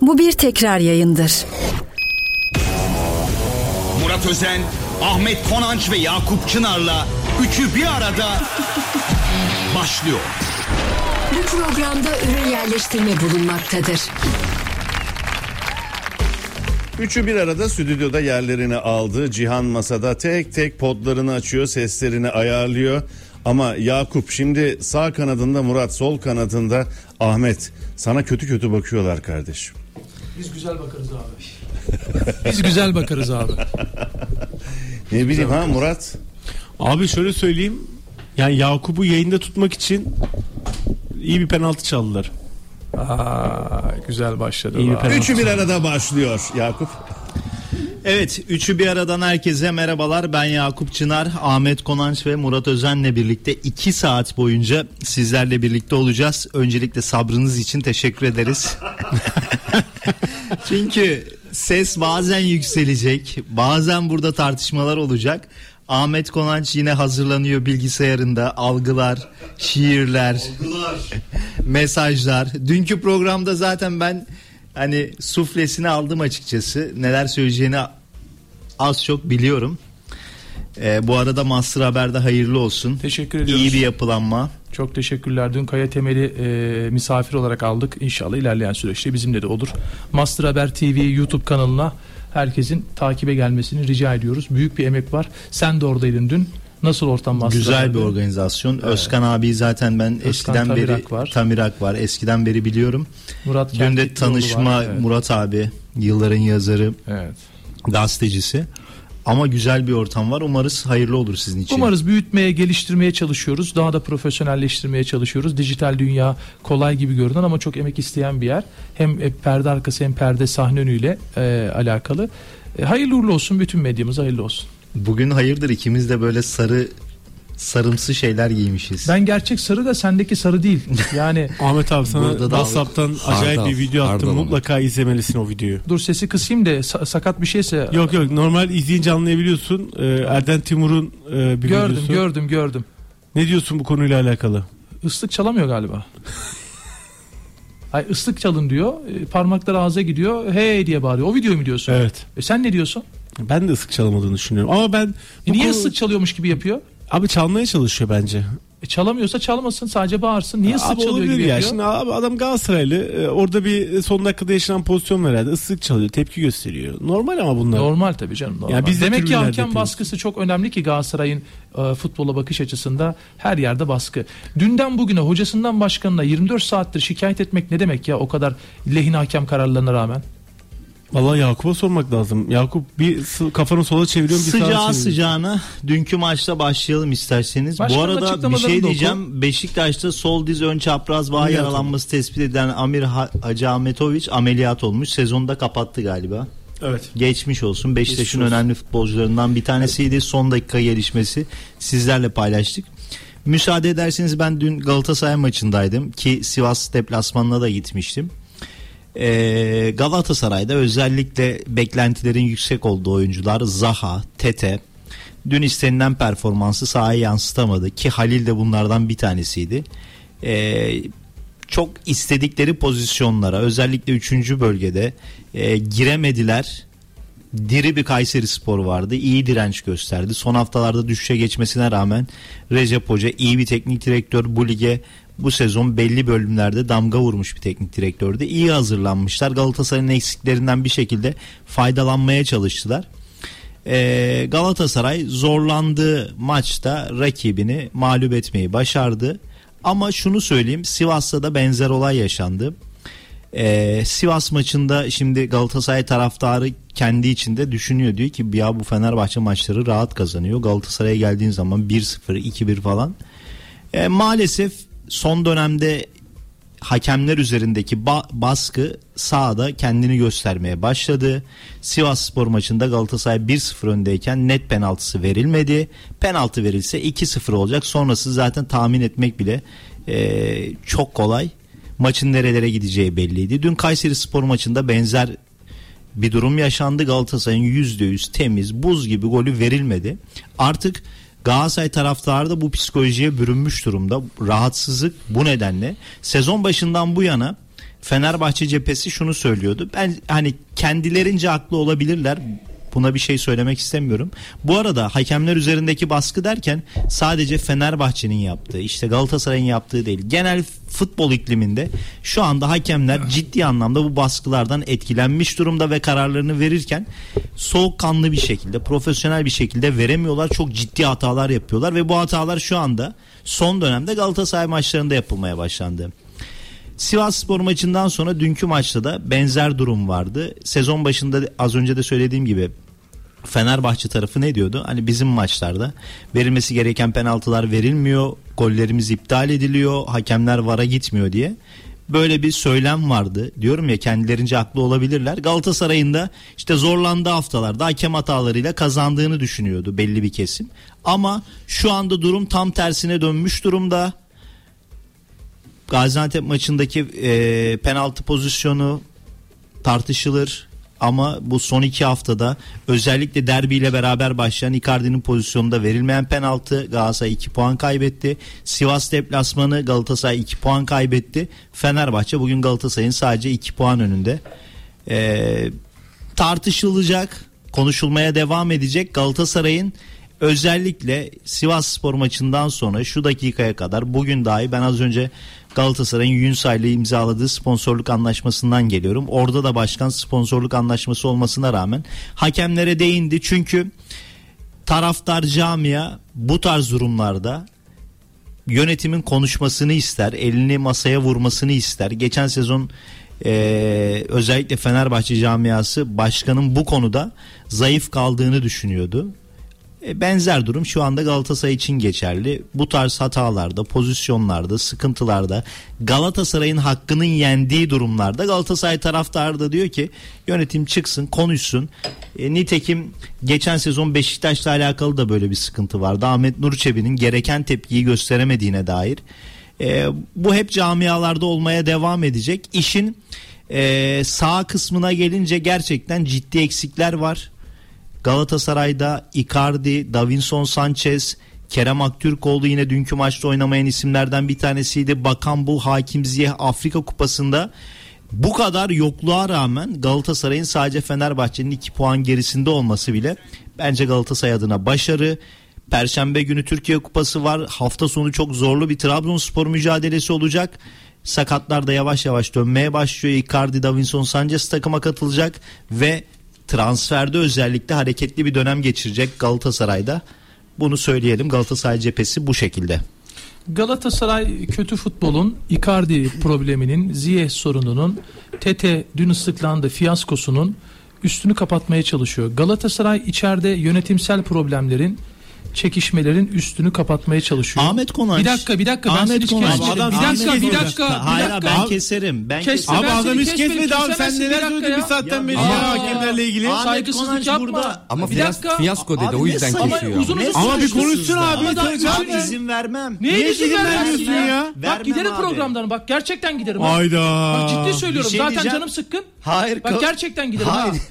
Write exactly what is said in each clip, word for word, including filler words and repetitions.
Bu bir tekrar yayındır. Murat Özen, Ahmet Konanç ve Yakup Çınar'la Üçü Bir Arada başlıyor. Bu programda ürün yerleştirme bulunmaktadır. Üçü bir arada stüdyoda yerlerini aldı. Cihan masada tek tek podlarını açıyor, seslerini ayarlıyor. Ama Yakup şimdi sağ kanadında, Murat sol kanadında, Ahmet sana kötü kötü bakıyorlar kardeşim. Biz güzel bakarız abi. Biz güzel bakarız abi. Ne bileyim ha Murat. Abi şöyle söyleyeyim. Yani Yakup'u yayında tutmak için iyi bir penaltı çaldılar. Aa, güzel başladı. Üçü bir arada başlıyor Yakup. Evet, Üçü Bir Aradan herkese merhabalar. Ben Yakup Çınar, Ahmet Konanç ve Murat Özen'le birlikte iki saat boyunca sizlerle birlikte olacağız. Öncelikle sabrınız için teşekkür ederiz. Çünkü ses bazen yükselecek, bazen burada tartışmalar olacak. Ahmet Konanç yine hazırlanıyor bilgisayarında, algılar, şiirler, algılar. mesajlar. Dünkü programda zaten ben hani suflesini aldım açıkçası. Neler söyleyeceğini az çok biliyorum. Ee, bu arada Master Haber'de hayırlı olsun. Teşekkür ediyoruz. İyi bir yapılanma. Çok teşekkürler. Dün Kaya Temel'i e, misafir olarak aldık. İnşallah ilerleyen süreçte bizimle de olur. Master Haber T V YouTube kanalına herkesin takibe gelmesini rica ediyoruz. Büyük bir emek var. Sen de oradaydın dün. Nasıl ortam Master Güzel Haber'de? bir organizasyon. Evet. Özkan abi zaten ben Özkan eskiden Tamirak beri var. Tamirak var. Eskiden beri biliyorum. Murat Dün de tanışma var, evet. Murat abi, yılların yazarı, evet. gazetecisi. Ama güzel bir ortam var. Umarız hayırlı olur sizin için. Umarız büyütmeye, geliştirmeye çalışıyoruz. Daha da profesyonelleştirmeye çalışıyoruz. Dijital dünya kolay gibi görünen ama çok emek isteyen bir yer. Hem perde arkası hem perde sahne önüyle e, alakalı. E, hayırlı uğurlu olsun. Bütün medyamız hayırlı olsun. Bugün hayırdır ikimiz de böyle sarı sarımsı şeyler giymişiz. Ben gerçek sarı da sendeki sarı değil. Yani Ahmet abi sana WhatsApp'tan acayip bir video attım. Mutlaka izlemelisin o videoyu. Dur sesi kısayım da sa- sakat bir şeyse. Yok yok normal izleyince anlayabiliyorsun. Ee, Erden Timur'un e, bir gördüm, videosu. Gördüm gördüm. Ne diyorsun bu konuyla alakalı? Islık çalamıyor galiba. Ay ıslık çalın diyor. Parmakları ağza gidiyor. Hey diye bağırıyor. O videoyu mu diyorsun? Evet. E sen ne diyorsun? Ben de ıslık çalamadığını düşünüyorum. Ama ben e niye konu... ıslık çalıyormuş gibi yapıyor? Abi çalmaya çalışıyor bence. E çalamıyorsa çalmasın, sadece bağırsın. Niye ıslık çalıyor gibi ya. yapıyor? Şimdi abi adam Galatasaraylı, orada bir son dakikada yaşanan pozisyon var herhalde. Islık çalıyor, tepki gösteriyor. Normal ama bunlar. Normal tabii canım. Normal. Yani biz de demek ki hakem yapıyoruz. Baskısı çok önemli ki Galatasaray'ın e, futbola bakış açısında her yerde baskı. Dünden bugüne hocasından başkanına yirmi dört saattir şikayet etmek ne demek ya, o kadar lehine hakem kararlarına rağmen? Vallahi Yakup'a sormak lazım. Yakup bir kafanı sola çeviriyorum, bir sağa çeviriyorum. Sıcağı sıcağına dünkü maçta başlayalım isterseniz. Başkanın bu arada bir şey diyeceğim. Beşiktaş'ta sol diz ön çapraz bağ yaralanması tespit edilen Amir Hacı Ahmetoviç ameliyat olmuş. Sezonu da kapattı galiba. Evet. Geçmiş olsun. Beşiktaş'ın önemli futbolcularından bir tanesiydi. Evet. Son dakika gelişmesi sizlerle paylaştık. Müsaade ederseniz ben dün Galatasaray maçındaydım ki Sivas deplasmanına da gitmiştim. Ee, Galatasaray'da özellikle beklentilerin yüksek olduğu oyuncular Zaha, Tete dün istenilen performansı sahaya yansıtamadı ki Halil de bunlardan bir tanesiydi. Ee, çok istedikleri pozisyonlara özellikle üçüncü bölgede e, giremediler. Diri bir Kayserispor vardı. İyi direnç gösterdi. Son haftalarda düşüşe geçmesine rağmen Recep Hoca iyi bir teknik direktör, bu lige bu sezon belli bölümlerde damga vurmuş bir teknik direktördü. İyi hazırlanmışlar. Galatasaray'ın eksiklerinden bir şekilde faydalanmaya çalıştılar. Ee, Galatasaray zorlandığı maçta rakibini mağlup etmeyi başardı. Ama şunu söyleyeyim, Sivas'ta da benzer olay yaşandı. Ee, Sivas maçında şimdi Galatasaray taraftarı kendi içinde düşünüyor, diyor ki ya bu Fenerbahçe maçları rahat kazanıyor. Galatasaray'a geldiğin zaman bir sıfır iki bir falan. Ee, maalesef son dönemde hakemler üzerindeki ba- baskı sahada kendini göstermeye başladı. Sivasspor maçında Galatasaray bir sıfır öndeyken net penaltısı verilmedi. Penaltı verilse iki sıfır olacak. Sonrası zaten tahmin etmek bile e, çok kolay. Maçın nerelere gideceği belliydi. Dün Kayserispor maçında benzer bir durum yaşandı. Galatasaray'ın yüzde yüz temiz, buz gibi golü verilmedi. Artık Galatasaray taraftarı da bu psikolojiye bürünmüş durumda. Rahatsızlık bu nedenle. Sezon başından bu yana Fenerbahçe cephesi şunu söylüyordu. Ben hani kendilerince haklı olabilirler. Buna bir şey söylemek istemiyorum. Bu arada hakemler üzerindeki baskı derken sadece Fenerbahçe'nin yaptığı, işte Galatasaray'ın yaptığı değil. Genel futbol ikliminde şu anda hakemler ciddi anlamda bu baskılardan etkilenmiş durumda ve kararlarını verirken soğukkanlı bir şekilde, profesyonel bir şekilde veremiyorlar. Çok ciddi hatalar yapıyorlar ve bu hatalar şu anda son dönemde Galatasaray maçlarında yapılmaya başlandı. Sivasspor maçından sonra dünkü maçta da benzer durum vardı. Sezon başında az önce de söylediğim gibi Fenerbahçe tarafı ne diyordu? Hani bizim maçlarda verilmesi gereken penaltılar verilmiyor, gollerimiz iptal ediliyor, hakemler VAR'a gitmiyor diye. Böyle bir söylem vardı. Diyorum ya, kendilerince haklı olabilirler. Galatasaray'ın da işte zorlandığı haftalarda hakem hatalarıyla kazandığını düşünüyordu belli bir kesim. Ama şu anda durum tam tersine dönmüş durumda. Gaziantep maçındaki e, penaltı pozisyonu tartışılır ama bu son iki haftada özellikle derbiyle beraber başlayan Icardi'nin pozisyonunda verilmeyen penaltı, Galatasaray iki puan kaybetti. Sivas deplasmanı, Galatasaray iki puan kaybetti. Fenerbahçe bugün Galatasaray'ın sadece iki puan önünde. E, tartışılacak, konuşulmaya devam edecek. Galatasaray'ın özellikle Sivasspor maçından sonra şu dakikaya kadar, bugün dahi ben az önce Galatasaray'ın Ünsal ile imzaladığı sponsorluk anlaşmasından geliyorum. Orada da başkan sponsorluk anlaşması olmasına rağmen hakemlere değindi. Çünkü taraftar camia bu tarz durumlarda yönetimin konuşmasını ister, elini masaya vurmasını ister. Geçen sezon Ee, özellikle Fenerbahçe camiası başkanın bu konuda zayıf kaldığını düşünüyordu. Benzer durum şu anda Galatasaray için geçerli. Bu tarz hatalarda, pozisyonlarda, sıkıntılarda, Galatasaray'ın hakkının yendiği durumlarda Galatasaray taraftarı da diyor ki yönetim çıksın, konuşsun. E, nitekim geçen sezon Beşiktaş'la alakalı da böyle bir sıkıntı vardı. Ahmet Nur Çebi'nin gereken tepkiyi gösteremediğine dair. E, bu hep camialarda olmaya devam edecek. İşin e, sağ kısmına gelince gerçekten ciddi eksikler var. Galatasaray'da Icardi, Davinson Sanchez, Kerem Aktürkoğlu yine dünkü maçta oynamayan isimlerden bir tanesiydi. Bakan bu Hakim Ziyeh Afrika Kupası'nda bu kadar yokluğa rağmen Galatasaray'ın sadece Fenerbahçe'nin iki puan gerisinde olması bile bence Galatasaray adına başarı. Perşembe günü Türkiye Kupası var. Hafta sonu çok zorlu bir Trabzonspor mücadelesi olacak. Sakatlar da yavaş yavaş dönmeye başlıyor. Icardi, Davinson Sanchez takıma katılacak ve transferde özellikle hareketli bir dönem geçirecek Galatasaray'da. Bunu söyleyelim. Galatasaray cephesi bu şekilde. Galatasaray kötü futbolun, Icardi probleminin, Ziyech sorununun, Tete dün ıslıklandı fiyaskosunun üstünü kapatmaya çalışıyor. Galatasaray içeride yönetimsel problemlerin, çekişmelerin üstünü kapatmaya çalışıyor. Ahmet Konanç. Bir dakika bir dakika Ahmet ben seni hiç Konanç. kesmedim. Adam Bir dakika Ahmet bir Konanç. dakika. Bir Hayır dakika. ben keserim. Ben Kes- keserim. Abi Ben adam seni hiç kesmedim, kesmedi abi, sen kesemezsin, bir neler dakika söyledin ya. bir saatten beri Ya- ya Aa. hakemlerle ilgili. Ahmet Saygısızlık Konanç yapma. burada. Ama Bir fiyas- dakika. fiyasko dedi, Abi o ne yüzden saygı- kesiyor. uzun Ne uzun Ama bir saygısızlığı konuşsun ya. abi. Ama daha- Tanıcan. Abi izin vermem. Neye Niye izin izin vermezsin vermiyorsun ya? ya? Bak Vermem giderim abi. programdan, bak gerçekten giderim. ha. Hayda. Bak ciddi söylüyorum, Bir şey zaten diyeceğim. canım sıkkın. Hayır. Bak ko- gerçekten giderim Hayır. ha.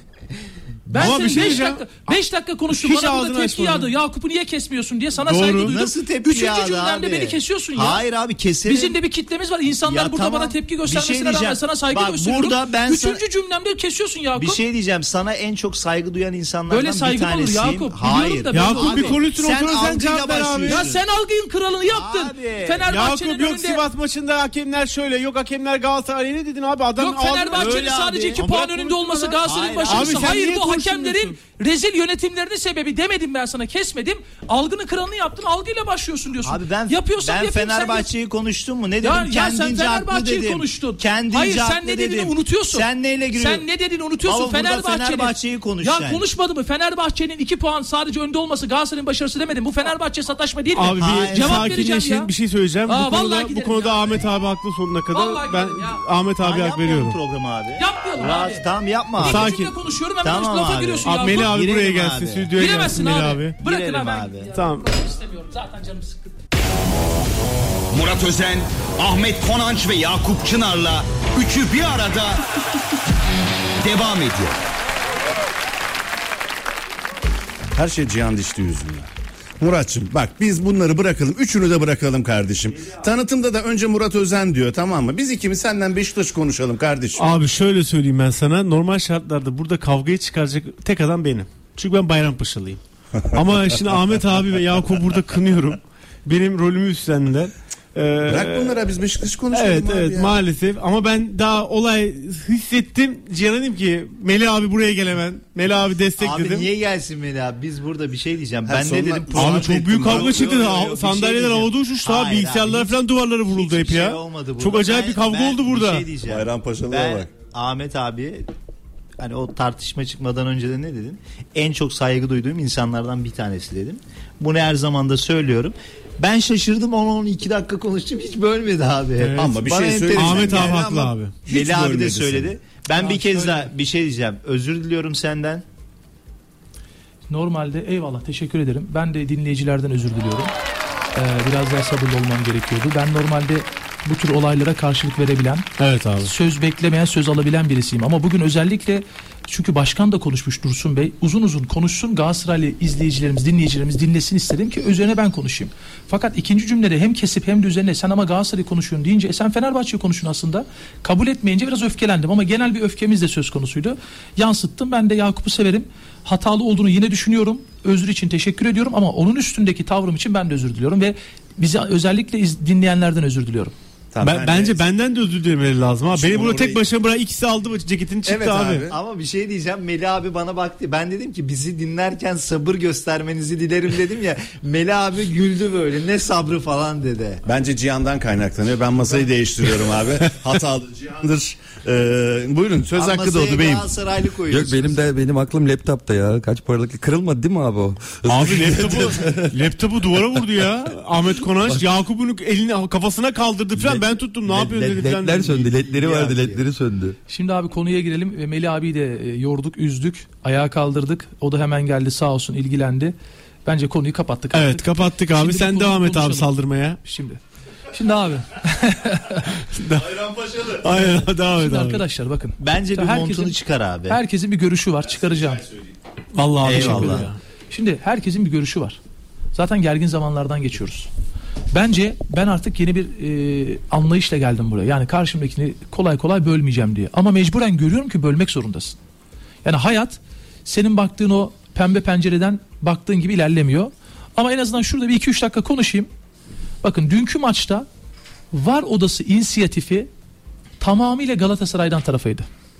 Ben Ama seni bir şey beş diyeceğim. dakika beş dakika konuştum, Hiç bana burada ağzını tepki açmadın. yağdı. Yakup'u niye kesmiyorsun diye sana Doğru. saygı duydum. Nasıl tepki Üçüncü yağdı cümlemde abi? beni kesiyorsun ya. Hayır abi keserim. Bizim de bir kitlemiz var. İnsanlar Ya burada tamam. bana tepki Bir şey göstermesine rağmen diyeceğim. sana saygı Bak, gösteriyorum. burada ben Üçüncü sana- cümlemde kesiyorsun Yakup. Bir şey diyeceğim, sana en çok saygı duyan insanlardan Böyle bir saygı mı olur tanesiyim. Yakup? Hayır. Biliyorum da böyle Yakup olur. bir konuşsun, o Sen konuda sen algıyla cevap ver abi. başlıyorsun. Ya sen algının kralını yaptın. Abi. Fenerbahçe'nin Yakup yok önünde. Sivas maçında hakemler şöyle, yok hakemler Galatasaray ne dedin abi? Adam Yok ağzına- Fenerbahçe'nin Öyle sadece abi. iki Ama puan bırak önünde olması konuşma lan. Galatasaray'ın Hayır. başarısı. Abi sen Hayır niye bu hakemlerin konuşmuyorsun? rezil yönetimlerinin sebebi demedim ben sana, kesmedim. Algının kralını yaptın, algıyla başlıyorsun diyorsun. Abi ben Yapıyorsan ben yapayım, sen yap. Fenerbahçe'yi konuştum mu? Ne dedim? Ya, ya sen Kendince haklı Fenerbahçe'yi dedim. konuştun. Kendince Hayır sen haklı ne dediğini dedim. unutuyorsun. Sen neyle giriyorsun? Sen ne dediğini unutuyorsun. Ama burada Fenerbahçe'nin. Fenerbahçe'yi konuş Ya sen. konuşmadı mı? Fenerbahçe'nin iki puan sadece önde olması Galatasaray'ın başarısı demedim. Bu Fenerbahçe sataşma değil mi? Abi bir Hayır. Cevap vereceğim sakinleşin, ya. bir şey söyleyeceğim. Aa, bu konuda, vallahi bu giderim konuda ya. Ahmet abi haklı sonuna kadar. Vallahi Ben giderim ya. Ahmet abi Ben hak yapmıyorum veriyorum. programı abi. Yapmayalım Rahat, abi. tamam yapma abi. Bir Sakin. cümle konuşuyorum hemen Tamam lafa abi. giriyorsun Abi ya. Melih abi Girelim buraya abi. gelsin, stüdyoya gelsin Giremezsin Melih abi. abi. Bırakın Girelim abi. abi. Ya, Tamam. konuşmak istemiyorum. Zaten canım sıkkın. Murat Özen, Ahmet Konanç ve Yakup Çınar'la üçü bir arada devam ediyor. Her şey Cihan Dişli yüzünden. Muratçım bak biz bunları bırakalım. Üçünü de bırakalım kardeşim. Tanıtımda da önce Murat Özen diyor, tamam mı? Biz ikimiz senden Beşiktaş konuşalım kardeşim. Abi şöyle söyleyeyim ben sana. Normal şartlarda burada kavgayı çıkaracak tek adam benim. Çünkü ben Bayrampaşalıyım. Ama şimdi Ahmet abi ve Yakup burada kınıyorum. Benim rolümü üstlendiler. Ee, Bırak bunlara, biz Beşiktaş konuşalım. Evet abi evet ya. maalesef ama ben daha olay hissettim. Cihan'a dedim ki Melih abi buraya gel hemen. Melih abi destek Abi dedim. niye gelsin Melih abi? Biz burada bir şey diyeceğim. Ha, Ben sonra- ne dedim? Abi çok büyük kavga Yok, çıktı. yok, Ha- yok, bir şey Sandalyeler diyeceğim. havada uçuştu ha. Hayır Bilgisayarlar abi, falan duvarlara vuruldu hiçbir hep şey ya. olmadı burada. Çok acayip Ben- bir kavga ben oldu burada. Bir şey diyeceğim. Bayrampaşalı'ya Ben bak. Ahmet abi, hani o tartışma çıkmadan önce de ne dedin? En çok saygı duyduğum insanlardan bir tanesi dedim. Bunu her zaman da söylüyorum. Ben şaşırdım, on on iki dakika konuştum, hiç bölmedi abi. Evet. Ama bir Bana şey enteresan söyleyeyim. Ahmet abi Yani haklı ama abi. hiç Melih abi de bölmedi söyledi. seni. Ben Ya bir kez şöyle- daha bir şey diyeceğim. Özür diliyorum senden. Normalde eyvallah, teşekkür ederim. Ben de dinleyicilerden özür diliyorum. Ee, biraz daha sabırlı olmam gerekiyordu. Ben normalde bu tür olaylara karşılık verebilen, Evet abi. söz beklemeyen, söz alabilen birisiyim. Ama bugün özellikle, çünkü başkan da konuşmuş Dursun Bey, uzun uzun konuşsun, Galatasaraylı izleyicilerimiz, dinleyicilerimiz dinlesin istedim ki üzerine ben konuşayım. Fakat ikinci cümlede hem kesip hem de üzerine sen ama Galatasaray'ı konuşuyorsun deyince, e sen Fenerbahçe'yi konuşun aslında. Kabul etmeyince biraz öfkelendim ama genel bir öfkemiz de söz konusuydu. Yansıttım. Ben de Yakup'u severim. Hatalı olduğunu yine düşünüyorum. Özür için teşekkür ediyorum ama onun üstündeki tavrım için ben de özür diliyorum ve bizi özellikle iz- dinleyenlerden özür diliyorum. Tamam, Ben, yani- bence benden de özür dilemeleri lazım ha. Şimdi Beni burada orayı- tek başına bırak, ikisi aldı ceketini çıktı Evet abi. abi. Ama bir şey diyeceğim. Melih abi bana baktı. Ben dedim ki bizi dinlerken sabır göstermenizi dilerim dedim ya. Melih abi güldü böyle. Ne sabrı falan dedi. Bence Cihan'dan kaynaklanıyor. Ben masayı değiştiriyorum abi. Hatalı Cihan'dır. Ee, buyurun söz Ama hakkı doğdu beyim. Galatasaraylı Yok koyuyorsunuz. benim de benim aklım laptopta ya. Kaç paralık kırılmadı değil mi abi o? Abi laptopu laptopu duvara vurdu ya. Ahmet Konanç Yakup'un elini kafasına kaldırdı falan. Ben tuttum. Ne yapıyorsun dedi falan. Ledler dedi. söndü. Ledleri vardı. Ya. Ledleri söndü. Şimdi abi konuya girelim ve Melih abiyi de e, yorduk, üzdük, ayağa kaldırdık. O da hemen geldi, sağ olsun, ilgilendi. Bence konuyu kapattık. Evet artık. kapattık abi. Şimdi bu Sen konuyu devam et abi konuşalım. saldırmaya. Şimdi. Şimdi abi. Aynen devam et Şimdi abi. arkadaşlar bakın. Bence bir Herkesin- montunu çıkar abi. Herkesin bir görüşü var, çıkaracağım. Vallahi abi Eyvallah. teşekkür ederim. Şimdi herkesin bir görüşü var. Zaten gergin zamanlardan geçiyoruz. Bence ben artık yeni bir e, anlayışla geldim buraya. Yani karşımdakini kolay kolay bölmeyeceğim diye. Ama mecburen görüyorum ki bölmek zorundasın. Yani hayat senin baktığın o pembe pencereden baktığın gibi ilerlemiyor. Ama en azından şurada bir iki üç dakika konuşayım. Bakın dünkü maçta VAR odası inisiyatifi tamamıyla Galatasaray'dan tarafıydı.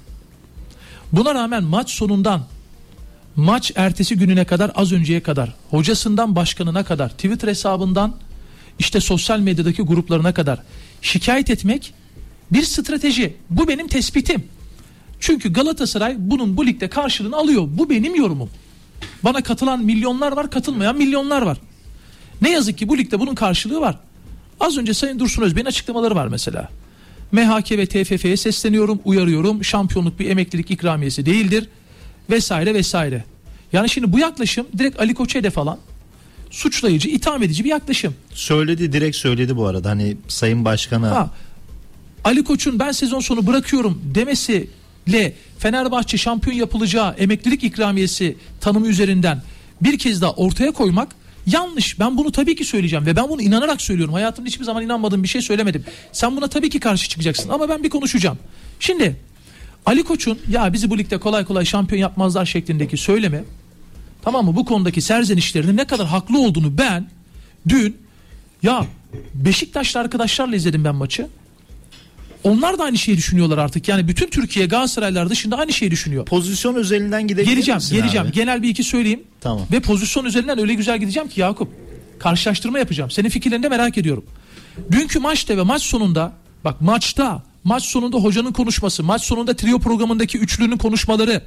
Buna rağmen maç sonundan maç ertesi gününe kadar, az önceye kadar, hocasından başkanına kadar, Twitter hesabından işte sosyal medyadaki gruplarına kadar şikayet etmek bir strateji. Bu benim tespitim. Çünkü Galatasaray bunun bu ligde karşılığını alıyor. Bu benim yorumum. Bana katılan milyonlar var, katılmayan milyonlar var. Ne yazık ki bu ligde bunun karşılığı var. Az önce Sayın Dursun Özbey'in açıklamaları var mesela. M H K ve T F F'ye sesleniyorum, uyarıyorum. Şampiyonluk bir emeklilik ikramiyesi değildir. Vesaire vesaire. Yani şimdi bu yaklaşım direkt Ali Koç'a hedef alan, suçlayıcı, itham edici bir yaklaşım. Söyledi, direkt söyledi bu arada. Hani Sayın Başkan'a. Ha, Ali Koç'un ben sezon sonu bırakıyorum demesiyle Fenerbahçe şampiyon yapılacağı emeklilik ikramiyesi tanımı üzerinden bir kez daha ortaya koymak yanlış. Ben bunu tabii ki söyleyeceğim ve ben bunu inanarak söylüyorum. Hayatımda hiçbir zaman inanmadığım bir şey söylemedim. Sen buna tabii ki karşı çıkacaksın ama ben bir konuşacağım. Şimdi Ali Koç'un ya bizi bu ligde kolay kolay şampiyon yapmazlar şeklindeki söyleme, tamam mı, bu konudaki serzenişlerinin ne kadar haklı olduğunu ben dün ya Beşiktaşlı arkadaşlarla izledim ben maçı. Onlar da aynı şeyi düşünüyorlar artık. Yani bütün Türkiye, Galatasaraylar dışında aynı şeyi düşünüyor. Pozisyon üzerinden gidebilir Geleceğim, misin geleceğim. abi? Genel bir iki söyleyeyim. Tamam. Ve pozisyon üzerinden öyle güzel gideceğim ki Yakup. Karşılaştırma yapacağım. Senin fikirlerini de merak ediyorum. Dünkü maçta ve maç sonunda, bak maçta, maç sonunda hocanın konuşması, maç sonunda trio programındaki üçlünün konuşmaları,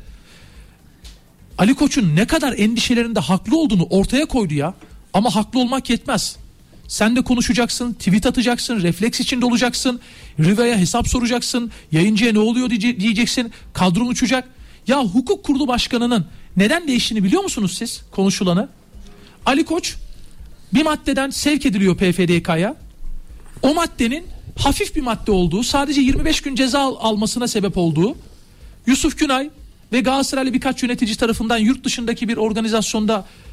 Ali Koç'un ne kadar endişelerinde haklı olduğunu ortaya koydu ya. Ama haklı olmak yetmez. Sen de konuşacaksın, tweet atacaksın, refleks içinde olacaksın, Riva'ya hesap soracaksın, yayıncıya ne oluyor diye- diyeceksin, kadron uçacak. Ya hukuk kurulu başkanının neden değiştiğini biliyor musunuz siz konuşulanı? Ali Koç bir maddeden sevk ediliyor P F D K'ya. O maddenin hafif bir madde olduğu, sadece yirmi beş gün ceza al- almasına sebep olduğu, Yusuf Günay ve Galatasaraylı birkaç yönetici tarafından yurt dışındaki bir organizasyonda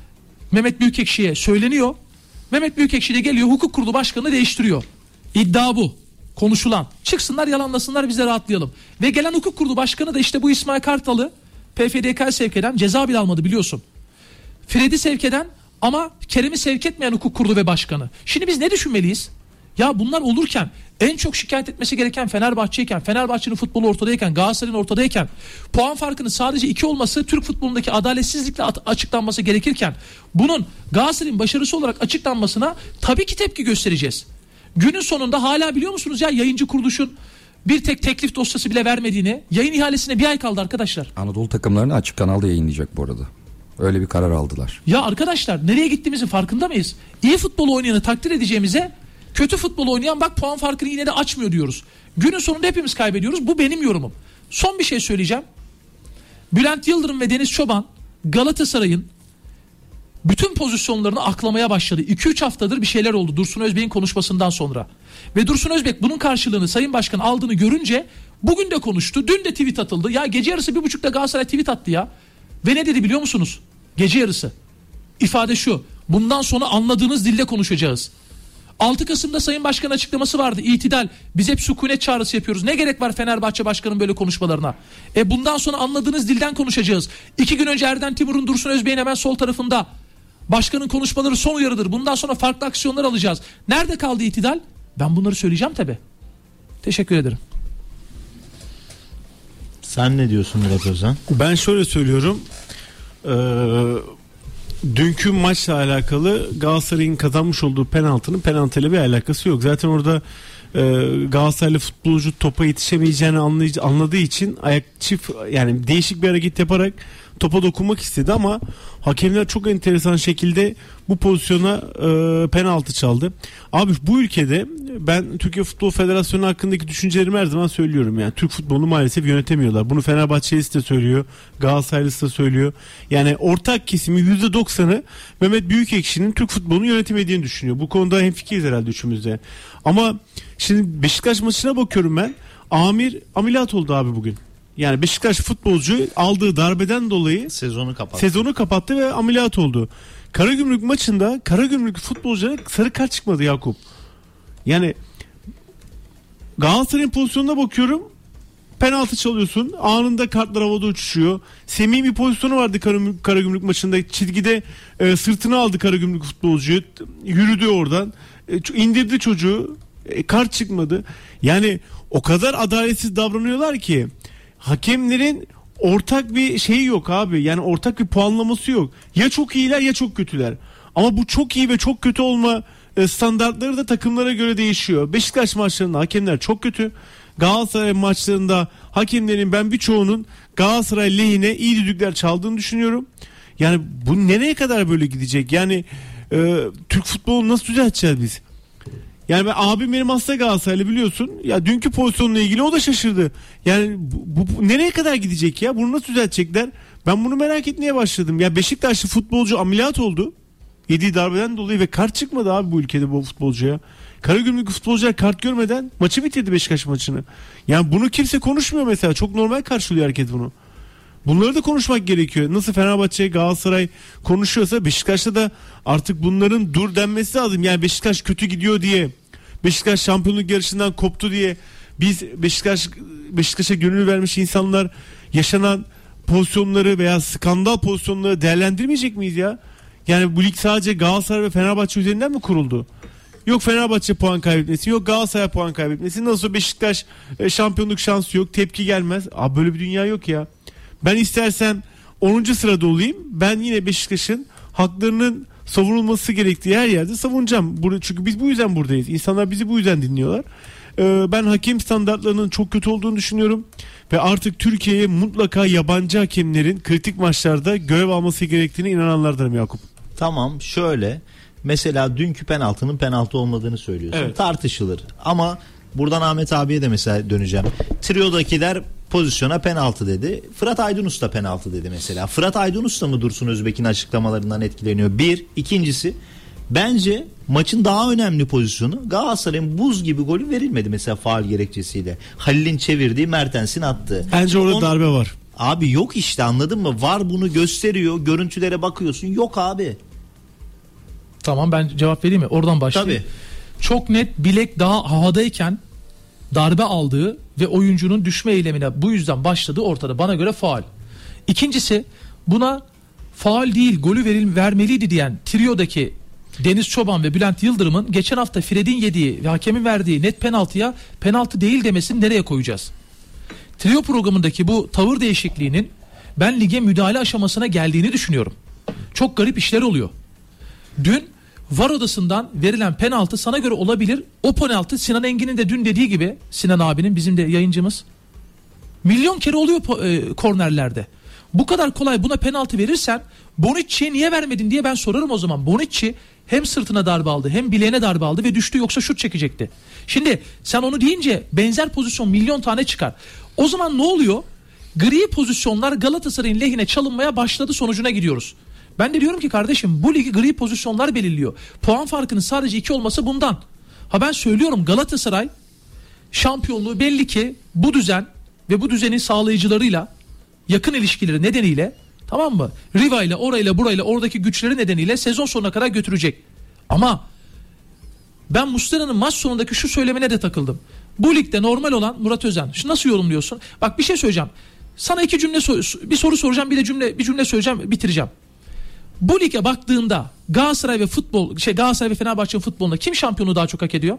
Mehmet Büyükekşi'ye söyleniyor. Mehmet Büyükekşi de geliyor, hukuk kurulu başkanını değiştiriyor. İddia bu. Konuşulan. Çıksınlar yalanlasınlar, biz de rahatlayalım. Ve gelen hukuk kurulu başkanı da işte bu İsmail Kartal'ı P F D K'ya sevk eden, ceza bile almadı biliyorsun. Fred'i sevk eden ama Kerem'i sevk etmeyen hukuk kurulu ve başkanı. Şimdi biz ne düşünmeliyiz? Ya bunlar olurken en çok şikayet etmesi gereken Fenerbahçe'yken, Fenerbahçe'nin futbolu ortadayken, Galatasaray'ın ortadayken, puan farkının sadece iki olması Türk futbolundaki adaletsizlikle açıklanması gerekirken, bunun Galatasaray'ın başarısı olarak açıklanmasına tabii ki tepki göstereceğiz. Günün sonunda hala biliyor musunuz ya yayıncı kuruluşun bir tek teklif dosyası bile vermediğini, yayın ihalesine bir ay kaldı arkadaşlar. Anadolu takımlarını açık kanalda yayınlayacak bu arada. Öyle bir karar aldılar. Ya arkadaşlar nereye gittiğimizin farkında mıyız? İyi futbol oynayanı takdir edeceğimize kötü futbol oynayan bak puan farkını yine de açmıyor diyoruz. Günün sonunda hepimiz kaybediyoruz. Bu benim yorumum. Son bir şey söyleyeceğim. Bülent Yıldırım ve Deniz Çoban Galatasaray'ın bütün pozisyonlarını aklamaya başladı. iki üç haftadır bir şeyler oldu Dursun Özbek'in konuşmasından sonra. Ve Dursun Özbek bunun karşılığını Sayın Başkan aldığını görünce bugün de konuştu. Dün de tweet atıldı. Ya gece yarısı bir buçukta Galatasaray tweet attı ya. Ve ne dedi biliyor musunuz? Gece yarısı. İfade şu. Bundan sonra anladığınız dilde konuşacağız. altı Kasım'da Sayın Başkan açıklaması vardı. İtidal. Biz hep sükunet çağrısı yapıyoruz. Ne gerek var Fenerbahçe Başkanı'nın böyle konuşmalarına? E bundan sonra anladığınız dilden konuşacağız. İki gün önce Erden Timur'un Dursun Özbek'in hemen sol tarafında. Başkanın konuşmaları son uyarıdır. Bundan sonra farklı aksiyonlar alacağız. Nerede kaldı itidal? Ben bunları söyleyeceğim tabii. Teşekkür ederim. Sen ne diyorsun Murat Özen? Ben şöyle söylüyorum. Ee, dünkü maçla alakalı Galatasaray'ın kazanmış olduğu penaltının penaltıyla bir alakası yok. Zaten orada e, Galatasaraylı futbolcu topa yetişemeyeceğini anlay- anladığı için ayak çift yani değişik bir hareket yaparak topa dokunmak istedi ama hakemler çok enteresan şekilde bu pozisyona e, penaltı çaldı. Abi bu ülkede ben Türkiye Futbol Federasyonu hakkındaki düşüncelerimi her zaman söylüyorum. Yani Türk futbolunu maalesef yönetemiyorlar. Bunu Fenerbahçelisi de söylüyor, Galatasaraylısı da söylüyor. Yani ortak kesimi yüzde doksanı Mehmet Büyükekşi'nin Türk futbolunu yönetemediğini düşünüyor. Bu konuda hemfikiriz herhalde üçümüzde. Ama şimdi Beşiktaş maçına bakıyorum ben. Amir ameliyat oldu abi bugün. Yani Beşiktaş futbolcu aldığı darbeden dolayı sezonu kapattı. Sezonu kapattı ve ameliyat oldu. Karagümrük maçında Karagümrük futbolculara sarı kart çıkmadı Yakup. Yani Galatasaray'ın pozisyonuna bakıyorum. Penaltı çalıyorsun. Anında kartlar havada uçuşuyor. Semih'in bir pozisyonu vardı Karagümrük, Karagümrük maçında. Çizgide e, sırtını aldı Karagümrük futbolcuyu. Yürüdü oradan. E, indirdi çocuğu. E, kart çıkmadı. Yani o kadar adaletsiz davranıyorlar ki hakemlerin ortak bir şeyi yok abi. Yani ortak bir puanlaması yok. Ya çok iyiler ya çok kötüler. Ama bu çok iyi ve çok kötü olma standartları da takımlara göre değişiyor. Beşiktaş maçlarında hakemler çok kötü. Galatasaray maçlarında hakemlerin ben birçoğunun Galatasaray lehine iyi düdükler çaldığını düşünüyorum. Yani bu nereye kadar böyle gidecek? Yani e, Türk futbolunu nasıl düzelteceğiz biz? Yani ben, abim benim hasta Galatasaraylı biliyorsun. Ya dünkü pozisyonla ilgili o da şaşırdı. Yani bu, bu, bu nereye kadar gidecek ya? Bunu nasıl düzeltecekler? Ben bunu merak etmeye başladım. Ya Beşiktaşlı futbolcu ameliyat oldu. Yediği darbeden dolayı ve kart çıkmadı abi bu ülkede bu futbolcuya. Karagümrük futbolcular kart görmeden maçı bitirdi Beşiktaş maçını. Yani bunu kimse konuşmuyor mesela. Çok normal karşılıyor herkes bunu. Bunları da konuşmak gerekiyor. Nasıl Fenerbahçe, Galatasaray konuşuyorsa Beşiktaş'ta da artık bunların dur denmesi lazım. Yani Beşiktaş kötü gidiyor diye, Beşiktaş şampiyonluk yarışından koptu diye biz Beşiktaş Beşiktaş'a gönül vermiş insanlar yaşanan pozisyonları veya skandal pozisyonları değerlendirmeyecek miyiz ya? Yani bu lig sadece Galatasaray ve Fenerbahçe üzerinden mi kuruldu? Yok Fenerbahçe puan kaybetmesi, yok Galatasaray puan kaybetmesi. Nasıl Beşiktaş şampiyonluk şansı yok, tepki gelmez. Abi böyle bir dünya yok ya. Ben istersem onuncu sırada olayım. Ben yine Beşiktaş'ın haklarının savunulması gerektiği her yerde savunacağım. Çünkü biz bu yüzden buradayız. İnsanlar bizi bu yüzden dinliyorlar. Ben hakem standartlarının çok kötü olduğunu düşünüyorum. Ve artık Türkiye'ye mutlaka yabancı hakemlerin kritik maçlarda görev alması gerektiğine inananlardanım Yakup. Tamam şöyle. Mesela dünkü penaltının penaltı olmadığını söylüyorsun. Evet. Tartışılır. Ama buradan Ahmet abiye de mesela döneceğim. Trio'dakiler pozisyona penaltı dedi. Fırat Aydınus da penaltı dedi mesela. Fırat Aydınus da mı Dursun Özbek'in açıklamalarından etkileniyor? Bir. İkincisi bence maçın daha önemli pozisyonu Galatasaray'ın buz gibi golü verilmedi mesela faul gerekçesiyle. Halil'in çevirdiği Mertens'in attığı. Bence orada On... darbe var. Abi yok işte anladın mı? Var bunu gösteriyor. Görüntülere bakıyorsun. Yok abi. Tamam, ben cevap vereyim mi? Oradan başlayayım. Tabii. Çok net bilek daha havadayken darbe aldığı ve oyuncunun düşme eylemine bu yüzden başladığı ortada. Bana göre faul. İkincisi, buna faul değil golü veril, vermeliydi diyen triyodaki Deniz Çoban ve Bülent Yıldırım'ın geçen hafta Fred'in yediği ve hakemin verdiği net penaltıya penaltı değil demesini nereye koyacağız? Trio programındaki bu tavır değişikliğinin ben lige müdahale aşamasına geldiğini düşünüyorum. Çok garip işler oluyor. Dün VAR odasından verilen penaltı sana göre olabilir. O penaltı Sinan Engin'in de dün dediği gibi, Sinan abinin, bizim de yayıncımız, milyon kere oluyor e, kornerlerde. Bu kadar kolay buna penaltı verirsen Bonucci'ye niye vermedin diye ben sorarım o zaman. Bonucci hem sırtına darbe aldı hem bileğine darbe aldı ve düştü, yoksa şut çekecekti. Şimdi sen onu deyince benzer pozisyon milyon tane çıkar. O zaman ne oluyor? Gri pozisyonlar Galatasaray'ın lehine çalınmaya başladı sonucuna gidiyoruz. Ben de diyorum ki kardeşim, bu ligi gri pozisyonlar belirliyor. Puan farkının sadece iki olması bundan. Ha ben söylüyorum, Galatasaray şampiyonluğu belli ki bu düzen ve bu düzenin sağlayıcılarıyla, yakın ilişkileri nedeniyle, tamam mı? Riva ile orayla burayla oradaki güçleri nedeniyle sezon sonuna kadar götürecek. Ama ben Muslera'nın maç sonundaki şu söylemine de takıldım. Bu ligde normal olan Murat Özen. Şu nasıl yorumluyorsun? Bak bir şey söyleyeceğim. Sana iki cümle bir soru soracağım, bir de cümle bir cümle söyleyeceğim, bitireceğim. Bu lige baktığında Galatasaray ve futbol şey Galatasaray ve Fenerbahçe'nin futbolunda kim şampiyonluğu daha çok hak ediyor?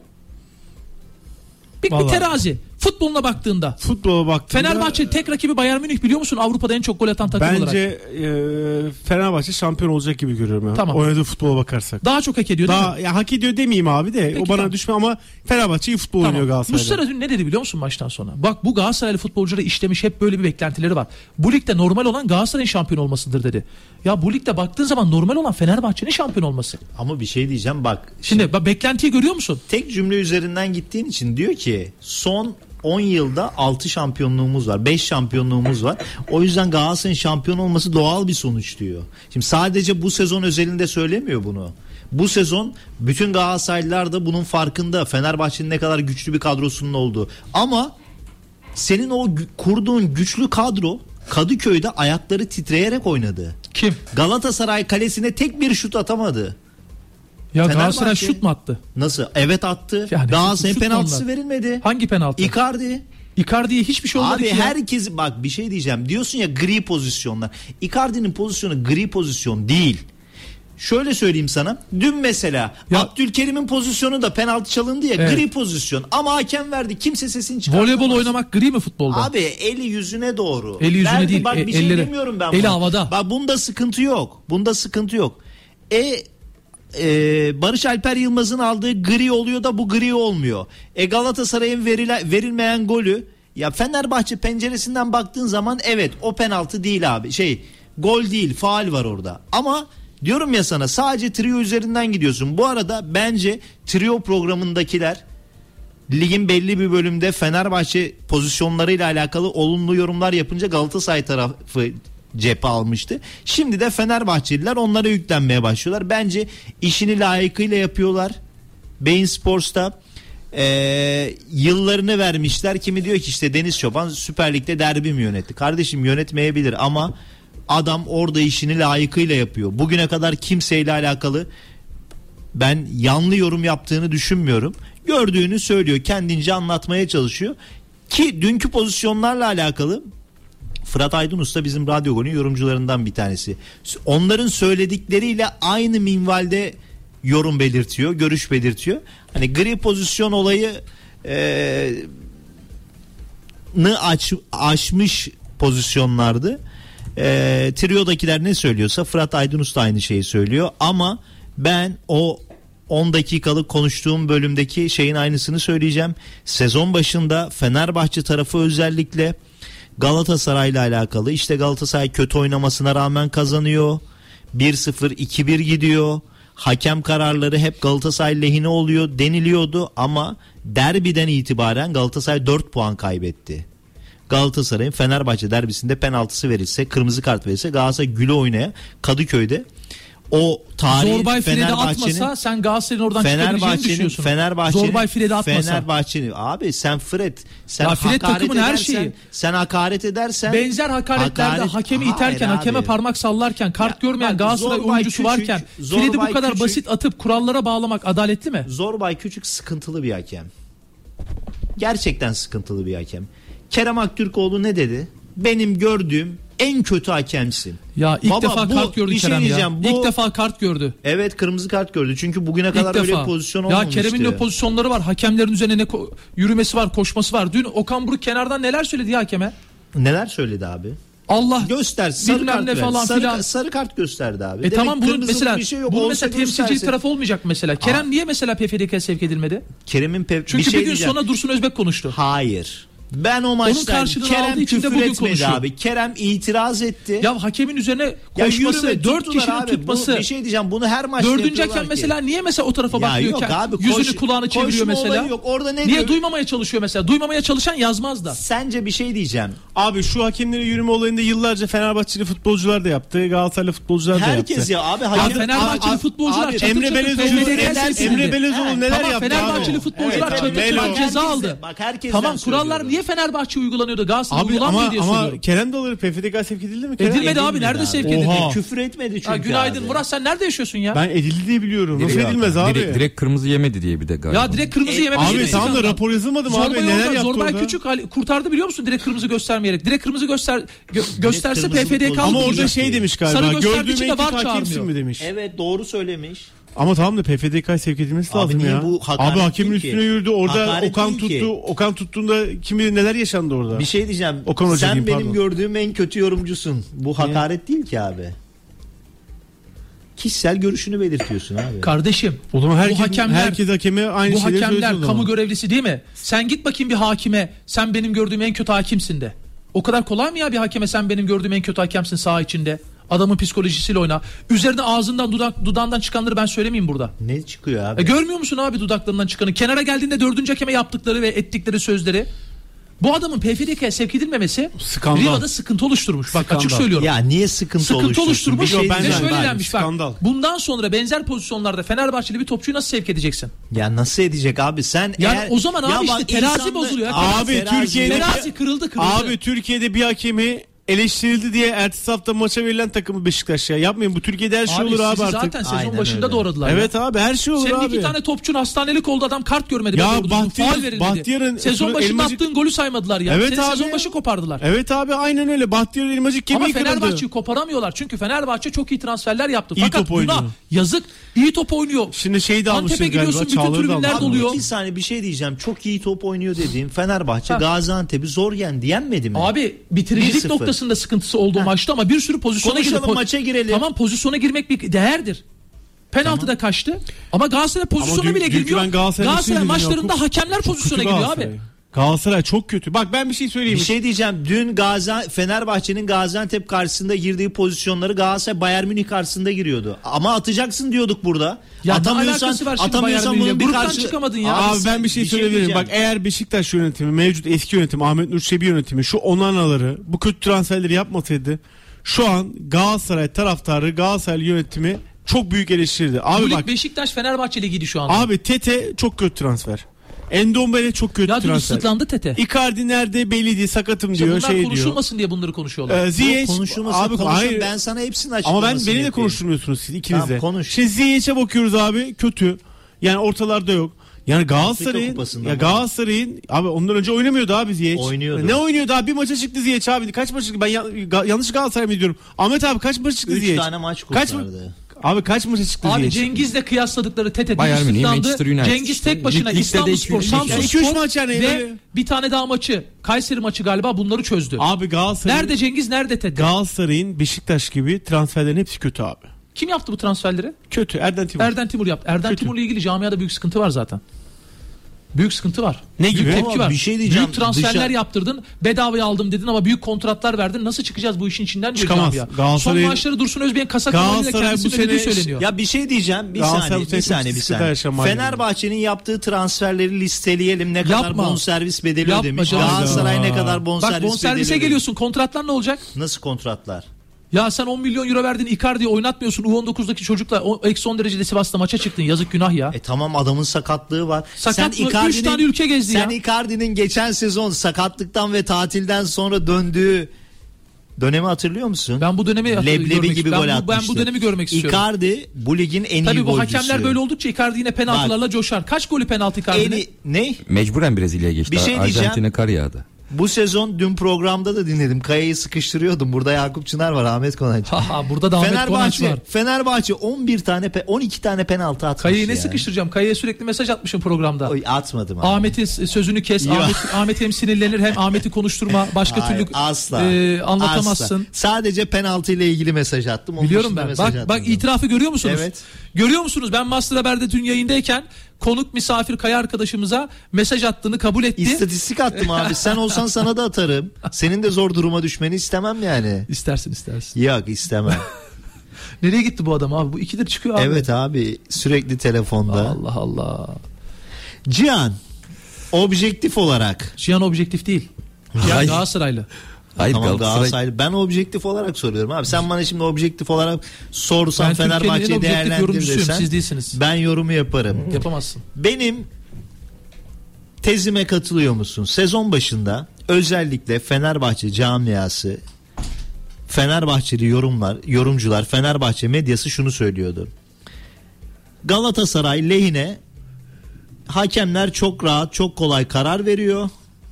Bir, bir terazi. Futboluna baktığında. Futbola baktığında. Fenerbahçe tek rakibi Bayern Münih, biliyor musun? Avrupa'da en çok gol atan takım bence, olarak. Bence e, Fenerbahçe şampiyon olacak gibi görüyorum ya. Tamam. Oynadığı futbola bakarsak. Daha çok hak ediyor değil Daha, mi? Ya hak ediyor demeyeyim abi de. Peki, o bana tamam. düşme ama Fenerbahçe iyi futbol Tamam. oynuyor Galatasaray'da. Muslera dün ne dedi biliyor musun maçtan sonra? Bak, bu Galatasaraylı futbolcuları işlemiş, hep böyle bir beklentileri var. Bu ligde normal olan Galatasaray'ın şampiyon olmasıdır dedi. Ya bu ligde baktığın zaman normal olan Fenerbahçe'nin şampiyon olması. Ama bir şey diyeceğim bak. Şimdi, şimdi bak, beklentiyi görüyor musun? Tek cümle üzerinden gittiğin için diyor ki son on yılda altı şampiyonluğumuz var. beş şampiyonluğumuz var. O yüzden Galatasaray'ın şampiyon olması doğal bir sonuç diyor. Şimdi sadece bu sezon özelinde söylemiyor bunu. Bu sezon bütün Galatasaraylılar da bunun farkında. Fenerbahçe'nin ne kadar güçlü bir kadrosunun olduğu. Ama senin o gü- kurduğun güçlü kadro Kadıköy'de ayakları titreyerek oynadı. Kim? Galatasaray kalesine tek bir şut atamadı. Ya Fenerbahçe- Galatasaray şut mu attı? Nasıl? Evet attı. Yani Galatasaray'ın şut mu penaltısı onlar? verilmedi. Hangi penaltı? Icardi. Icardi'ye hiçbir şey olmadı Abi ki ya. herkes bak bir şey diyeceğim. Diyorsun ya gri pozisyonlar. Icardi'nin pozisyonu gri pozisyon değil. Şöyle söyleyeyim sana. Dün mesela Ya- Abdülkerim'in pozisyonu da penaltı çalındı ya, Evet. gri pozisyon. Ama hakem verdi. Kimse sesini çıkartamaz. Voleybol oynamak gri mi futbolda? Abi eli yüzüne doğru. Eli yüzüne Verdi, değil, Bak e- bir şey elleri- demiyorum ben eli buna. havada. Bak bunda sıkıntı yok. Bunda sıkıntı yok. E e, Barış Alper Yılmaz'ın aldığı gri oluyor da bu gri olmuyor. E Galatasaray'ın verile, verilmeyen golü, ya Fenerbahçe penceresinden baktığın zaman evet o penaltı değil abi. Şey, gol değil, faul var orada. Ama diyorum ya sana, sadece trio üzerinden gidiyorsun. Bu arada bence trio programındakiler ligin belli bir bölümde Fenerbahçe pozisyonlarıyla alakalı olumlu yorumlar yapınca Galatasaray tarafı cephe almıştı. Şimdi de Fenerbahçeliler onlara yüklenmeye başlıyorlar. Bence işini layıkıyla yapıyorlar. Bein Sports'ta Ee, yıllarını vermişler. Kimi diyor ki işte Deniz Çoban Süper Lig'de derbi mi yönetti? Kardeşim, yönetmeyebilir ama adam orada işini layıkıyla yapıyor. Bugüne kadar kimseyle alakalı ben yanlı yorum yaptığını düşünmüyorum. Gördüğünü söylüyor. Kendince anlatmaya çalışıyor. Ki dünkü pozisyonlarla alakalı Fırat Aydın Usta bizim Radyo Gol'ün yorumcularından bir tanesi. Onların söyledikleriyle aynı minvalde yorum belirtiyor, görüş belirtiyor. Hani gri pozisyon olayı e, nı aç, aşmış pozisyonlardı. E, Trio'dakiler ne söylüyorsa Fırat Aydın Usta aynı şeyi söylüyor. Ama ben o on dakikalık konuştuğum bölümdeki şeyin aynısını söyleyeceğim. Sezon başında Fenerbahçe tarafı özellikle Galatasaray'la alakalı, işte Galatasaray kötü oynamasına rağmen kazanıyor. bir sıfır iki bir gidiyor. Hakem kararları hep Galatasaray lehine oluyor deniliyordu ama derbiden itibaren Galatasaray dört puan kaybetti. Galatasaray'ın Fenerbahçe derbisinde penaltısı verilse, kırmızı kart verilse Galatasaray güle oynaya Kadıköy'de o tarih Zorbay Fred'i Fenerbahçe'nin atmasa sen Galatasaray'ın oradan çıkabileceğini Fenerbahçe'nin düşünüyorsun. Fenerbahçe'nin Zorbay Fred'i atmasa. Fenerbahçe'nin abi sen Fred sen Ya Fred hakaret takımın her edersen, şeyi. sen hakaret edersen Benzer hakaretlerde hakaret- hakemi Hayır iterken, abi. hakeme parmak sallarken, kart Ya görmeyen bak, Galatasaray Zorbay oyuncusu küçük, varken Zorbay Fred'i bu kadar küçük. basit atıp kurallara bağlamak adaletli mi? Zorbay Küçük sıkıntılı bir hakem. Gerçekten sıkıntılı bir hakem. Kerem Aktürkoğlu ne dedi? Benim gördüğüm en kötü hakemsin. Ya ilk Baba, defa bu- kart gördü bir şey Kerem ya. diyeceğim, bu- İlk defa kart gördü. Evet, kırmızı kart gördü. Çünkü bugüne kadar İlk öyle defa. bir pozisyon Ya olmamıştı. Kerem'in de pozisyonları var. Hakemlerin üzerine ne ko- yürümesi var, koşması var. Dün Okan Buruk kenardan neler söyledi ya hakeme? Neler söyledi abi? Allah Göster, sarı bilmem kart ne ver. falan sarı, filan. sarı kart gösterdi abi. E Demek tamam bunun kırmızılık mesela bir şey yok. bunun Olsa mesela temsilcilik gösterse. tarafı olmayacak mesela. Kerem niye mesela P F D K'ye sevk edilmedi? Kerem'in pe- Çünkü bir şey bir gün diyeceğim. sonra Dursun Özbek konuştu. Hayır. Ben o maçta karşılığını Kerem aldığı için de küfür bugün etmedi konuşuyor. abi. Kerem itiraz etti. Ya hakemin üzerine Ya koşması, yürüme, dört tuttular kişinin abi. tutması. Bu, bir şey diyeceğim, bunu her maçta Dördüncü yapıyorlar hakem ki. mesela niye mesela o tarafa Ya bakmıyor? yok ki? abi, Yüzünü koş- kulağını çeviriyor koşma mesela. olayı yok. Orada ne Niye diyor? duymamaya çalışıyor mesela? Duymamaya çalışan yazmaz da. Sence bir şey diyeceğim. Abi şu hakemlere yürüme olayında yıllarca Fenerbahçeli futbolcular da yaptı. Galatasaraylı futbolcular da yaptı. Herkes ya abi. Ya hakem- Fenerbahçeli Abi- futbolcular abi, çatır Emre çatır Belezoğlu, P F D K'ye Emre, sevk edildi. Emre Belezoğlu Evet, neler Tamam yaptı Fenerbahçeli abi? futbolcular Evet, çatır Melo. çatır Bak ceza herkese- aldı. bak herkesten Tamam kurallar söylüyorum. niye Fenerbahçe uygulanıyordu? Galatasaray Abi uygulanmıyor ama, diye ama soruyorum. Kerem de olur P F D K sevk edildi mi? Kerem? Edilmedi abi, Edilmedi nerede abi. sevk edildi? Oha. Küfür etmedi çünkü Ha, günaydın abi. Murat, sen nerede yaşıyorsun ya? Ben edildi diye biliyorum. Nasıl Direkt- edilmez abi? Direkt, direkt kırmızı yemedi diye bir de galiba. Ya direkt kırmızı E, yememe Abi girmesi tamam da lazım. rapor yazılmadı mı abi? Zorbay, Neler orada, yaptı Zorbay orada? Küçük hal- kurtardı biliyor musun? Direkt kırmızı göstermeyerek. Direkt kırmızı göster gö- gösterse kırmızı P F D K futbolcu. Ama Kaldı orada diyecek şey diye. demiş Sarı galiba. gösterdiği Gördüğüm için en de kötü var hakemsin çağırmıyor. mi demiş. Evet, doğru söylemiş. Ama tamam da P F D K sevk edilmesi Abi lazım niye ya. bu hakaret Abi hakemin değil ki? üstüne yürüdü. Orada Hakaret Okan değil ki. tuttu. Okan tuttuğunda kim bilir neler yaşandı orada. Bir şey diyeceğim. Okan Hoca Sen diyeyim, benim pardon. gördüğüm en kötü yorumcusun. Bu hakaret değil ki abi. Kişisel görüşünü belirtiyorsun abi. Kardeşim O zaman herkes, bu hakemler, herkes hakeme aynı bu şeyleri hakemler söylesin o kamu zaman. görevlisi değil mi? Sen git bakayım bir hakime, sen benim gördüğüm en kötü hakimsin de. O kadar kolay mı ya bir hakeme sen benim gördüğüm en kötü hakemsin saha içinde? Adamın psikolojisiyle oyna. Üzerine ağzından dudak, dudağından çıkanları ben söylemeyeyim burada. Ne çıkıyor abi? E görmüyor musun abi dudaklarından çıkanı? Kenara geldiğinde dördüncü hakeme yaptıkları ve ettikleri sözleri. Bu adamın P F D K'ye sevk edilmemesi Skandal. Riva'da sıkıntı oluşturmuş. Bak Skandal. açık söylüyorum. Ya niye sıkıntı, Sıkıntı oluştursun? oluşturmuş Bir şey Yok, ben ve de- diyeceğim. şöyle ben- denmiş bak. skandal. Bundan sonra benzer pozisyonlarda Fenerbahçeli bir topçuyu nasıl sevk edeceksin? Ya nasıl edecek abi sen Yani eğer... o zaman abi Ya işte bak terazi insanda- bozuluyor ya. Abi Terazi- Türkiye'de Terazi kırıldı kırıldı. Abi Türkiye'de bir hakemi eleştirildi diye ertesi hafta maça verilen takımı Beşiktaş ya. Yapmayın, bu Türkiye'de her şey olur abi sizi artık. zaten sezon Aynen başında öyle. doğradılar. Evet ya. abi, her şey olur Senin abi. iki tane topçun hastanelik oldu, adam kart görmedi. Ya be doğru düzgün, Bahtiyar- faul verilmedi. Bahtiyar'ın Sezon şunu başında elmacık- attığın golü saymadılar ya. Evet Seni abi. sezon başı kopardılar. Evet abi, aynen öyle. Bahtiyar Elmacık Ama kemiği kırıldı. Fenerbahçe'yi koparamıyorlar. Çünkü Fenerbahçe çok iyi transferler yaptı. İyi Fakat top oynuyor. günah, yazık, iyi top oynuyor. Şimdi şeyi de almışız Antep'e galiba. gidiyorsun, bütün Çağlar'ı da tribünler almışız. doluyor. Bir saniye bir şey diyeceğim. Çok iyi top oynuyor dediğim Fenerbahçe Ha. Gaziantep'i zor yendi. Yenmedi mi? Abi bitiricilik bir sıfır. noktasında sıkıntısı oldu maçta ama bir sürü pozisyona girdi. Konuşalım, Po- maça girelim. Tamam, pozisyona girmek bir değerdir. Penaltı da kaçtı. Ama Galatasaray pozisyona dün- bile dünkü girmiyor. ben Galatasaray'ın Galatasaray üstüne dedim maçlarında Yakup. hakemler pozisyona Kötü giriyor Galatasaray. abi. Galatasaray çok kötü. Bak ben bir şey söyleyeyim. Bir şey diyeceğim. Dün Gazi Fenerbahçe'nin Gaziantep karşısında girdiği pozisyonları Galatasaray Bayern Münih karşısında giriyordu. Ama atacaksın diyorduk burada. Ya ne atamıyorsan alakası var şimdi atamıyorsan Bayern bunun Münih'le? bir Gruptan karşı... çıkamadın ya. Abi ben bir şey bir şey söyleyebilirim. Bak diyeceğim. eğer Beşiktaş yönetimi, mevcut eski yönetim, Ahmet Nur Çebi yönetimi şu Onana'ları, bu kötü transferleri yapmasaydı şu an Galatasaray taraftarı, Galatasaray yönetimi çok büyük eleştirirdi. Abi Bu lig bak Beşiktaş Fenerbahçe ligiydi şu anda. abi Tete çok kötü transfer. Endombele çok kötü ya dün transfer. ıslıklandı Tete. Icardi nerede belli değil, sakatım İşte diyor, bunlar şey diyor. konuşulmasın diye bunları konuşuyorlar. Ee, Ziyech Konuşulması abi konuşun. hayır. Ben sana hepsini açıklamasını Ama ben beni de yapayım. konuşturmuyorsunuz siz ikiniz Tamam, de. konuş. Şimdi Ziyech'e bakıyoruz abi, kötü. Yani ortalarda yok. Yani Galatasaray'ın Kupası'nda ya mı? Galatasaray'ın abi ondan önce oynamıyordu abi Ziyech. Oynuyordu. Ne oynuyordu abi? Bir maça çıktı Ziyech abi. Kaç maça çıktı? Ben ya- ga- yanlış Galatasaray mı diyorum? Ahmet abi kaç maça çıktı Üç Ziyech? tane maç Kaç ma- kurtardı. Abi kaç maça çıktı Abi Ziyech? Cengiz'le kıyasladıkları Tete Bayern Münih, ıslıklandı. Manchester United. Cengiz tek başına Lig- ligde de İstanbulspor, iki- Samsun Yani iki üç Spor maç yani ve böyle. bir tane daha maçı, Kayseri maçı galiba bunları çözdü. Abi Galatasaray Nerede Cengiz, nerede Tete? Galatasaray'ın Beşiktaş gibi transferlerin hepsi kötü abi. Kim yaptı bu transferleri? Kötü. Erden Timur. Erden Timur yaptı. Erden Kötü. Timur'la ilgili camiada büyük sıkıntı var zaten. Büyük sıkıntı var. Ne Büyük gibi? tepki Ama var. bir şey diyeceğim. Büyük transferler Dışarı- yaptırdın. Bedavaya aldım dedin ama büyük kontratlar verdin. Nasıl çıkacağız bu işin içinden diyor Çıkamaz. camia. Galatasaray- Son maaşları Dursun Özbek'in kasa kanalıyla Galatasaray kendisi bu ödediği sene- söyleniyor. Ya bir şey diyeceğim. Bir Galatasaray saniye, bu sene bir çok saniye, bir sıkıntı saniye. yaşamalı. Fenerbahçe'nin yaptığı transferleri listeleyelim. Ne kadar Yapma. bonservis bedeli Yapma ödemiş. canım. Galatasaray ne kadar Bak, bonservis Bak bonservise bedeli ödemiş. geliyorsun. Kontratlar ne olacak? Nasıl kontratlar? Ya sen on milyon euro verdin Icardi'yi oynatmıyorsun. U on dokuzdaki çocukla eksi on derecede Sivas'ta maça çıktın. Yazık günah ya. E tamam, adamın sakatlığı var. Sakat sen mı? Üç tane ülke gezdi sen ya. Sen Icardi'nin geçen sezon sakatlıktan ve tatilden sonra döndüğü dönemi hatırlıyor musun? Ben bu dönemi Leblebi gibi ben gol bu, atmıştı. Ben bu dönemi görmek istiyorum. Icardi bu ligin en Tabii iyi golcüsü. Tabii bu hakemler böyle oldukça Icardi yine penaltılarla Bak, coşar. Kaç golü penaltı Icardi'nin? Ne? Mecburen Brezilya'ya geçti. Bir şey Arjantin'e kar yağdı. Bu sezon dün programda da dinledim. Kaya'yı sıkıştırıyordum. Burada Yakup Çınar var, Ahmet Konaç. Burada da Ahmet Konaç var. Fenerbahçe on bir tane on iki tane penaltı atmış. Kaya'yı ne yani. sıkıştıracağım? Kaya'ya sürekli mesaj atmışım programda. Oy, atmadım abi. Ahmet'in sözünü kes. Ahmet, Ahmet hem sinirlenir hem Ahmet'i konuşturma. Başka Hayır, türlü asla, e, anlatamazsın. Asla. Sadece penaltı ile ilgili mesaj attım. Onun Biliyorum ben. Bak attım bak itirafı görüyor musunuz? Evet. Görüyor musunuz? Ben Master Haber'de dün yayındayken konuk misafir Kaya arkadaşımıza mesaj attığını kabul etti. İstatistik attım abi. Sen olsan sana da atarım. Senin de zor duruma düşmeni istemem yani. İstersin istersin. Yok, istemem. Nereye gitti bu adam abi? Bu ikidir çıkıyor abi. Evet abi, sürekli telefonda. Allah Allah. Cihan, objektif olarak. Cihan objektif değil. Cihan Galatasaraylı. Hayır, tamam, Galatasaray... Galatasaray. Ben objektif olarak soruyorum abi. Sen bana şimdi objektif olarak sorsan Fenerbahçe'yi değerlendir desen. Siz değilsiniz. Ben yorumu yaparım. Yapamazsın. Benim tezime katılıyor musun? Sezon başında özellikle Fenerbahçe camiası, Fenerbahçeli yorumlar, yorumcular, Fenerbahçe medyası şunu söylüyordu. Galatasaray lehine hakemler çok rahat, çok kolay karar veriyor.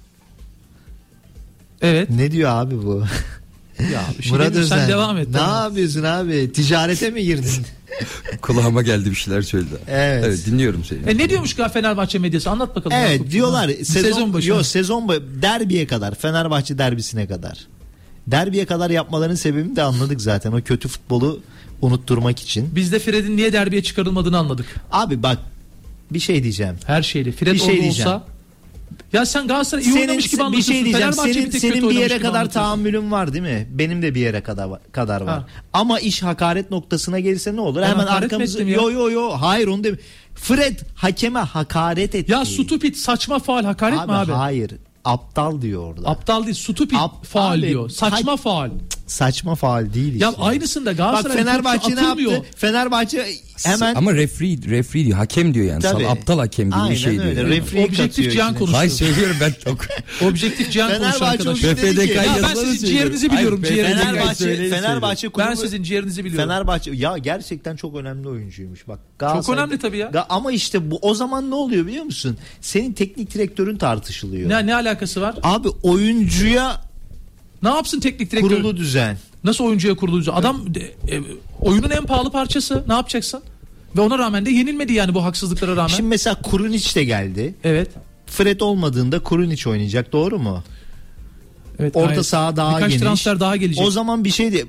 Evet. Ne diyor abi bu? Ya bir şey Murat Özen, sen devam et. Ne tamam. yapıyorsun abi? Ticarete mi girdin? Kulağıma geldi bir şeyler söyledi. Evet. Evet, dinliyorum seni. E ne diyormuş Fenerbahçe medyası? Anlat bakalım. Evet, Yakup. diyorlar sezon, sezon başı. Yok, sezon başı derbiye kadar, Fenerbahçe derbisine kadar. Derbiye kadar yapmaların sebebini de anladık zaten. O kötü futbolu unutturmak için. Biz de Fred'in niye derbiye çıkarılmadığını anladık. Abi bak, bir şey diyeceğim. Her şeyle. Fred bir şey orada diyeceğim. olsa. Ya sen Galatasaray iyi oynamış gibi anlatıyorsun. Bir şey diyeceğim. Fenerbahçe Senin, bir tek senin kötü bir yere oynamış gibi kadar anlatıyorsun. tahammülün var değil mi? Benim de bir yere kadar kadar var. Ha. Ama iş hakaret noktasına gelirse ne olur? Ben Hemen hakaret arkamızı mi ettim ya? yo yo yo hayır onu demiyorum. Fred hakeme hakaret etti. Ya stupid saçma faal hakaret abi, mi abi? Hayır. Aptal diyor orada. Aptal değil, stupid Ap- faal abi, diyor. Saçma ha- faal. Saçma faal değil işte. Ya aynısında Bak Galatasaray'ın Fenerbahçe ne yaptı? Fenerbahçe hemen Ama refri, refri diyor, hakem diyor yani. Tabii. Sana aptal hakem gibi Aynen bir şey diyor. öyle. Yani. Refri Objektif katıyor Cihan içine. konuşuyor. Hayır, söylüyorum ben çok. Objektif Cihan konuşuyor Fenerbahçe arkadaşlar. o gün dedi ki- Ya ben yazıları sizin söylüyorum. ciğerinizi biliyorum. Hayır, ciğerinizi Fenerbahçe söyleyin, Fenerbahçe kulübü Ben sizin ciğerinizi biliyorum. Fenerbahçe ya gerçekten çok önemli oyuncuymuş bak. Galatasaray- önemli tabii ya. Ga- Ama işte bu o zaman ne oluyor biliyor musun? Senin teknik direktörün tartışılıyor. Ne, ne alakası var? Abi oyuncuya Ne yapsın teknik direktör? kurulu düzen. Nasıl oyuncuya kurulu düzen? Adam e, e, oyunun en pahalı parçası. Ne yapacaksın? Ve ona rağmen de yenilmedi yani bu haksızlıklara rağmen. Şimdi mesela Kurunic de geldi. Evet. Fred olmadığında Kurunic oynayacak, doğru mu? Evet. Orta gayet. saha daha Birkaç geniş. transfer daha gelecek. O zaman bir şey de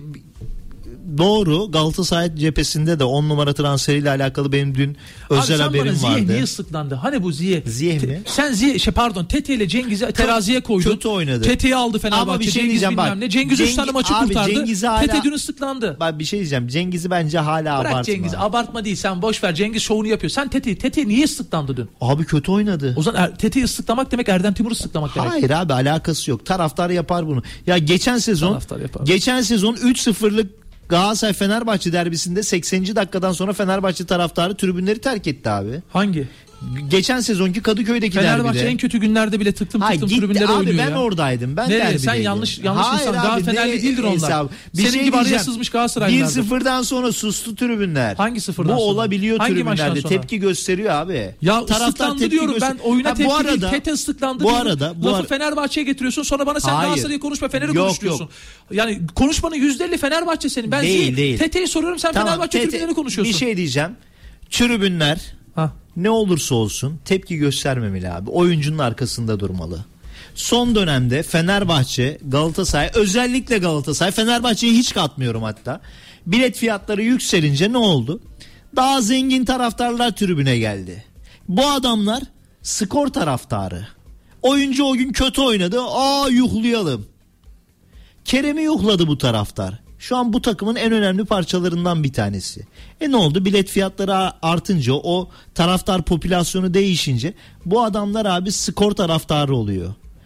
doğru, Galatasaray cephesinde de on numara transferiyle alakalı benim dün özel Abi sen haberim bana Ziye vardı. niye ıslıklandı? Hani bu Ziye? Ziye Te- mi? Sen Ziye şey pardon Tete ile Cengiz'i teraziye koydun. kötü oynadı. Tete'yi aldı Fenerbahçe. Ama bir şey Cengiz diyeceğim bilmem bak. ne. Cengiz üç Cengiz- tane maçı abi kurtardı. Cengiz'i hala- Tete dün ıslıklandı. Bak bir şey diyeceğim. Cengiz'i bence hala Bırak abartma. Cengiz'i abartma değil sen boş ver. Cengiz şovunu yapıyor. Sen Tete Tete niye ıslıklandı dün? Abi kötü oynadı. O zaman er, Tete'yi ıslıklamak demek Erdem Timur'u ıslıklamak demek. Hayır abi, alakası yok. Taraftar yapar bunu. Ya geçen sezon Taraftar yapar. geçen sezon üç sıfırlık Galatasaray Fenerbahçe derbisinde sekseninci dakikadan sonra Fenerbahçe taraftarı tribünleri terk etti abi. Hangi? Geçen sezonki Kadıköy'deki Fenerbahçe derbide. en kötü günlerde bile tıktım Hayır tıktım gitti tribünlere abi, oynuyor ben ya. oradaydım. Ben Nereye? derbideydim. Sen yanlış yanlış Hayır insan. abi, Galatasaraylı ne değildir onlar. hesabı? Bir Senin şey gibi araya diyeceğim. sızmış bir Galatasaraylılar. sıfırdan sonra sustu tribünler. Hangi sıfırdan Bu sonra? olabiliyor Hangi maçtan tribünlerde. sonra? Tepki gösteriyor abi. Ya Taraftar ıslıklandı tepki diyorum göster- ben oyuna Ha, tepki bu arada, değil. Tete ıslıklandı bu diyorum. arada bu Lafı ara- Fenerbahçe'ye getiriyorsun sonra bana sen Hayır. Galatasaray'ı konuşma Fener'i Yok, konuşuyorsun. yok. Yani konuşmanın yüzde elli Fenerbahçe senin. Ben Değil, değil, değil. Tete'yi soruyorum sen Tamam, Fenerbahçe Tete- tribünlerini konuşuyorsun. Bir şey diyeceğim. Tribünler Ha. ne olursa olsun tepki göstermemeli abi. Oyuncunun arkasında durmalı. Son dönemde Fenerbahçe, Galatasaray, özellikle Galatasaray, Fenerbahçe'yi hiç katmıyorum hatta. Bilet fiyatları yükselince ne oldu? Daha zengin taraftarlar tribüne geldi. Bu adamlar skor taraftarı. Oyuncu o gün kötü oynadı. Aa yuhlayalım. Kerem'i yuhladı bu taraftar. Şu an bu takımın en önemli parçalarından bir tanesi. E ne oldu? Bilet fiyatları artınca, o taraftar popülasyonu değişince bu adamlar abi skor taraftarı oluyor.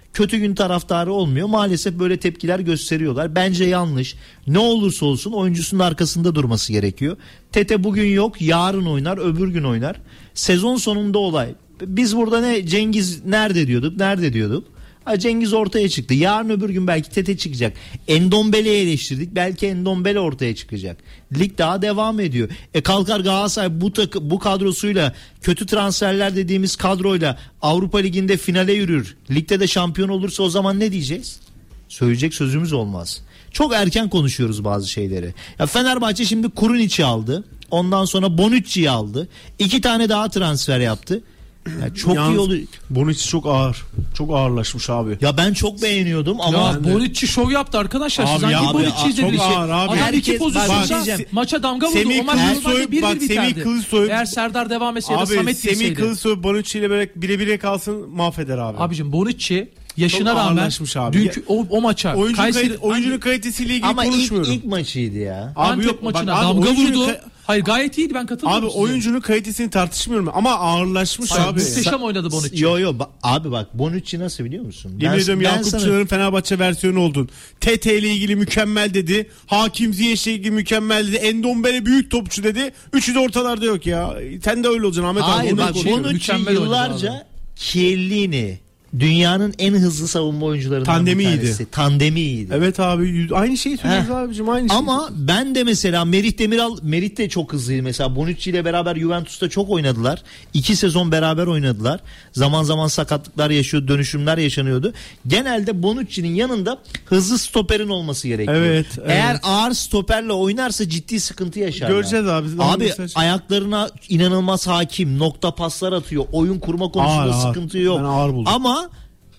kötü gün taraftarı olmuyor. Maalesef böyle tepkiler gösteriyorlar. Bence yanlış. Ne olursa olsun oyuncusunun arkasında durması gerekiyor. Tete bugün yok, yarın oynar, öbür gün oynar. Sezon sonunda olay. Biz burada ne Cengiz nerede diyorduk, nerede diyorduk? Ha, Cengiz ortaya çıktı. Yarın öbür gün belki Tete çıkacak. Endombele'yi eleştirdik. Belki Endombele ortaya çıkacak. Lig daha devam ediyor. E kalkar Galatasaray bu takı, bu kadrosuyla, kötü transferler dediğimiz kadroyla Avrupa Ligi'nde finale yürür. Ligde de şampiyon olursa o zaman ne diyeceğiz? Söyleyecek sözümüz olmaz. Çok erken konuşuyoruz bazı şeyleri. Ya Fenerbahçe şimdi Kurunić'i aldı. Ondan sonra Bonucci'yi aldı. İki tane daha transfer yaptı. Ya çok Yalnız iyi oluyor. Bonucci çok ağır. Çok ağırlaşmış abi. Ya ben çok beğeniyordum ama Ya Bonucci şov yaptı arkadaşlar. Siz Abi, hangi abi, Bonucci çok izlediniz? ağır abi. Adam iki Herkes- pozisyonda bak, diyeceğim. maça damga vurdu. Semih O maç Kılıçsoy- normalde bir bak, bir Semih biterdi. Kılıçsoy- Eğer Serdar devam etse ya da Abi Samet Semih girseydi. Kılıçsoy Bonucci ile böyle bire bire kalsın mahveder abi. Abicim Bonucci yaşına Çok rağmen ağırlaşmış abi. dünkü o, o maça Oyuncu Kayseri kalite- oyuncunun kalitesiyle ilgili ama ilk, konuşmuyorum. ilk maçıydı ya. Abi Antep yok, bak maçına abi damga oyuncunun vurdu. ka- Hayır gayet iyiydi, ben katılıyorum Abi size. oyuncunun kalitesini tartışmıyorum ama ağırlaşmış Hayır, abi. muhteşem oynadı Bonucci. Yo yo ba- abi bak Bonucci nasıl biliyor musun? Yemin ediyorum Yakup sana- Çınar'ın Fenerbahçe versiyonu oldun. T T ile ilgili mükemmel dedi. Hakim Ziyech ile ilgili mükemmel dedi. Endombele büyük topçu dedi. Üçü de ortalarda yok ya. Sen de öyle olacaksın Ahmet abi. Hayır Onu bak konuşuyorum. Bonucci Mükemmel oynadı yıllarca Chiellini dünyanın en hızlı savunma oyuncularından Tandemi bir iyiydi. tanesi. Tandemi iyiydi. Evet abi yüz- aynı şeyi söylüyoruz Heh. abicim aynı şey. Ama ben de mesela Merih Demiral, Merih de çok hızlıydı. Mesela Bonucci ile beraber Juventus'ta çok oynadılar. İki sezon beraber oynadılar. Zaman zaman sakatlıklar yaşıyor, dönüşümler yaşanıyordu. Genelde Bonucci'nin yanında hızlı stoperin olması gerekiyor. Evet, evet. Eğer ağır stoperle oynarsa ciddi sıkıntı yaşarlar. Göreceğiz abi. Zaman Abi gösterecek. ayaklarına inanılmaz hakim, nokta paslar atıyor. Oyun kurma konusunda Ağır, ağır. sıkıntı yok. Ben ağır buldum. Ama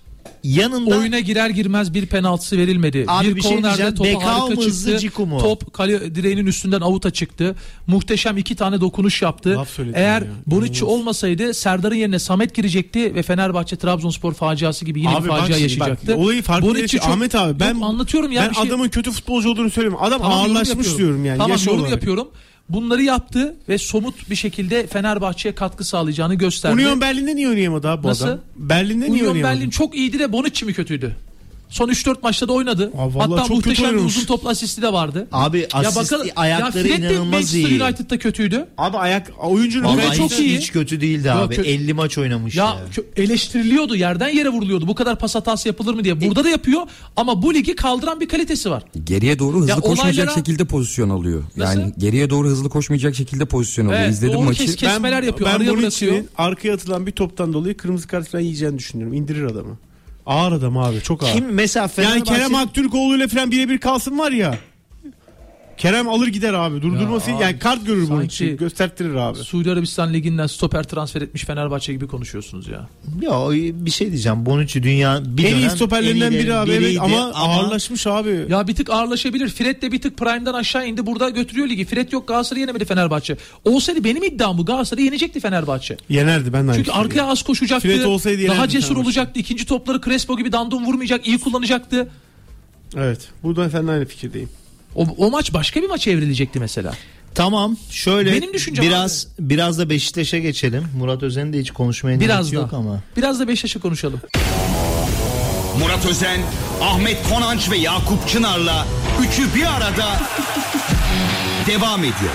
yanında Oyuna girer girmez bir penaltısı verilmedi. Abi bir bir şey kornerde diyeceğim. topa Bekao harika mu, hızlı çıktı. Ciku mu? Top kale direğinin üstünden avuta çıktı. Muhteşem iki tane dokunuş yaptı. Laf söyledin Eğer ya. Bonucci İnanılmaz. olmasaydı Serdar'ın yerine Samet girecekti ve Fenerbahçe Trabzonspor faciası gibi yine Abi bir bak facia şimdi, yaşayacaktı. bak, olayı farklı Bonucci yere- çok- Ahmet abi ben Yok, anlatıyorum ya ben bir şey. adamın kötü futbolcu olduğunu söylemiyorum. Adam Tamam, yorum ağırlaşmış yapıyorum. diyorum yani. Tamam yaş yorum olarak. yapıyorum. Bunları yaptı ve somut bir şekilde Fenerbahçe'ye katkı sağlayacağını gösterdi. Union Berlin'de niye oynayamadı abi bu Nasıl? adam? Berlin'de niye Union oynayamadı? Berlin çok iyiydi de Bonucci mi kötüydü? Son üç dört maçta da oynadı. Aa, vallahi Hatta çok kötü muhteşem bir oynamış. uzun top asisti de vardı. abi asist ayakları ya Fred de inanılmaz Manchester iyi. United'da kötüydü. Abi ayak oyuncunun Vallahi Vallahi kalitesi- çok hiç, iyi. hiç kötü değildi Yok, abi. kö- elli maç oynamış Ya ya. kö- eleştiriliyordu, yerden yere vuruluyordu. Bu kadar pas hatası yapılır mı diye. Burada da yapıyor ama bu ligi kaldıran bir kalitesi var. Geriye doğru hızlı Ya koşmayacak olaylara- şekilde pozisyon alıyor. Yani Nasıl? geriye doğru hızlı koşmayacak şekilde pozisyon alıyor. Evet, İzledim doğru maçı. kes- kesmeler yapıyor, araya Bonucci'nin bırakıyor. arkaya atılan bir toptan dolayı kırmızı kart falan yiyeceğini düşünüyorum. İndirir adamı. Ağır adam abi çok ağır. Kim mesela Yani Fenerbahçe Kerem Aktürkoğlu ile falan birebir kalsın var ya. Kerem alır gider abi. Durdurması Ya abi, yani kart görür bunun sanki- için. Göstertirir abi. Suudi Arabistan liginden stoper transfer etmiş Fenerbahçe gibi konuşuyorsunuz ya. ya o- bir şey diyeceğim. Bonucci dünya bir En iyi dönem stoperlerinden en biri abi evet biriydi ama, ağırlaşmış abi. Ya bir tık ağırlaşabilir. Fred de bir tık prime'dan aşağı indi. Burada götürüyor ligi. Fred yok, Galatasaray'ı yenemedi Fenerbahçe. Olsaydı benim iddiam bu. Galatasaray'ı yenecekti Fenerbahçe. Yenerdi ben de aynı Çünkü fikirde. arkaya az koşacaktı. Fred olsaydı daha yenerdi cesur Fenerbahçe. olacaktı. İkinci topları Crespo gibi dandum vurmayacak. İyi kullanacaktı. Evet. Buradan seninle aynı fikirdeyim. O, o maç başka bir maça evrilecekti mesela. Tamam şöyle Benim düşüncem biraz biraz da Beşiktaş'a geçelim. Murat Özen'in de hiç konuşmaya Biraz niyeti da. yok ama. Biraz da Beşiktaş'ı konuşalım. Murat Özen, Ahmet Konanç ve Yakup Çınar'la üçü bir arada devam ediyor.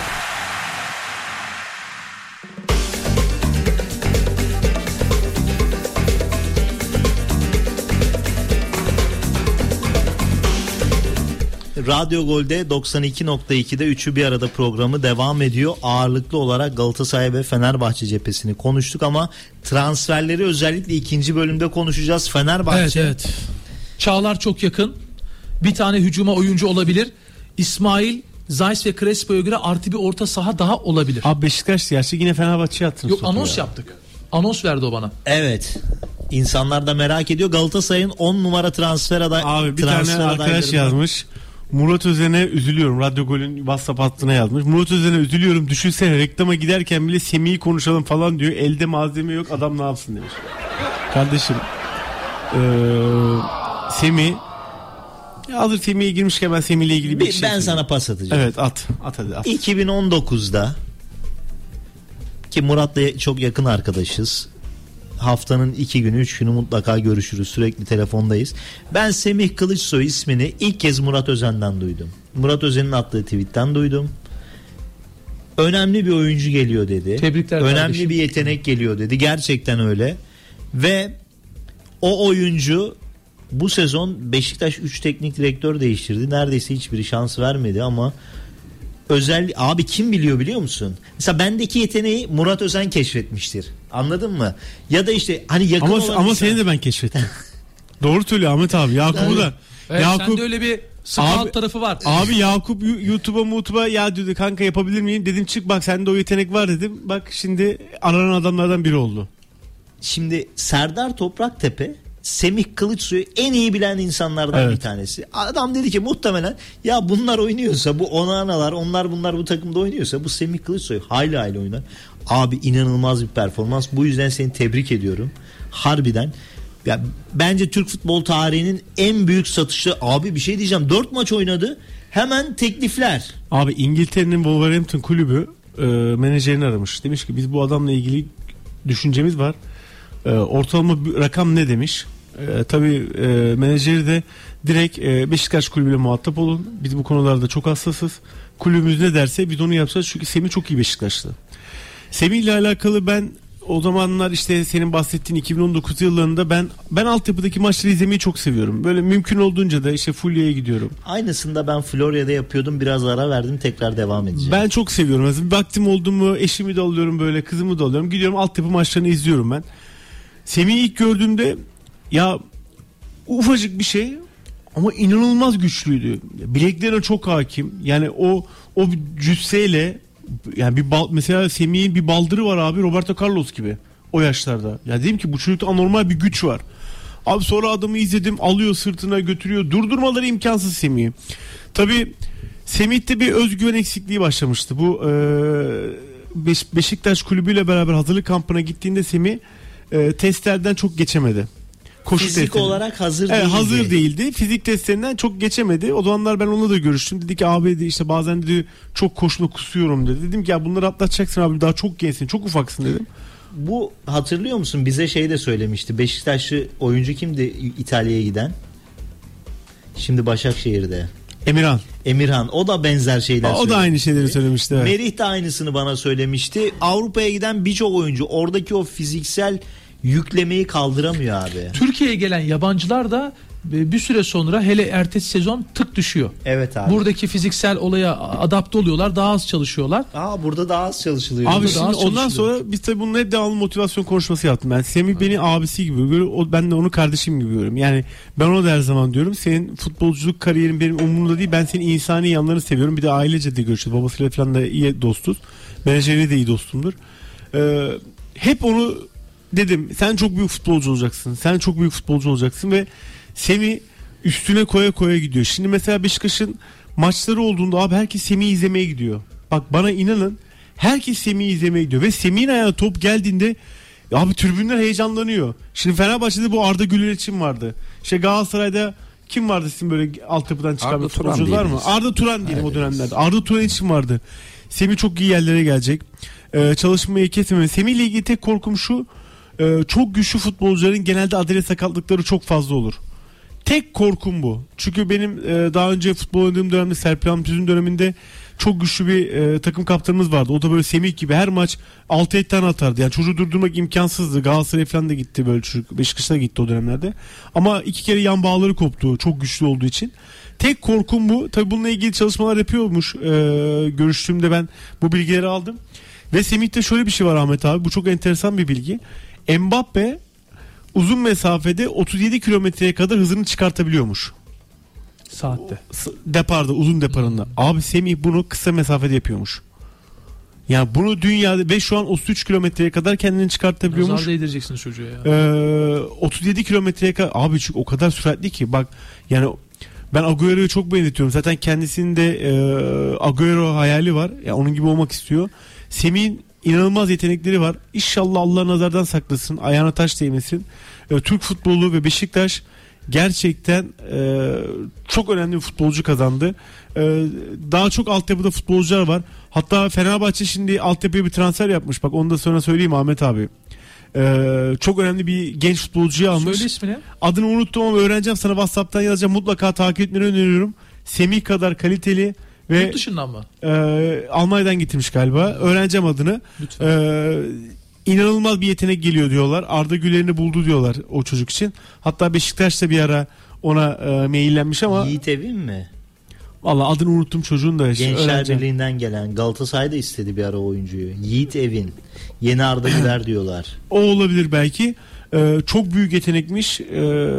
Radyo Gol'de doksan iki nokta iki'de üçü bir arada programı devam ediyor. Ağırlıklı olarak Galatasaray ve Fenerbahçe cephesini konuştuk ama transferleri özellikle ikinci bölümde konuşacağız. Fenerbahçe Evet evet. Çağlar çok yakın. Bir tane hücuma oyuncu olabilir. İsmail, Zayis ve Crespo'ya göre artı bir orta saha daha olabilir. Abi Beşiktaş gerçi yine Fenerbahçe'ye attın. Yok sokuyor anons ya. yaptık. Anons verdi o bana. Evet. İnsanlar da merak ediyor. Galatasaray'ın on numara transfer aday Abi bir transfer tane arkadaş adaylarından- yazmış. Murat Özen'e üzülüyorum. Radyo Gol'ün WhatsApp hattına yazmış. Murat Özen'e üzülüyorum. Düşünsene reklama giderken bile Semih'i konuşalım falan diyor. Elde malzeme yok. Adam ne yapsın demiş. Kardeşim eee Semih ya hazır Semih'e girmişken ben Semih'le ilgili bir Bir- şey ben söyleyeyim. sana pas atacağım. Evet at. At hadi at. iki bin on dokuz'da ki Murat'la çok yakın arkadaşız. haftanın iki günü üç günü mutlaka görüşürüz, sürekli telefondayız. Ben Semih Kılıçsoy ismini ilk kez Murat Özen'den duydum. Murat Özen'in attığı tweetten duydum. Önemli bir oyuncu geliyor dedi. Tebrikler Önemli kardeşim. bir yetenek geliyor dedi. Gerçekten öyle. Ve o oyuncu bu sezon Beşiktaş üç teknik direktör değiştirdi. Neredeyse hiçbiri şans vermedi ama özel abi kim biliyor biliyor musun? Mesela bendeki yeteneği Murat Özen keşfetmiştir. Anladın mı? Ya da işte hani yakın Ama olan ama insan... seni de ben keşfettim. Doğru söylüyor Ahmet abi. Yakup'u da. Evet, Yakup sende öyle bir scout Abi- tarafı var. Abi Yakup Yu- YouTube'a YouTube'a ya dedi kanka yapabilir miyim? Dedim çık bak sende o yetenek var dedim. Bak şimdi aranan adamlardan biri oldu. Şimdi Serdar Topraktepe Semih Kılıçsoy'u en iyi bilen insanlardan Evet. bir tanesi. Adam dedi ki muhtemelen ya bunlar oynuyorsa, bu Onana'lar, onlar bunlar bu takımda oynuyorsa bu Semih Kılıçsoy hayli hayli oynar. Abi inanılmaz bir performans. Bu yüzden seni tebrik ediyorum. Harbiden. Ya bence Türk futbol tarihinin en büyük satışı. Abi bir şey diyeceğim. dört maç oynadı. Hemen teklifler. Abi İngiltere'nin Wolverhampton kulübü e, menajerini aramış. Demiş ki biz bu adamla ilgili düşüncemiz var. E, ortalama bir rakam ne demiş. E, tabii e, menajeri de direkt e, Beşiktaş kulübüyle muhatap olun. Biz bu konularda çok hassasız. Kulübümüz ne derse biz onu yapacağız. Çünkü Semih çok iyi Beşiktaşlı. Semih ile alakalı ben o zamanlar işte senin bahsettiğin iki bin on dokuz yıllarında ben ben altyapıdaki maçları izlemeyi çok seviyorum. Böyle mümkün olduğunca da işte Fulya'ya gidiyorum. Aynısını da ben Florya'da yapıyordum. Biraz ara verdim. Tekrar devam edeceğim. Ben çok seviyorum. Mesela vaktim oldu mu eşimi de alıyorum böyle, kızımı da alıyorum. Gidiyorum altyapı maçlarını izliyorum ben. Semih'i ilk gördüğümde ya ufacık bir şey ama inanılmaz güçlüydü. Bileklerine çok hakim. Yani o o cüsseyle yani bir bal, mesela Semih'in bir baldırı var abi, Roberto Carlos gibi o yaşlarda. Ya dedim ki bu çocukta anormal bir güç var. Abi sonra adamı izledim, alıyor sırtına götürüyor. Durdurmaları imkansız Semih'i. Tabii Semih'te bir özgüven eksikliği başlamıştı. Bu e, Beş, Beşiktaş kulübüyle beraber hazırlık kampına gittiğinde Semih e, testlerden çok geçemedi. Koşu Fizik testleri. olarak hazır Evet, değildi. hazır değildi. Fizik testlerinden çok geçemedi. O zamanlar ben onunla da görüştüm. Dedi ki abi dedi, işte bazen dedi çok koşma kusuyorum dedi. Dedim ki ya bunları atlatacaksın abi, daha çok gençsin, çok ufaksın dedim. Bu hatırlıyor musun? Bize şey de söylemişti. Beşiktaşlı oyuncu kimdi İtalya'ya giden? Şimdi Başakşehir'de. Emirhan. Emirhan. O da benzer şeyler O da söylemişti. aynı şeyleri söylemişti. Evet. Merih de aynısını bana söylemişti. Avrupa'ya giden birçok oyuncu oradaki o fiziksel yüklemeyi kaldıramıyor abi. Türkiye'ye gelen yabancılar da bir süre sonra hele ertesi sezon tık düşüyor. Evet abi. Buradaki fiziksel olaya adapte oluyorlar, daha az çalışıyorlar. Aa burada daha az çalışılıyor. Abi Burada şimdi daha az ondan çalışılıyor. sonra biz tabii bununla hep devamlı motivasyon konuşması yaptım. Ben Semih beni abisi gibi görüyorum. O, ben de onu kardeşim gibi görüyorum. Yani ben ona da her zaman diyorum. Senin futbolculuk kariyerin benim umurumda değil. Ben senin insani yanlarını seviyorum. Bir de ailece de görüşüyoruz. Babasıyla falan da iyi dostuz. Menajeriyle de iyi dostumdur. Ee, hep onu dedim. Sen çok büyük futbolcu olacaksın. Sen çok büyük futbolcu olacaksın ve Semih üstüne koya koya gidiyor. Şimdi mesela Beşiktaş'ın maçları olduğunda abi herkes Semih'i izlemeye gidiyor. Bak bana inanın, herkes Semih'i izlemeye gidiyor ve Semih'in ayağına top geldiğinde abi tribünler heyecanlanıyor. Şimdi Fenerbahçe'de bu Arda Güler için vardı. İşte Galatasaray'da kim vardı sizin böyle altyapıdan çıkan Arda bir Turan futbolcular mı? diyebiliriz. Arda Turan diyelim Evet. o dönemlerde. Arda Turan için vardı. Semih çok iyi yerlere gelecek. Ee, çalışmayı kesmemeli. Semih ile ilgili tek korkum şu. e, çok güçlü futbolcuların genelde adele sakatlıkları çok fazla olur. Tek korkum bu. Çünkü benim e, daha önce futbol oynadığım dönemde Serpil Hamtüz'ün döneminde çok güçlü bir e, takım kaptanımız vardı. O da böyle Semih gibi her maç altı yedi tane atardı. Yani çocuğu durdurmak imkansızdı. Galatasaray falan da gitti böyle çocuk. Beşiktaş'a gitti o dönemlerde. Ama iki kere yan bağları koptu. Çok güçlü olduğu için. Tek korkum bu. Tabii bununla ilgili çalışmalar yapıyormuş. E, görüştüğümde ben bu bilgileri aldım. Ve Semih'te şöyle bir şey var Ahmet abi. Bu çok enteresan bir bilgi. Mbappe uzun mesafede otuz yedi kilometreye kadar hızını çıkartabiliyormuş. Saatte. S- Deparda, uzun deparında. Abi Semih bunu kısa mesafede yapıyormuş. Yani bunu dünyada ve şu an otuz üç kilometreye kadar kendini çıkartabiliyormuş. Nazar değdireceksiniz çocuğa ya. Ee, otuz yedi kilometreye kadar abi çünkü o kadar süratli ki bak yani ben Agüero'yu çok beğeniyorum. Zaten kendisinin de e, Agüero hayali var. Yani onun gibi olmak istiyor. Semih'in inanılmaz yetenekleri var. İnşallah Allah nazardan saklasın. Ayağına taş değmesin. E, Türk futbolu ve Beşiktaş gerçekten e, çok önemli bir futbolcu kazandı. E, daha çok altyapıda futbolcular var. Hatta Fenerbahçe şimdi altyapıya bir transfer yapmış. Bak onu da sonra söyleyeyim Ahmet abi. Ee, çok önemli bir genç futbolcuyu almış. Söyle ismini. Adını unuttum ama öğreneceğim, sana WhatsApp'tan yazacağım. Mutlaka takip etmeni öneriyorum. Semih kadar kaliteli ve Yurt dışından mı? e, Almanya'dan getirmiş galiba. Öğreneceğim adını. Lütfen. Ee, inanılmaz bir yetenek geliyor diyorlar. Arda Güler'ini buldu diyorlar o çocuk için. Hatta Beşiktaş'ta bir ara ona e, maillenmiş ama Yiğit Evin mi? vallahi adını unuttum çocuğun da. Gençler Öğreneceğim. Birliği'nden gelen, Galatasaray'da istedi bir ara oyuncuyu. Yiğit Evin. Yeni Arda Güler diyorlar. O olabilir belki. Ee, çok büyük yetenekmiş. Ee,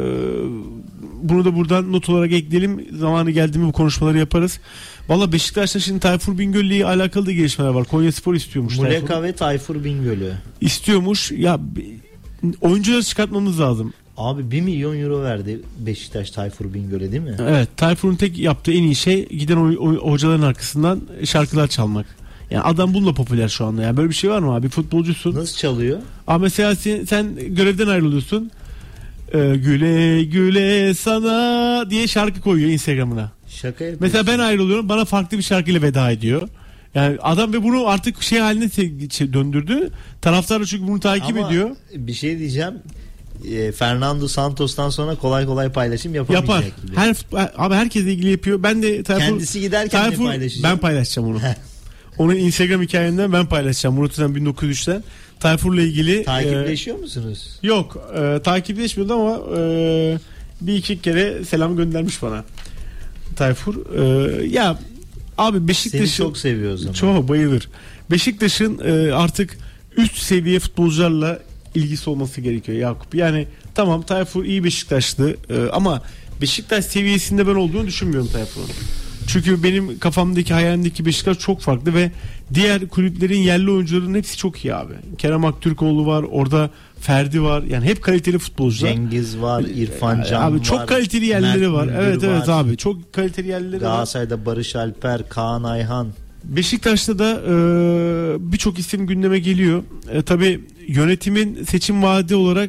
bunu da buradan not olarak ekleyelim. Zamanı geldi mi bu konuşmaları yaparız. Valla Beşiktaş'ta şimdi Tayfur Bingöl ile alakalı da gelişmeler var. Konyaspor istiyormuş. Muleka Tayfur. ve Tayfur Bingöl'ü. İstiyormuş. Ya oyuncuları çıkartmamız lazım. Abi bir milyon euro verdi Beşiktaş Tayfur Bingöl'e, değil mi? Evet, Tayfur'un tek yaptığı en iyi şey giden oy- oy- hocaların arkasından şarkılar çalmak. Yani adam bununla popüler şu anda. Yani böyle bir şey var mı abi? Futbolcusun. Nasıl çalıyor? Ama mesela sen, sen görevden ayrılıyorsun. Ee, güle güle sana diye şarkı koyuyor Instagram'ına. Şaka yapıyorsun. Mesela ben ayrılıyorum, bana farklı bir şarkıyla veda ediyor. Yani adam ve bunu artık şey haline se- şey döndürdü. Taraftar da çünkü bunu takip Ama ediyor. bir şey diyeceğim. E, Fernando Santos'tan sonra kolay kolay paylaşım yapamayacak Yapar. gibi. Her futbol- abi herkesle ilgili yapıyor. Ben de Tayfur, Kendisi giderken Tayfur, ne paylaşacak? ben paylaşacağım onu. Onun Instagram hikayenden ben paylaşacağım. Murat Özen bin dokuz yüz üçten. Tayfur'la ilgili. Takipleşiyor e, musunuz? Yok. E, takipleşmiyordu ama e, bir iki kere selam göndermiş bana. Tayfur. E, ya abi Beşiktaş'ın. Seni çok seviyor o zaman. Çok bayılır. Beşiktaş'ın e, artık üst seviye futbolcularla ilgisi olması gerekiyor Yakup. Yani tamam Tayfur iyi Beşiktaşlı e, ama Beşiktaş seviyesinde ben olduğunu düşünmüyorum Tayfur'un. Çünkü benim kafamdaki hayalimdeki Beşiktaş çok farklı ve diğer kulüplerin yerli oyuncularının hepsi çok iyi abi. Kerem Aktürkoğlu var, orada Ferdi var. Yani hep kaliteli futbolcular. Cengiz var, İrfan Can abi var. çok kaliteli yerleri Mert var. Müldür Evet var. evet abi. Çok kaliteli yerleri var. Galatasaray'da Barış Alper, Kaan Ayhan. Beşiktaş'ta da e, birçok isim gündeme geliyor. E, tabii yönetimin seçim vaadi olarak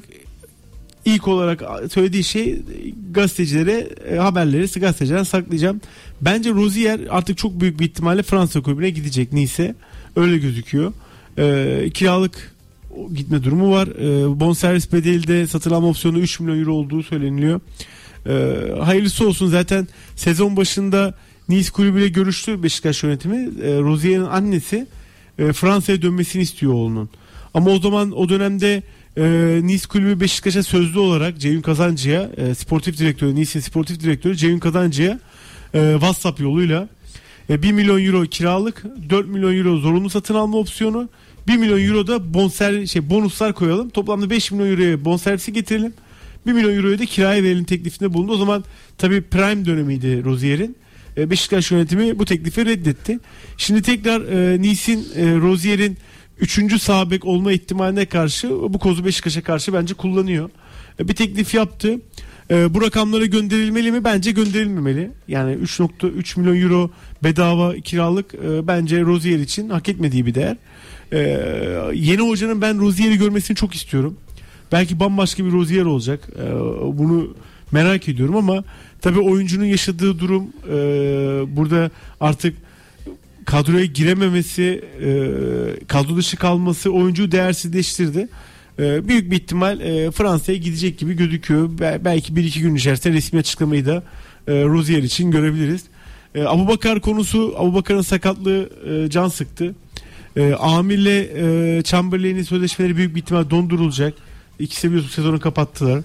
ilk olarak söylediği şey gazetecilere e, haberleri gazetecilerden saklayacağım. Bence Rozier artık çok büyük bir ihtimalle Fransa kulübüne gidecek neyse. Öyle gözüküyor. E, kiralık gitme durumu var. E, bonservis bedeli de satın alma opsiyonu üç milyon euro olduğu söyleniliyor. E, hayırlısı olsun, zaten sezon başında Nice kulübüyle görüştü Beşiktaş yönetimi. E, Rozier'in annesi e, Fransa'ya dönmesini istiyor oğlunun. Ama o zaman o dönemde e, Nice kulübü Beşiktaş'a sözlü olarak Ceyhun Kazancı'ya, e, sportif direktörü, Nice'in sportif direktörü Ceyhun Kazancı'ya e, WhatsApp yoluyla e, bir milyon euro kiralık, dört milyon euro zorunlu satın alma opsiyonu, bir milyon euro da bonser şey bonuslar koyalım. Toplamda beş milyon euroya bonservisi getirelim. bir milyon euroyu da kiraya verelim teklifinde bulundu. O zaman tabii prime dönemiydi Rozier'in. Beşiktaş yönetimi bu teklifi reddetti. Şimdi tekrar e, Nice'in e, Rozier'in üçüncü sağ bek olma ihtimaline karşı bu kozu Beşiktaş'a karşı bence kullanıyor. E, bir teklif yaptı. E, bu rakamlara gönderilmeli mi? Bence gönderilmemeli. Yani üç nokta üç milyon euro bedava kiralık e, bence Rozier için hak etmediği bir değer. E, yeni hocanın ben Rozier'i görmesini çok istiyorum. Belki bambaşka bir Rozier olacak. E, bunu merak ediyorum ama tabii oyuncunun yaşadığı durum, e, burada artık kadroya girememesi, e, kadro dışı kalması oyuncuyu değersizleştirdi. E, büyük bir ihtimal e, Fransa'ya gidecek gibi gözüküyor. Be- belki bir iki gün içerisinde resmi açıklamayı da e, Rozier için görebiliriz. E, Abubakar konusu, Abubakar'ın sakatlığı e, can sıktı. E, Amir'le e, Chamberlain'in sözleşmeleri büyük bir ihtimal dondurulacak. İkisi biliyorsun sezonu kapattılar.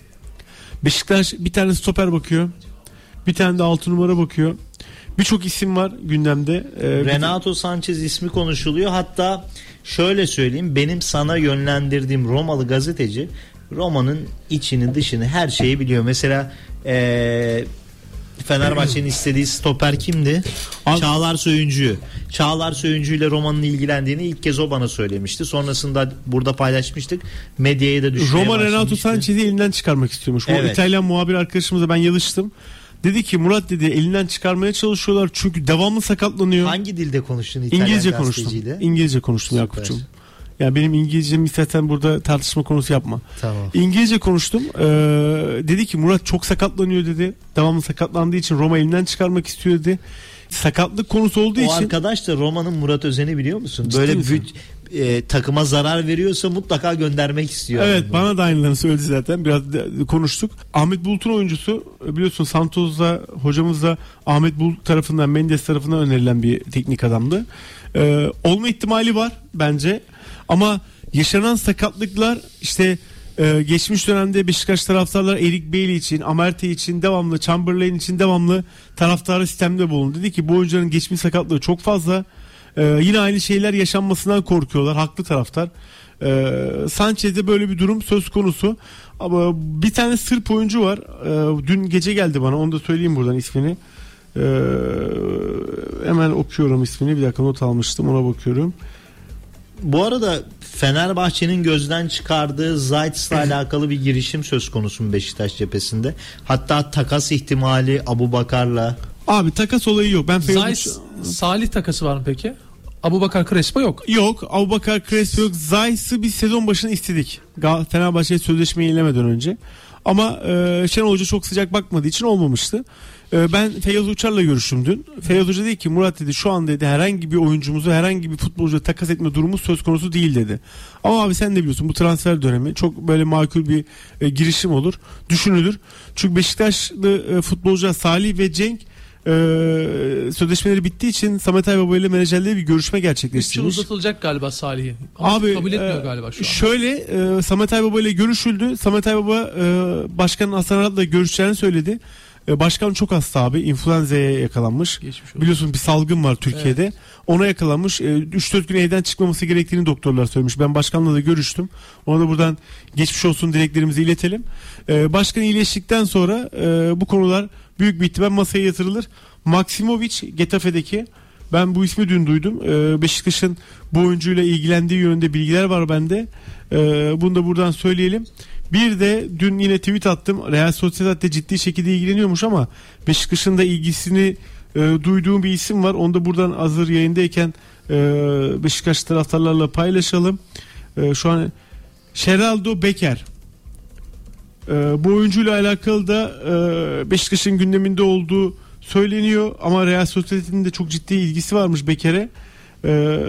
Beşiktaş bir tane stoper bakıyor. Bir tane de altı numara bakıyor. Birçok isim var gündemde. Ee, Renato Sanchez ismi konuşuluyor. Hatta şöyle söyleyeyim, benim sana yönlendirdiğim Romalı gazeteci Roma'nın içini dışını her şeyi biliyor. Mesela ee, Fenerbahçe'nin istediği stoper kimdi? Abi, Çağlar Söyüncü. Çağlar Söyüncü ile Roma'nın ilgilendiğini ilk kez o bana söylemişti. Sonrasında burada paylaşmıştık. Medyaya da düşmeye Roma başlamıştı. Renato Sanchez'i elinden çıkarmak istiyormuş. O Evet. İtalyan muhabir arkadaşımızla ben yazıştım. Dedi ki Murat dedi elinden çıkarmaya çalışıyorlar çünkü devamlı sakatlanıyor. Hangi dilde konuştun İtalyan İngilizce konuştum. gazeteciyle? İngilizce konuştum Süper. Yakup'cum. Yani benim İngilizcemi istersen burada tartışma konusu yapma. Tamam. İngilizce konuştum. Ee, dedi ki Murat çok sakatlanıyor dedi. Devamlı sakatlandığı için Roma elinden çıkarmak istiyor dedi. Sakatlık konusu olduğu o için. O arkadaş da Roma'nın Murat Özen'i biliyor musun? Ciddi Böyle misin? büt, e, takıma zarar veriyorsa mutlaka göndermek istiyor. Evet, yani bana da aynılarını söyledi zaten. Biraz da konuştuk. Ahmet Bulut'un oyuncusu, biliyorsun Santos'da hocamız da Ahmet Bulut tarafından, Mendes tarafından önerilen bir teknik adamdı. Ee, olma ihtimali var bence. Ama yaşanan sakatlıklar işte e, geçmiş dönemde Beşiktaş taraftarlar Eric Bailly için, Amartey için devamlı, Chamberlain için devamlı taraftarı sistemde bulundu. Dedi ki bu oyuncuların geçmiş sakatlığı çok fazla. Ee, yine aynı şeyler yaşanmasından korkuyorlar. Haklı taraftar. Ee, Sanchez'de böyle bir durum söz konusu. Ama bir tane Sırp oyuncu var. Ee, dün gece geldi bana. Onu da söyleyeyim buradan ismini. Ee, hemen okuyorum ismini. Bir dakika not almıştım. Ona bakıyorum. Bu arada Fenerbahçe'nin gözden çıkardığı Zayt'la alakalı bir girişim söz konusu mu Beşiktaş cephesinde? Hatta takas ihtimali Abubakar'la. Abi takas olayı yok. Ben Zayt, Salih takası var mı peki? Abubakar Crespo yok. Yok. Abubakar Crespo yok. Zayt'ı biz sezon başına istedik. Fenerbahçe sözleşmeyi yenilemeden önce. Ama e, Şenol Hoca çok sıcak bakmadığı için olmamıştı. E, ben Feyyaz Uçar'la görüştüm dün. Feyyaz Hoca dedi ki Murat dedi şu an dedi herhangi bir oyuncumuzu, herhangi bir futbolcuya takas etme durumu söz konusu değil dedi. Ama abi sen de biliyorsun bu transfer dönemi çok böyle makul bir e, girişim olur. Düşünülür. Çünkü Beşiktaşlı e, futbolcular Salih ve Cenk Ee, sözleşmeleri bittiği için Samet Aybaba ile menajerleri bir görüşme gerçekleştirmiş. üç yıl uzatılacak galiba Salih'i. Ama Abi kabul etmiyor e, galiba şu an. Şöyle e, Samet Aybaba ile görüşüldü. Samet Aybaba e, Başkan Hasan Arat'la görüşeceğini söyledi. E, başkan çok hasta abi. İnfluenza'ya yakalanmış. Biliyorsun bir salgın var Türkiye'de. Evet. Ona yakalanmış. E, üç dört gün evden çıkmaması gerektiğini doktorlar söylemiş. Ben başkanla da görüştüm. Ona da buradan geçmiş olsun dileklerimizi iletelim. E, başkan iyileştikten sonra e, bu konular büyük bir ihtimal masaya yatırılır. Maksimovic Getafe'deki, ben bu ismi dün duydum. Ee, Beşiktaş'ın bu oyuncuyla ilgilendiği yönünde bilgiler var bende. Ee, bunu da buradan söyleyelim. Bir de dün yine tweet attım. Real Sociedad'da ciddi şekilde ilgileniyormuş ama Beşiktaş'ın da ilgisini e, duyduğum bir isim var. Onu da buradan hazır yayındayken e, Beşiktaş taraftarlarla paylaşalım. E, şu an Geraldo Becker. Ee, bu oyuncuyla alakalı da e, Beşiktaş'ın gündeminde olduğu söyleniyor ama Real Sociedad'ın da çok ciddi ilgisi varmış Beker'e. Ee,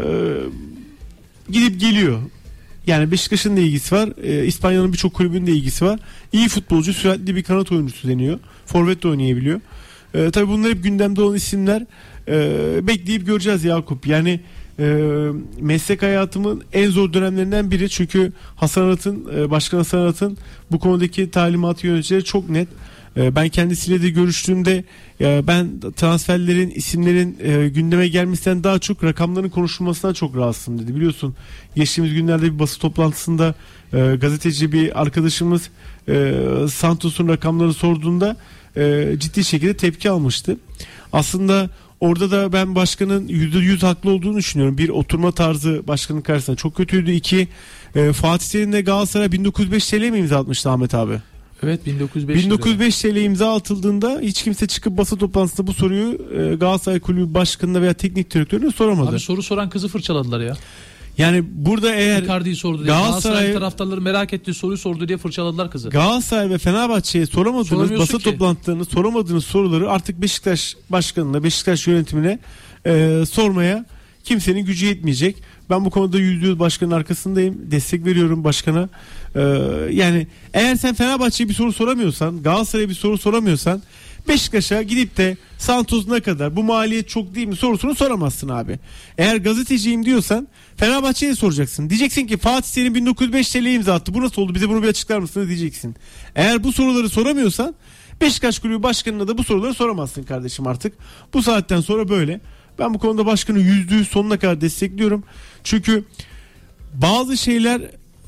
gidip geliyor. Yani Beşiktaş'ın da ilgisi var. Ee, İspanya'nın birçok kulübünün de ilgisi var. İyi futbolcu, süratli bir kanat oyuncusu deniyor. Forvet de oynayabiliyor. Ee, tabii bunlar hep gündemde olan isimler. Ee, bekleyip göreceğiz Yakup. Yani e, meslek hayatımın en zor dönemlerinden biri. Çünkü Hasan Arat'ın, e, Başkan Hasan Arat'ın bu konudaki talimatı, yöneticileri çok net. E, ben kendisiyle de görüştüğümde e, ben transferlerin, isimlerin e, gündeme gelmesinden daha çok rakamların konuşulmasından çok rahatsızım dedi. Biliyorsun geçtiğimiz günlerde bir basın toplantısında e, gazeteci bir arkadaşımız e, Santos'un rakamlarını sorduğunda e, ciddi şekilde tepki almıştı. Aslında orada da ben başkanın yüzde yüz haklı olduğunu düşünüyorum. Bir, oturma tarzı başkanın karşısında çok kötüydü. İki, e, Fatih Terim'le Galatasaray bin dokuz yüz beş TL mi imza atmıştı Ahmet abi? Evet, bin dokuz yüz beş bin dokuz yüz beş TL imza atıldığında hiç kimse çıkıp basın toplantısında bu soruyu e, Galatasaray Kulübü Başkanı'na veya teknik direktörüne soramadı. Abi soru soran kızı fırçaladılar ya. Yani burada eğer Icardi'yi sordu diye, Galatasaray, Galatasaray taraftarları merak ettiği soruyu sordu diye fırçaladılar kızı. Galatasaray ve Fenerbahçe'ye soramadığınız basın ki. toplantılarını, soramadığınız soruları artık Beşiktaş Başkanı'na, Beşiktaş yönetimine e, sormaya kimsenin gücü yetmeyecek. Ben bu konuda yüzde yüz başkanın arkasındayım. Destek veriyorum başkana. Ee, yani eğer sen Fenerbahçe'ye bir soru soramıyorsan, Galatasaray'a bir soru soramıyorsan, Beşiktaş'a gidip de Santos ne kadar, bu maliyet çok değil mi sorusunu soramazsın abi. Eğer gazeteciyim diyorsan Fenerbahçe'ye soracaksın. Diyeceksin ki Fatih Terim bin dokuz yüz beş TL imza attı. Bu nasıl oldu? Bize bunu bir açıklar mısınız diyeceksin. Eğer bu soruları soramıyorsan Beşiktaş Kulübü Başkanı'na da bu soruları soramazsın kardeşim artık. Bu saatten sonra böyle. Ben bu konuda başkanı yüzde yüz sonuna kadar destekliyorum. Çünkü bazı şeyler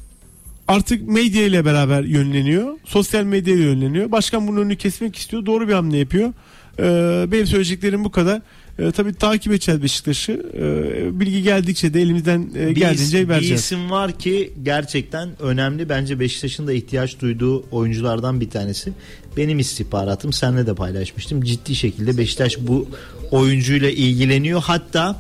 artık medya ile beraber yönleniyor. Sosyal medya ile yönleniyor. Başkan bunun önünü kesmek istiyor. Doğru bir hamle yapıyor. Ee, benim söyleyeceklerim bu kadar. Ee, tabii takip edeceğiz Beşiktaş'ı. Ee, bilgi geldikçe de elimizden e, geldiğince vereceğiz. Bir isim var ki gerçekten önemli. Bence Beşiktaş'ın da ihtiyaç duyduğu oyunculardan bir tanesi. Benim istihbaratım, seninle de paylaşmıştım. Ciddi şekilde Beşiktaş bu oyuncuyla ilgileniyor. Hatta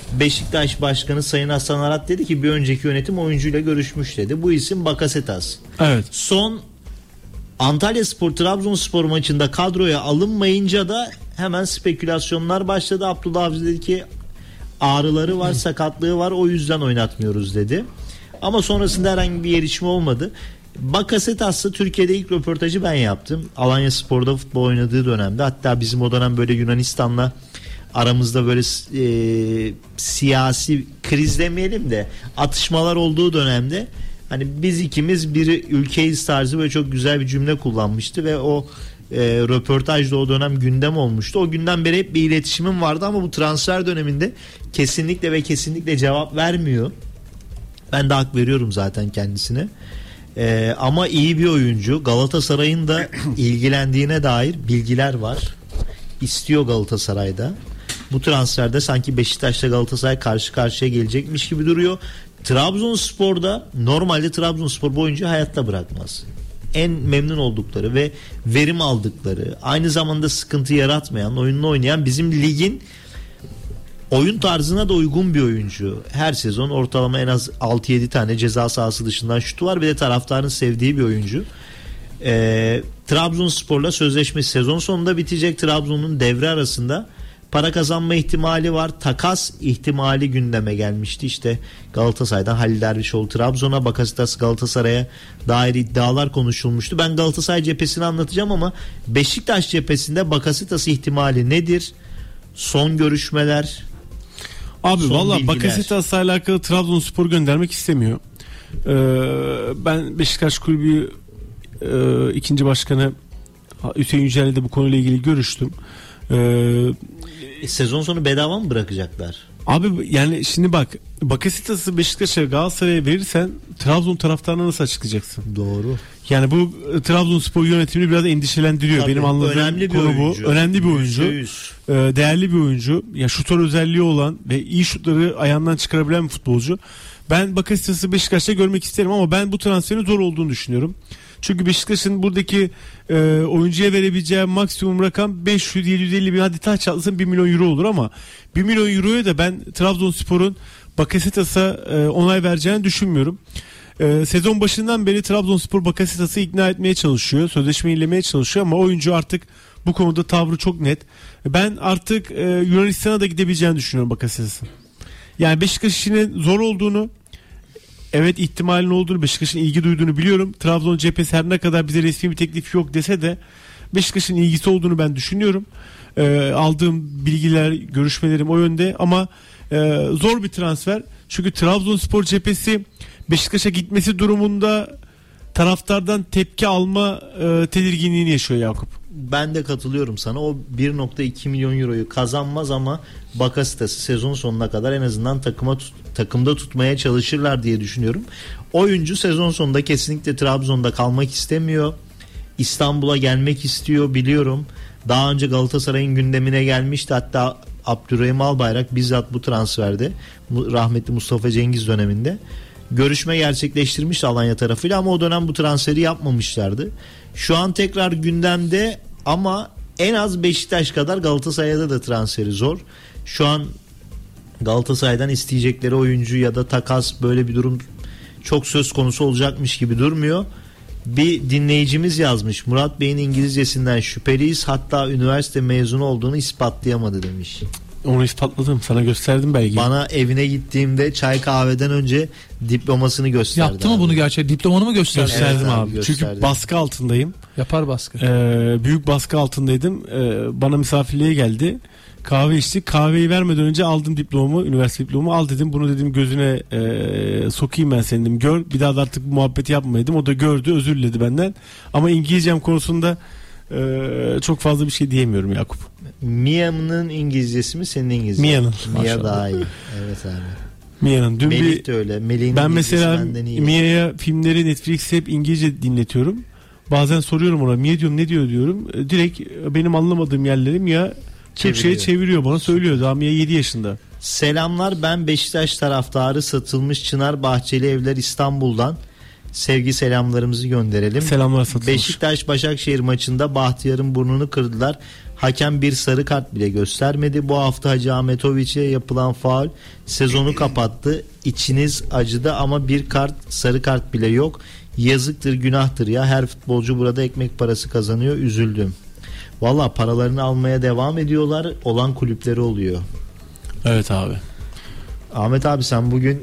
Beşiktaş Başkanı Sayın Hasan Arat dedi ki bir önceki yönetim oyuncuyla görüşmüş dedi. Bu isim Bakasetas. Evet. Son Antalyaspor Trabzonspor maçında kadroya alınmayınca da hemen spekülasyonlar başladı. Abdullah Avcı dedi ki ağrıları var, sakatlığı var, o yüzden oynatmıyoruz dedi. Ama sonrasında herhangi bir gelişme olmadı. Bakasetas'la Türkiye'de ilk röportajı ben yaptım. Alanyaspor'da futbol oynadığı dönemde. Hatta bizim o dönem böyle Yunanistan'la aramızda böyle e, siyasi kriz demeyelim de atışmalar olduğu dönemde hani biz ikimiz bir ülkeyiz tarzı böyle çok güzel bir cümle kullanmıştı ve o e, röportajda o dönem gündem olmuştu. O günden beri hep bir iletişimim vardı ama bu transfer döneminde kesinlikle ve kesinlikle cevap vermiyor. Ben de hak veriyorum zaten kendisine. Ee, ama iyi bir oyuncu. Galatasaray'ın da ilgilendiğine dair bilgiler var. İstiyor Galatasaray'da. Bu transferde sanki Beşiktaş'la Galatasaray karşı karşıya gelecekmiş gibi duruyor. Trabzonspor'da normalde Trabzonspor bu oyuncuyu hayatta bırakmaz. En memnun oldukları ve verim aldıkları, aynı zamanda sıkıntı yaratmayan, oyununu oynayan, bizim ligin oyun tarzına da uygun bir oyuncu. Her sezon ortalama en az altı yedi tane ceza sahası dışından şutu var. Bir de taraftarın sevdiği bir oyuncu. Ee, Trabzonspor'la sözleşmesi sezon sonunda bitecek. Trabzon'un devre arasında para kazanma ihtimali var. Takas ihtimali gündeme gelmişti. İşte Galatasaray'dan Halil Dervişoğlu Trabzon'a, Bakasetas Galatasaray'a dair iddialar konuşulmuştu. Ben Galatasaray cephesini anlatacağım ama Beşiktaş cephesinde Bakasetas ihtimali nedir? Son görüşmeler. Abi Son valla bilgiler. Bakasetas'la alakalı Trabzonspor göndermek istemiyor. Ee, ben Beşiktaş Kulübü e, ikinci başkanı Hüseyin Yücel'le de bu konuyla ilgili görüştüm. Ee, E, sezon sonu bedava mı bırakacaklar? Abi yani şimdi bak, Bakasetas'ı Beşiktaş'a, Galatasaray'a verirsen Trabzon taraftarına nasıl açıklayacaksın? Doğru. Yani bu e, Trabzonspor yönetimini biraz endişelendiriyor. Tabii, benim anladığım önemli bir konu bu. oyuncu. Önemli bir oyuncu. yüzde yüz. Ee, değerli bir oyuncu. Ya şutör özelliği olan ve iyi şutları ayağından çıkarabilen bir futbolcu. Ben Bakasetas'ı Beşiktaş'ta görmek isterim ama ben bu transferin zor olduğunu düşünüyorum. Çünkü Beşiktaş'ın buradaki e, oyuncuya verebileceği maksimum rakam beş yüz yedi yüz elli bin, hadi taç çatlasın bir milyon euro olur ama bir milyon euroya da ben Trabzonspor'un Bakasetas'a e, onay vereceğini düşünmüyorum. E, sezon başından beri Trabzonspor Bakasetas'ı ikna etmeye çalışıyor. Sözleşme ilemeye çalışıyor ama oyuncu artık bu konuda tavrı çok net. Ben artık e, Yunanistan'a da gidebileceğini düşünüyorum Bakasetas'ın. Yani Beşiktaş işinin zor olduğunu, evet ihtimalin olduğunu, Beşiktaş'ın ilgi duyduğunu biliyorum. Trabzon cephesi her ne kadar bize resmi bir teklif yok dese de Beşiktaş'ın ilgisi olduğunu ben düşünüyorum. Ee, aldığım bilgiler, görüşmelerim o yönde ama e, zor bir transfer. Çünkü Trabzonspor cephesi Beşiktaş'a gitmesi durumunda taraftardan tepki alma e, tedirginliğini yaşıyor Yakup. Ben de katılıyorum sana. O bir nokta iki milyon euroyu kazanmaz ama Bakasetas'ı sezon sonuna kadar en azından takıma tut, takımda tutmaya çalışırlar diye düşünüyorum. Oyuncu sezon sonunda kesinlikle Trabzon'da kalmak istemiyor. İstanbul'a gelmek istiyor biliyorum. Daha önce Galatasaray'ın gündemine gelmişti. Hatta Abdurrahim Albayrak bizzat bu transferde, rahmetli Mustafa Cengiz döneminde görüşme gerçekleştirmişti Alanya tarafıyla ama o dönem bu transferi yapmamışlardı. Şu an tekrar gündemde ama en az Beşiktaş kadar Galatasaray'da da transferi zor. Şu an Galatasaray'dan isteyecekleri oyuncu ya da takas, böyle bir durum çok söz konusu olacakmış gibi durmuyor. Bir dinleyicimiz yazmış, Murat Bey'in İngilizcesinden şüpheliyiz, hatta üniversite mezunu olduğunu ispatlayamadı demiş. Onu ispatladım, sana gösterdim belki. Bana evine gittiğimde çay kahveden önce diplomasını gösterdi. Yaptı mı abi. bunu gerçekten? Diplomanı mı gösterdi? Gösterdim Evet abi, abi. gösterdi. Çünkü baskı altındayım. Yapar baskı. Ee, büyük baskı altındaydım. Ee, bana misafirliğe geldi. Kahve içtik. Kahveyi vermeden önce aldım diplomamı, üniversite diplomamı. Al dedim, bunu dedim gözüne e, sokayım ben senin dedim. Gör. Bir daha da artık bu muhabbeti yapmaydım. O da gördü, özür diledi benden. Ama İngilizcem konusunda e, çok fazla bir şey diyemiyorum Yakup. Mia'nın İngilizcesi mi, senin İngilizcesi? Mia'nın. Mia Maşallah. daha iyi. Evet abi. Mia'nın. Dün Melih bir, de öyle. Melih'in ben İngilizcesi mesela benden iyi. Mia'ya filmleri Netflix'te hep İngilizce dinletiyorum. Bazen soruyorum ona, Mia diyorum, ne diyor diyorum. E, direkt benim anlamadığım yerleri Mia Türkçe'ye Çeviriyor. çeviriyor, bana söylüyor. Daha Mia yedi yaşında. Selamlar, ben Beşiktaş taraftarı, satılmış Çınar Bahçeli Evler İstanbul'dan. Sevgi selamlarımızı gönderelim. Selamlar, satılmış. Beşiktaş Başakşehir maçında Bahtiyar'ın burnunu kırdılar. Hakem bir sarı kart bile göstermedi. Bu hafta Hacı Ahmetoviç'e yapılan faul sezonu kapattı. İçiniz acıdı ama bir kart, sarı kart bile yok. Yazıktır, günahtır ya. Her futbolcu burada ekmek parası kazanıyor. Üzüldüm. Valla paralarını almaya devam ediyorlar. Olan kulüpleri oluyor. Evet abi. Ahmet abi sen bugün...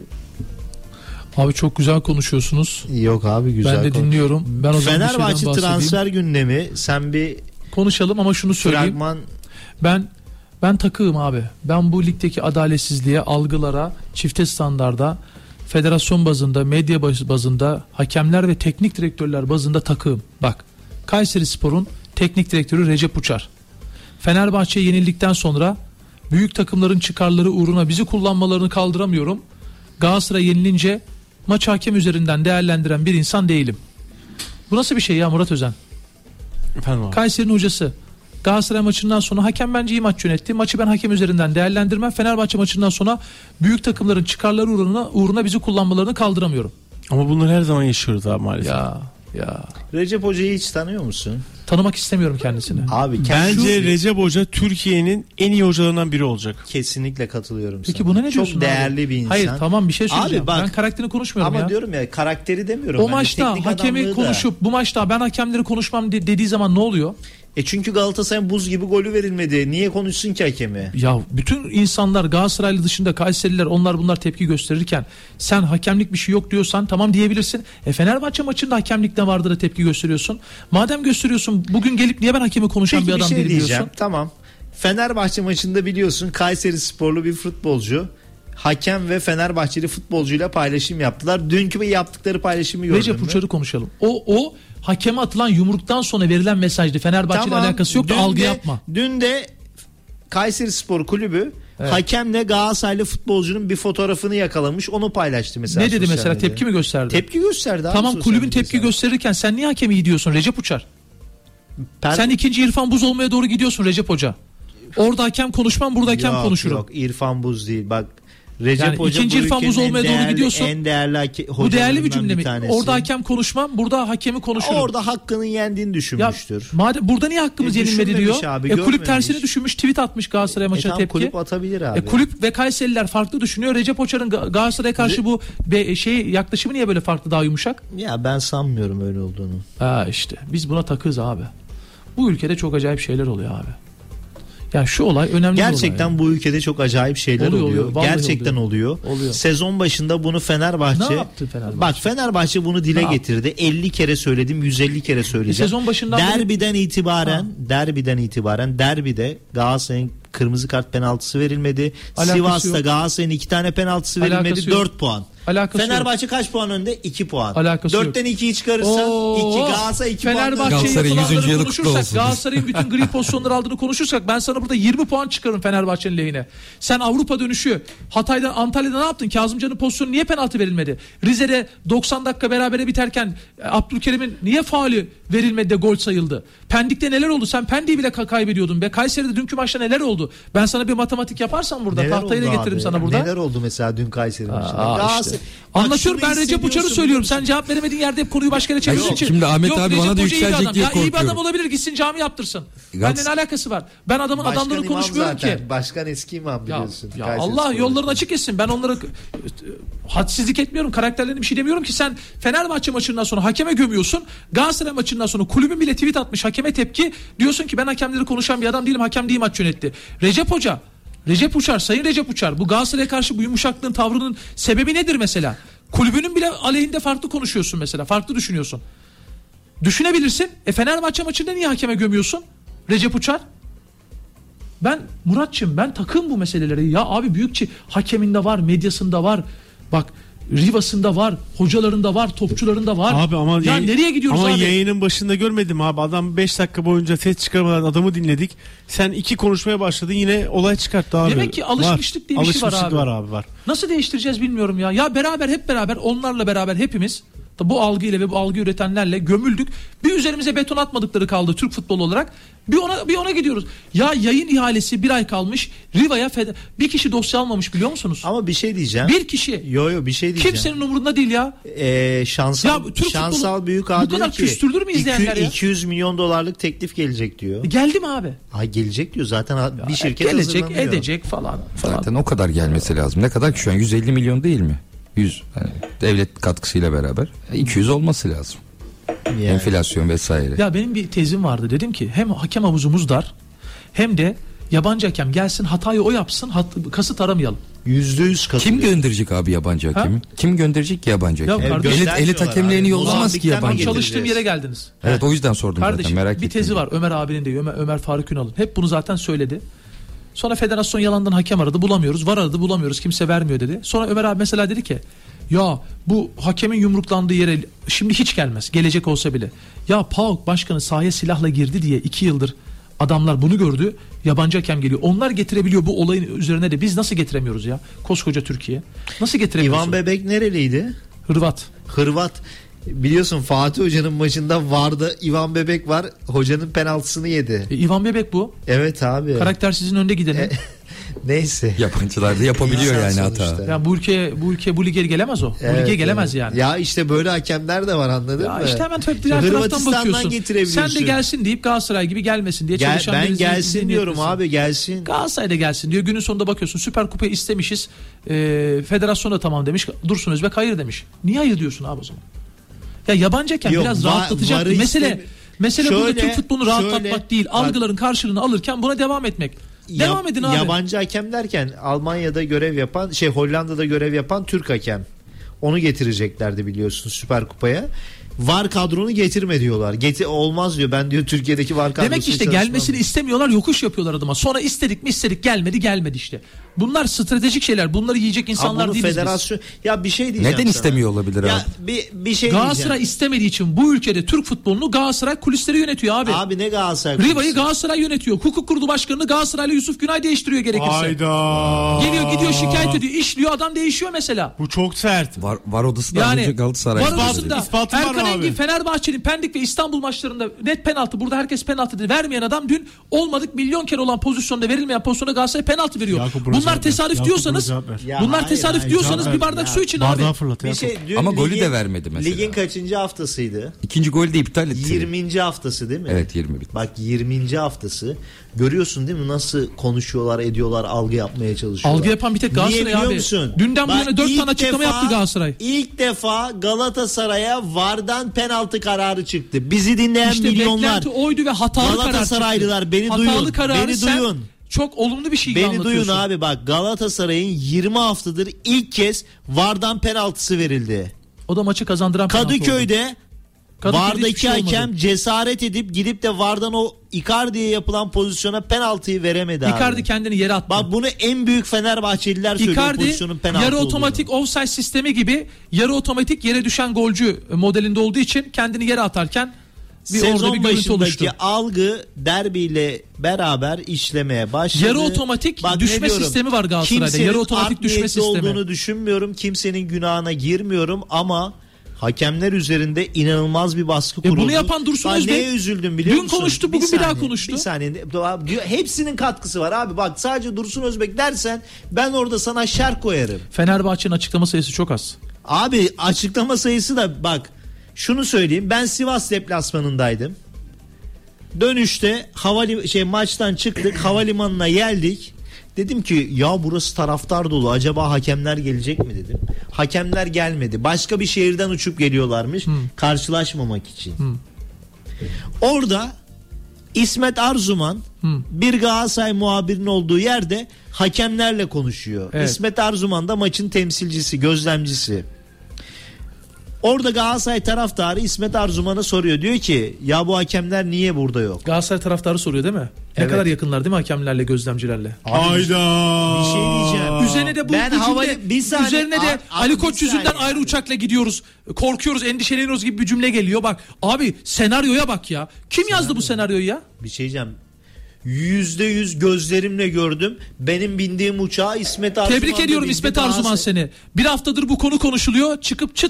Abi çok güzel konuşuyorsunuz. Yok abi güzel. Ben de konu. dinliyorum. Ben o zaman Fenerbahçe transfer gündemi. Sen bir konuşalım ama şunu söyleyeyim. fragman... Ben ben takığım abi. Ben bu ligdeki adaletsizliğe, algılara, çifte standarda, federasyon bazında, medya bazında, hakemler ve teknik direktörler bazında takığım. Bak, Kayserispor'un teknik direktörü Recep Uçar. Fenerbahçe yenildikten sonra büyük takımların çıkarları uğruna bizi kullanmalarını kaldıramıyorum. Galatasaray yenilince maç hakem üzerinden değerlendiren bir insan değilim. Bu nasıl bir şey ya Murat Özen? Efendim abi. Kayseri'nin hocası. Galatasaray maçından sonra hakem bence iyi maç yönetti. Maçı ben hakem üzerinden değerlendirmem. Fenerbahçe maçından sonra büyük takımların çıkarları uğruna, uğruna bizi kullanmalarını kaldıramıyorum. Ama bunları her zaman yaşıyoruz abi maalesef. Ya ya. Recep Hoca'yı hiç tanıyor musun? Tanımak istemiyorum kendisini. Abi bence Recep Hoca Türkiye'nin en iyi hocalarından biri olacak. Kesinlikle katılıyorum Peki sana. buna ne diyorsun Çok değerli abi? bir insan. Hayır tamam bir şey söyleyeceğim. Abi bak, ben karakterini konuşmuyorum ama ya. diyorum ya karakteri demiyorum. O maçta hakemi konuşup bu maçta ben hakemleri konuşmam de- dediği zaman ne oluyor? E çünkü Galatasaray'ın buz gibi golü verilmedi. Niye konuşsun ki hakemi? Ya bütün insanlar Galatasaraylı dışında Kayseriler onlar bunlar tepki gösterirken sen hakemlik bir şey yok diyorsan tamam diyebilirsin. E Fenerbahçe maçında hakemlik ne vardır da tepki gösteriyorsun. Madem gösteriyorsun bugün gelip niye ben hakemi konuşan Peki bir adam bir şey değilim diyeceğim. diyorsun. Tamam. Fenerbahçe maçında biliyorsun Kayseri sporlu bir futbolcu hakem ve Fenerbahçeli futbolcuyla paylaşım yaptılar. Dünkü yaptıkları paylaşımı gördün Recep mü? Uçar'ı konuşalım. O o hakeme atılan yumruktan sonra verilen mesajdı. Fenerbahçe'yle Tamam, alakası yok da dün algı de- yapma. Dün de Kayseri Spor Kulübü Evet. hakemle Galatasaraylı futbolcunun bir fotoğrafını yakalamış. Onu paylaştı mesela. Ne dedi sosyal mesela medyada. tepki mi gösterdi? Tepki gösterdi abi. Tamam sosyal kulübün medyada. tepki gösterirken sen niye hakemi iyi diyorsun Recep Uçar? Per- Sen ikinci İrfan Buz olmaya doğru gidiyorsun Recep Hoca. Orada hakem konuşmam burada hakem Yok, konuşurum. Yok İrfan Buz değil bak. Recep Yani Hoca ikinci bu İrfan Buz ülkenin olmaya en doğru değerli- gidiyorsun. En değerli hake- Bu değerli bir hocalarından cümle mi? tanesi. Orada hakem konuşmam, burada hakemi konuşurum. Orada hakkının yendiğini Ya düşünmüştür. madem burada niye hakkımız E, yenilmedi diyor. düşünmemiş abi, e, kulüp görmemiş. tersini düşünmüş, tweet atmış Galatasaray E maçına tam tepki. kulüp atabilir abi. E, kulüp ve Kayseriler farklı düşünüyor. Recep Hoçar'ın Ga- Galatasaray'a karşı bu be, şey yaklaşımı niye böyle farklı, daha yumuşak? Ya ben sanmıyorum öyle olduğunu. Ha işte biz buna takız abi. Bu ülkede çok acayip şeyler oluyor abi. Yani şu olay önemli bir olay. Gerçekten yani. bu ülkede çok acayip şeyler Oluyor, oluyor. oluyor. Vallahi Gerçekten oluyor. Oluyor. Sezon başında bunu Fenerbahçe... Ne yaptı Fenerbahçe? Bak Fenerbahçe bunu dile Ne yaptı? getirdi. elli kere söyledim, yüz elli kere söyleyeceğim. E, sezon başından beri- derbiden itibaren, Ha. derbiden itibaren derbide Galatasaray'ın kırmızı kart penaltısı verilmedi. Alakası Sivas'ta yok. Galatasaray'ın iki tane penaltısı verilmedi. Alakası yok. dört puan. Alakası Fenerbahçe kaç puan önde? iki puan. Alakası yok. dörtten ikiyi çıkarırsan Oo, iki. Galatasaray iki puan önde. Fenerbahçe Galatasaray'ın yapılanları yüzüncü yılı kutlu konuşursak, olsun. Galatasaray'ın bütün gri pozisyonları aldığını konuşursak ben sana burada yirmi puan çıkarım Fenerbahçe'nin lehine. Sen Avrupa dönüşü Hatay'dan Antalya'da ne yaptın? Kazımcan'ın pozisyonu niye penaltı verilmedi? Rize'de doksan dakika berabere biterken e, Abdülkerim'in niye faulü verilmedi de gol sayıldı? Pendik'te neler oldu? Sen Pendik'i bile ka- kaybediyordun be. Kayseri'de dünkü maçta neler oldu? Ben sana bir matematik yaparsam burada Neler tahtayla oldu getiririm abi? sana burada. Neler oldu mesela dün Kayseri maçında? Aa, Galatasaray- işte. Bak Anlatıyorum, şunu ben Recep Uçar'ı hissediyorsun. söylüyorum. Sen cevap veremediğin yerde hep konuyu başka yere çevirdiğin Yok, için. şimdi Ahmet Yok, abi Recep bana da Hoca iyi bir yükselecek adam. diye Ya iyi bir korkuyorum. adam olabilir, gitsin cami yaptırsın. Gals- Benden ne alakası var? Ben adamın Başkan adamlarını imam konuşmuyorum zaten. ki. Başkan eski imam Ya, biliyorsun. ya Kayseri Allah Spor'da. yollarını açık etsin. Ben onlara e, hadsizlik etmiyorum. Karakterlerine bir şey demiyorum ki. Sen Fenerbahçe maçından sonra hakeme gömüyorsun. Galatasaray maçından sonra kulübün bile tweet atmış hakeme tepki. Diyorsun ki ben hakemleri konuşan bir adam değilim. Hakem değil maç yönetti. Recep Hoca, Recep Uçar, Sayın Recep Uçar, bu Galatasaray'a karşı bu yumuşaklığın tavrının sebebi nedir mesela? Kulübünün bile aleyhinde farklı konuşuyorsun mesela. Farklı düşünüyorsun. Düşünebilirsin. E Fenerbahçe maçında niye hakeme gömüyorsun? Recep Uçar. Ben Muratçım ben takım bu meseleleri. Ya abi büyükçe hakeminde var, medyasında var. Bak Rivas'ında var, hocalarında var, topçularında var. Abi ama ya yayın- nereye gidiyoruz ama abi? yayının başında görmedim abi. Adam beş dakika boyunca ses çıkarmadan adamı dinledik. Sen iki konuşmaya başladın, yine olay çıkarttı abi. Demek ki alışmışlık diye bir şey var Alışmışlık abi. var abi var. Nasıl değiştireceğiz bilmiyorum ya. Ya beraber hep beraber onlarla beraber hepimiz Bu algıyla ve bu algı üretenlerle gömüldük. Bir üzerimize beton atmadıkları kaldı Türk futbolu olarak. Bir ona bir ona gidiyoruz. Ya yayın ihalesi bir ay kalmış. Riva'ya feda- bir kişi dosya almamış biliyor musunuz? Ama bir şey diyeceğim. Bir kişi. Yo yo bir şey diyeceğim. Kimsenin umurunda değil ya. Ee, şansal Ya Türk şansal futbolu büyük bu abi kadar diyor ki küstürdür mü izleyenler iki- ya? iki yüz milyon dolarlık teklif gelecek diyor. Geldi mi abi? Ay gelecek diyor zaten bir şirket Gelecek, hazırlanıyor. edecek falan falan. Zaten o kadar gelmesi lazım. Ne kadar ki şu an yüz elli milyon değil mi? yüz yani devlet katkısıyla beraber iki yüz olması lazım. Yani. Enflasyon vesaire. Ya benim bir tezim vardı. Dedim ki hem hakem havuzumuz dar hem de yabancı hakem gelsin hatayı o yapsın hat, kasıt aramayalım. Yüzde yüz Kim katılıyor. gönderecek abi yabancı Ha? hakemi? Kim gönderecek ki yabancı Ya hakemi? kardeşim- Elit, elit hakemlerini Abi, yollamaz ki Mozambik'ten yabancı. mi Çalıştığım getireceğiz? yere geldiniz. Evet o yüzden sordum Kardeşim zaten merak bir ettim. tezi var Ömer abinin de Ömer, Ömer Faruk Ünal'ın. Hep bunu zaten söyledi. Sonra federasyon yalandan hakem aradı bulamıyoruz. Var aradı bulamıyoruz kimse vermiyor dedi. Sonra Ömer abi mesela dedi ki ya bu hakemin yumruklandığı yere şimdi hiç gelmez. Gelecek olsa bile. Ya PAOK başkanı sahaya silahla girdi diye iki yıldır adamlar bunu gördü. Yabancı hakem geliyor. Onlar getirebiliyor bu olayın üzerine de. Biz nasıl getiremiyoruz ya? Koskoca Türkiye. Nasıl getiremiyorsun? İvan Bebek nereliydi? Hırvat. Hırvat. Biliyorsun Fatih Hoca'nın maçında vardı İvan Bebek var. Hocanın penaltısını yedi. E, İvan Bebek bu. Evet abi. Karaktersizin önde gideni. E, Neyse. Yabancılar da yapabiliyor İnsan yani hata. sonuçta. Ya bu ülke bu ülke bu lige gelemez o. Bu Evet, lige gelemez evet. yani. Ya işte böyle hakemler de var anladın Ya mı? işte hemen tabii diğer taraftan Hırvatistan'dan bakıyorsun. getirebiliyorsun. Sen de gelsin deyip Galatasaray gibi gelmesin diye Gel, çalışan ben birisi gelsin zihniyetlisin. diyorum abi gelsin. Galatasaray da gelsin diyor. Günün sonunda bakıyorsun Süper Kupayı istemişiz. Ee, federasyon da tamam demiş. Dursun Özbek hayır demiş. Niye hayır diyorsun abi o zaman? Ya yabancı hakem Yok, biraz va- rahatlatacaktı. varı Mesele istemi- mesele burada Şöyle, Türk futbolunu rahatlatmak şöyle, değil. bak- Algıların karşılığını alırken buna devam etmek. Ya- Devam edin abi. Yabancı hakem derken Almanya'da görev yapan şey Hollanda'da görev yapan Türk hakem. Onu getireceklerdi biliyorsun Süper Kupa'ya. VAR kadronu getirme diyorlar. Getir olmaz diyor. Ben diyor Türkiye'deki VAR kadrosunu Demek ki işte çalışmam. gelmesini istemiyorlar, yokuş yapıyorlar adıma. Sonra istedik mi istedik, gelmedi gelmedi işte. Bunlar stratejik şeyler. Bunları yiyecek Abi insanlar bunu değiliz biz. federasyon ya bir şey diyeceğim Neden sana. istemiyor olabilir Ya abi? bir bir şey Galatasaray diyeceğim. istemediği için bu ülkede Türk futbolunu Galatasaray kulisleri yönetiyor abi. Abi ne Galatasaray? Riva'yı kulisi? Galatasaray yönetiyor. Hukuk kurulu başkanını Galatasaraylı Yusuf Günay değiştiriyor gerekirse. Hayda. Geliyor gidiyor şikayet ediyor. İşliyor adam değişiyor mesela. Bu çok sert. Var, var odası da Yani önce Galatasaray. var odasında İspatı var mı Erkan abi? Engin Fenerbahçe'nin Pendik ve İstanbul maçlarında net penaltı, burada herkes penaltı dedi, vermeyen adam dün olmadık milyon kere olan pozisyonda, verilmeyen pozisyonda Galatasaray penaltı veriyor. Yakup, buna Bunlar cevap ver. tesadüf Yakup, diyorsanız buna cevap ver. Ya bunlar hayır, tesadüf hayır, diyorsanız cevap bir ver. bardak Ya, su için abi. Bardağı fırlat. Bir Yakup. şey, dün Ama golü ligin- de vermedi mesela. Ligin kaçıncı haftasıydı? İkinci golü de iptal etti. yirminci haftası değil mi? Evet yirmi bitti. Bak yirminci haftası. Görüyorsun değil mi nasıl konuşuyorlar, ediyorlar, algı yapmaya çalışıyorlar. Algı yapan bir tek Galatasaray Niye biliyor abi. musun? Dünden bu Bak, yana dört ilk tane açıklama defa- yaptı Galatasaray. İlk defa Galatasaray'a VAR'dan penaltı kararı çıktı. Bizi dinleyen İşte milyonlar. beklenti oydu ve hatalı karar Galatasaraylılar çıktı. beni hatalı duyun. kararı Beni sen duyun. çok olumlu bir şey Beni anlatıyorsun. duyun abi bak Galatasaray'ın yirmi haftadır ilk kez VAR'dan penaltısı verildi. O da maçı kazandıran penaltı oldu. Kadıköy'de Kadıköy'de hiçbir VAR'daki şey olmadı. hakem cesaret edip gidip de VAR'dan o Icardi'ye yapılan pozisyona penaltıyı veremedi abi. Icardi kendini yere attı. Bak bunu en büyük Fenerbahçeliler söylüyor Icardi pozisyonun penaltı yarı olduğunu. otomatik offside sistemi gibi yarı otomatik yere düşen golcü modelinde olduğu için kendini yere atarken bir orada bir Sezon görüntü oluştu. başındaki algı derbiyle beraber işlemeye başladı. Yarı otomatik Bak ne düşme diyorum, sistemi var Galatasaray'da. kimsenin Yarı otomatik art düşme niyetli sistemi. olduğunu düşünmüyorum. Kimsenin günahına girmiyorum ama hakemler üzerinde inanılmaz bir baskı E kuruldu. bunu yapan Dursun Ben Özbek neye üzüldüm biliyor dün musun? konuştu, bugün bir daha saniye, konuştu. Bir saniye. Diyor, hepsinin katkısı var abi. Bak sadece Dursun Özbek dersen ben orada sana şer koyarım. Fenerbahçe'nin açıklama sayısı çok az. Abi açıklama sayısı da bak şunu söyleyeyim. Ben Sivas deplasmanındaydım. Dönüşte havali şey maçtan çıktık, havalimanına geldik. Dedim ki ya burası taraftar dolu. Acaba hakemler gelecek mi dedim. Hakemler gelmedi. Başka bir şehirden uçup geliyorlarmış Hmm. karşılaşmamak için. Orada İsmet Arzuman Hmm. bir Galatasaray muhabirinin olduğu yerde hakemlerle konuşuyor. Evet. İsmet Arzuman da maçın temsilcisi, gözlemcisi. Orada Galatasaray taraftarı İsmet Arzuman'a soruyor. Diyor ki ya bu hakemler niye burada yok? Galatasaray taraftarı soruyor değil mi? Ne Evet. kadar yakınlar değil mi hakemlerle, gözlemcilerle? Hayda. Bir şey diyeceğim. Üzerine de bu, Ben bu cümle, havali- bir saniye- üzerine de Abi, Ali abi, Koç bir yüzünden saniye ayrı abi. uçakla gidiyoruz. Korkuyoruz, endişeleniyoruz gibi bir cümle geliyor. Bak abi senaryoya bak ya. Kim yazdı bu senaryoyu ya? Bir şey diyeceğim. Yüzde yüz gözlerimle gördüm. Benim bindiğim uçağa İsmet Arzuman Tebrik da ediyorum bindi. İsmet Daha Arzuman se- seni. Bir haftadır bu konu konuşuluyor. Çıkıp çıt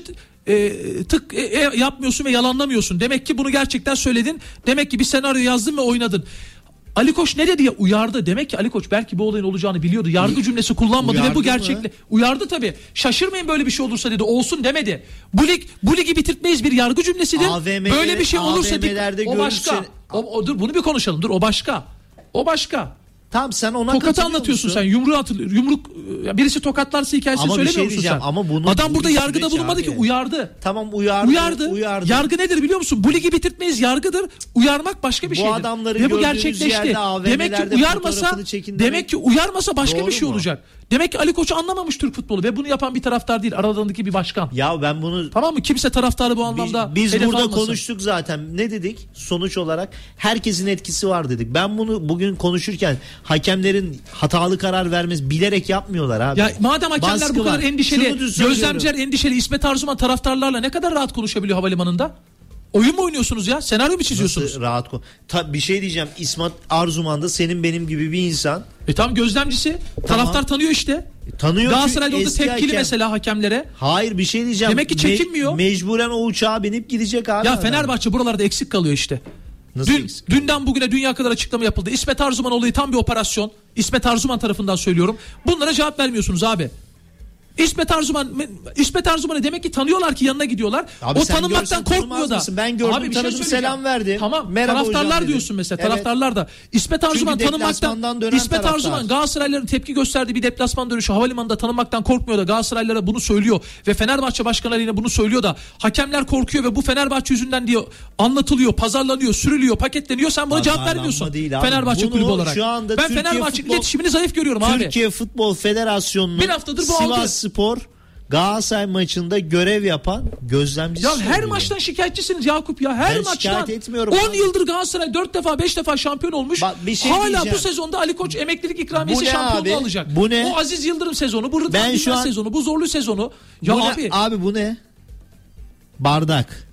e, tık e, e, yapmıyorsun ve yalanlamıyorsun. Demek ki bunu gerçekten söyledin. Demek ki bir senaryo yazdın ve oynadın. Ali Koç ne dedi ya, uyardı. Demek ki Ali Koç belki bu olayın olacağını biliyordu. Yargı cümlesi kullanmadı Uyardı ve bu mı? gerçekle uyardı tabii. Şaşırmayın böyle bir şey olursa dedi. Olsun demedi. Bu lig bu ligi bitirtmeyiz bir yargı cümlesidir. A V M'de Böyle bir şey olursa A V M'lerde o başka. görürsen- O, o, dur bunu bir konuşalım. Dur o başka. O başka. Tamam, sen ona Tokatı katılıyor anlatıyorsun musun? sen. Yumruğu hatırlıyor. Yumruk ya birisi tokatlarsa hikayesini Ama bir söylemiyor şey musun diyeceğim, sen? ama bunu- Adam bu burada bir yargıda süreç bulunmadı abi. ki, uyardı. Tamam, uyardı. Uyardı. uyardı. Yargı nedir biliyor musun? Bu ligi bitirtmeyiz yargıdır. Uyarmak başka bir Bu şeydir. adamları Ve bu gördüğünüz gerçekleşti. yerde A V Demek ki M'lerde uyarmasa fotoğrafını çekin demek- demek ki uyarmasa başka Doğru bir şey mu? olacak. Demek ki Ali Koç anlamamış Türk futbolu ve bunu yapan bir taraftar değil. Aralarındaki bir başkan. Ya ben bunu Tamam mı? Kimse taraftarı bu anlamda Biz, biz hedef burada almasın. konuştuk zaten. Ne dedik? Sonuç olarak herkesin etkisi var dedik. Ben bunu bugün konuşurken hakemlerin hatalı karar vermesi bilerek yapmıyorlar abi. Ya madem hakemler Baskı bu kadar var. endişeli, Şunu da söylüyorum. gözlemciler endişeli, İsmet Arzuman taraftarlarla ne kadar rahat konuşabiliyor havalimanında? Oyun mu oynuyorsunuz ya? Senaryo mu çiziyorsunuz? Nasıl rahat ko- Ta, bir şey diyeceğim. İsmet Arzuman da senin benim gibi bir insan. E tam gözlemcisi. Taraftar tanıyor işte. E, tanıyor ki Galatasaray'da orada eski tepkili hakem. mesela hakemlere. Hayır, bir şey diyeceğim. Demek ki çekinmiyor. mecburen o uçağa binip gidecek abi. Ya adam. Fenerbahçe buralarda eksik kalıyor işte. Nasıl Dün, eksik? dünden bugüne dünya kadar açıklama yapıldı. İsmet Arzuman olayı tam bir operasyon. İsmet Arzuman tarafından söylüyorum. Bunlara cevap vermiyorsunuz abi. İsmet Arzuman İsmet Arzuman'ı demek ki tanıyorlar ki yanına gidiyorlar. Abi o sen tanınmaktan görsen korkmuyor tanımaz da. mısın? Ben gördüm, Abi bir şey tanıdım, söyleyeceğim. selam verdim. Tamam. Merhaba hocam taraftarlar dedim. diyorsun mesela. Evet. Taraftarlar da. İsmet Arzuman Çünkü tanınmaktan deplasmandan dönen İsmet taraftar. Arzuman Galatasaraylıların tepki gösterdiği bir deplasman dönüşü havalimanında tanınmaktan korkmuyor da Galatasaraylılara bunu söylüyor ve Fenerbahçe başkanları yine bunu söylüyor da hakemler korkuyor ve bu Fenerbahçe yüzünden diyor anlatılıyor, pazarlanıyor, sürülüyor, paketleniyor. Sen buna cevap Pazarlanma vermiyorsun. değil abi. Fenerbahçe Bunu kulübü olarak. şu anda Ben Türkiye Fenerbahçe'nin futbol- iletişimini zayıf görüyorum abi. Türkiye Futbol Federasyonu'nun Bir haftadır bu algı. Sivas Spor Galatasaray maçında görev yapan gözlemcisi. Ya her söylüyor. maçtan şikayetçisiniz Yakup ya. Her Ben maçtan. şikayet etmiyorum on abi. yıldır Galatasaray dört defa beş defa şampiyon olmuş. Bak, bir şey Hala diyeceğim. bu sezonda Ali Koç emeklilik ikramiyesi Bu ne şampiyonluğu abi? alacak. Bu ne? O Aziz Yıldırım sezonu, bu Rıdvan Ben Dilmen şu an- sezonu, bu zorlu sezonu. Ya bu abi. ne? Abi bu ne? Bardak.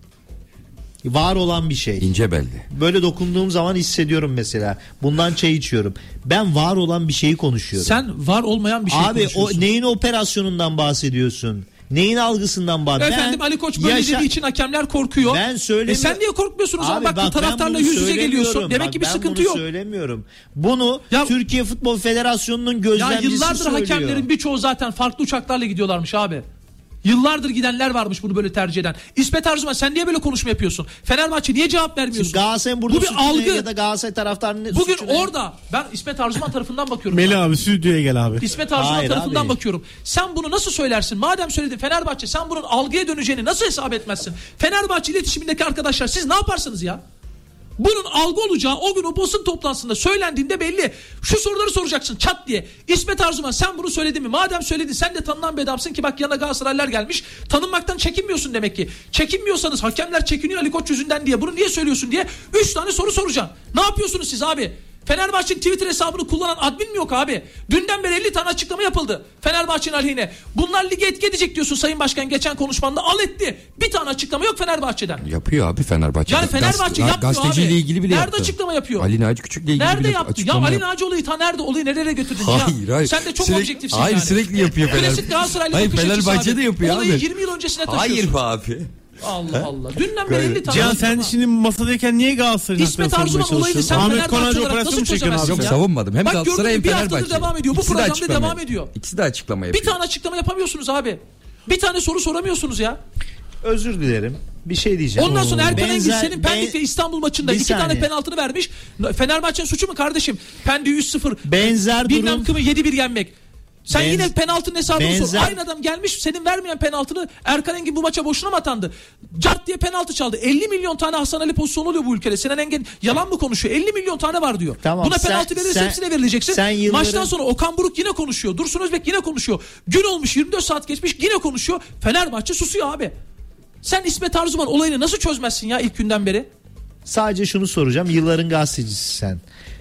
Var olan bir şey. İnce belli. Böyle dokunduğum zaman hissediyorum mesela. Bundan çay içiyorum. Ben var olan bir şeyi konuşuyorum. Sen var olmayan bir şey Abi o konuşuyorsun. neyin operasyonundan bahsediyorsun? Neyin algısından bahsediyorsun? Efendim Ben Ali Koç böyle yaşa- dediği için hakemler korkuyor. Ben söylemiyorum. E sen niye korkmuyorsun o zaman? Abi Bak, bak, bu taraftarla ben bunu yüz yüze geliyorsun. söylemiyorum. Demek Bak, ki bir ben sıkıntı bunu yok. söylemiyorum. Bunu Ya- Türkiye Futbol Federasyonu'nun Ya gözlemcisi yıllardır söylüyor. hakemlerin birçoğu zaten farklı uçaklarla gidiyorlarmış abi. Yıllardır gidenler varmış bunu böyle tercih eden. İsmet Arzuman sen niye böyle konuşma yapıyorsun? Fenerbahçe niye cevap vermiyorsun? Şimdi Galatasaray burada Bu bir suçu ne algı. ya da Galatasaray taraftarının Bugün suçu ne? orada ben İsmet Arzuman tarafından bakıyorum. Melih ben. abi stüdyoya gel abi. İsmet Arzuman Hayır tarafından abi. bakıyorum. Sen bunu nasıl söylersin? Madem söyledin Fenerbahçe, sen bunun algıya döneceğini nasıl hesap etmezsin? Fenerbahçe iletişimindeki arkadaşlar siz ne yaparsınız ya? Bunun algı olacağı o gün o basın toplantısında söylendiğinde belli. Şu soruları soracaksın çat diye. İsmet Arzuman sen bunu söyledin mi? Madem söyledin sen de tanınan bir adamsın ki bak yanına Galatasaraylılar gelmiş. Tanınmaktan çekinmiyorsun demek ki. Çekinmiyorsanız hakemler çekiniyor Ali Koç yüzünden diye. Bunu niye söylüyorsun diye üç tane soru soracağım. Ne yapıyorsunuz siz abi? Fenerbahçe'nin Twitter hesabını kullanan admin mi yok abi? Dünden beri elli tane açıklama yapıldı Fenerbahçe'nin aleyhine. Bunlar ligi etki edecek diyorsun Sayın Başkan geçen konuşmanda, al etti. Bir tane açıklama yok Fenerbahçe'den. Yapıyor abi Fenerbahçe. Yani Fenerbahçe Gaz- yapmıyor gazeteciyle abi. ilgili bile Nerede yaptı. açıklama yapıyor? Ali Naci Küçük'le ilgili Nerede bile yaptı? Ya açıklama Ali yap- Naci olayı ta nerede? Olayı nerelere götürdün Hayır, ya? hayır. Sen de çok Sürekli- objektifsin hayır, yani. sürekli yapıyor Fener- Klasik Galatasaraylı Hayır, bakış açısı Fenerbahçe abi. de yapıyor Olayı abi. yirmi yıl öncesine taşıyorsun. Hayır be abi. Allah Allah. Dünden beri elli tane Cihan açıklama. sen şimdi masadayken niye Galatasaray'ın İsmet hakkını savunmaya Arzuman olayını sen çalışıyorsun? Ahmet Fenerbahçe Konacı olarak operasyonu nasıl mu çekiyorsun çözemezsin abi? Yok ya? savunmadım. Hem Bak Galatasaray hem gördün mü, bir haftadır Fenerbahçe. devam ediyor. Bu İkisi de programda açıklama devam yapıyor. ediyor. İkisi de açıklama Bir yapıyor. tane açıklama yapamıyorsunuz abi. Bir tane soru soramıyorsunuz ya. Özür dilerim. Bir şey diyeceğim. Ondan sonra Erkan Engin Benzer- senin Pendik ben- ve İstanbul maçında Bir iki tane saniye. penaltını vermiş. Fenerbahçe'nin suçu mu kardeşim? Pendik'i üç sıfır. Benzer Bilmem durum- kımı yedi bir yenmek. Sen Benz- yine penaltının hesabını benzer- sor. Aynı adam gelmiş senin vermeyen penaltını, Erkan Engin bu maça boşuna mı atandı? Cart diye penaltı çaldı. elli milyon tane Hasan Ali pozisyonu oluyor bu ülkede. Sinan Engin yalan mı konuşuyor? elli milyon tane var diyor. Tamam, Buna sen- penaltı verirse sen- hepsine verileceksin. sen yılların- Maçtan sonra Okan Buruk yine konuşuyor. Dursun Özbek yine konuşuyor. Gün olmuş, yirmi dört saat geçmiş, yine konuşuyor. Fenerbahçe susuyor abi. Sen İsmet Arzuman olayını nasıl çözmezsin ya ilk günden beri? Sadece şunu soracağım. Yılların gazetecisi sen.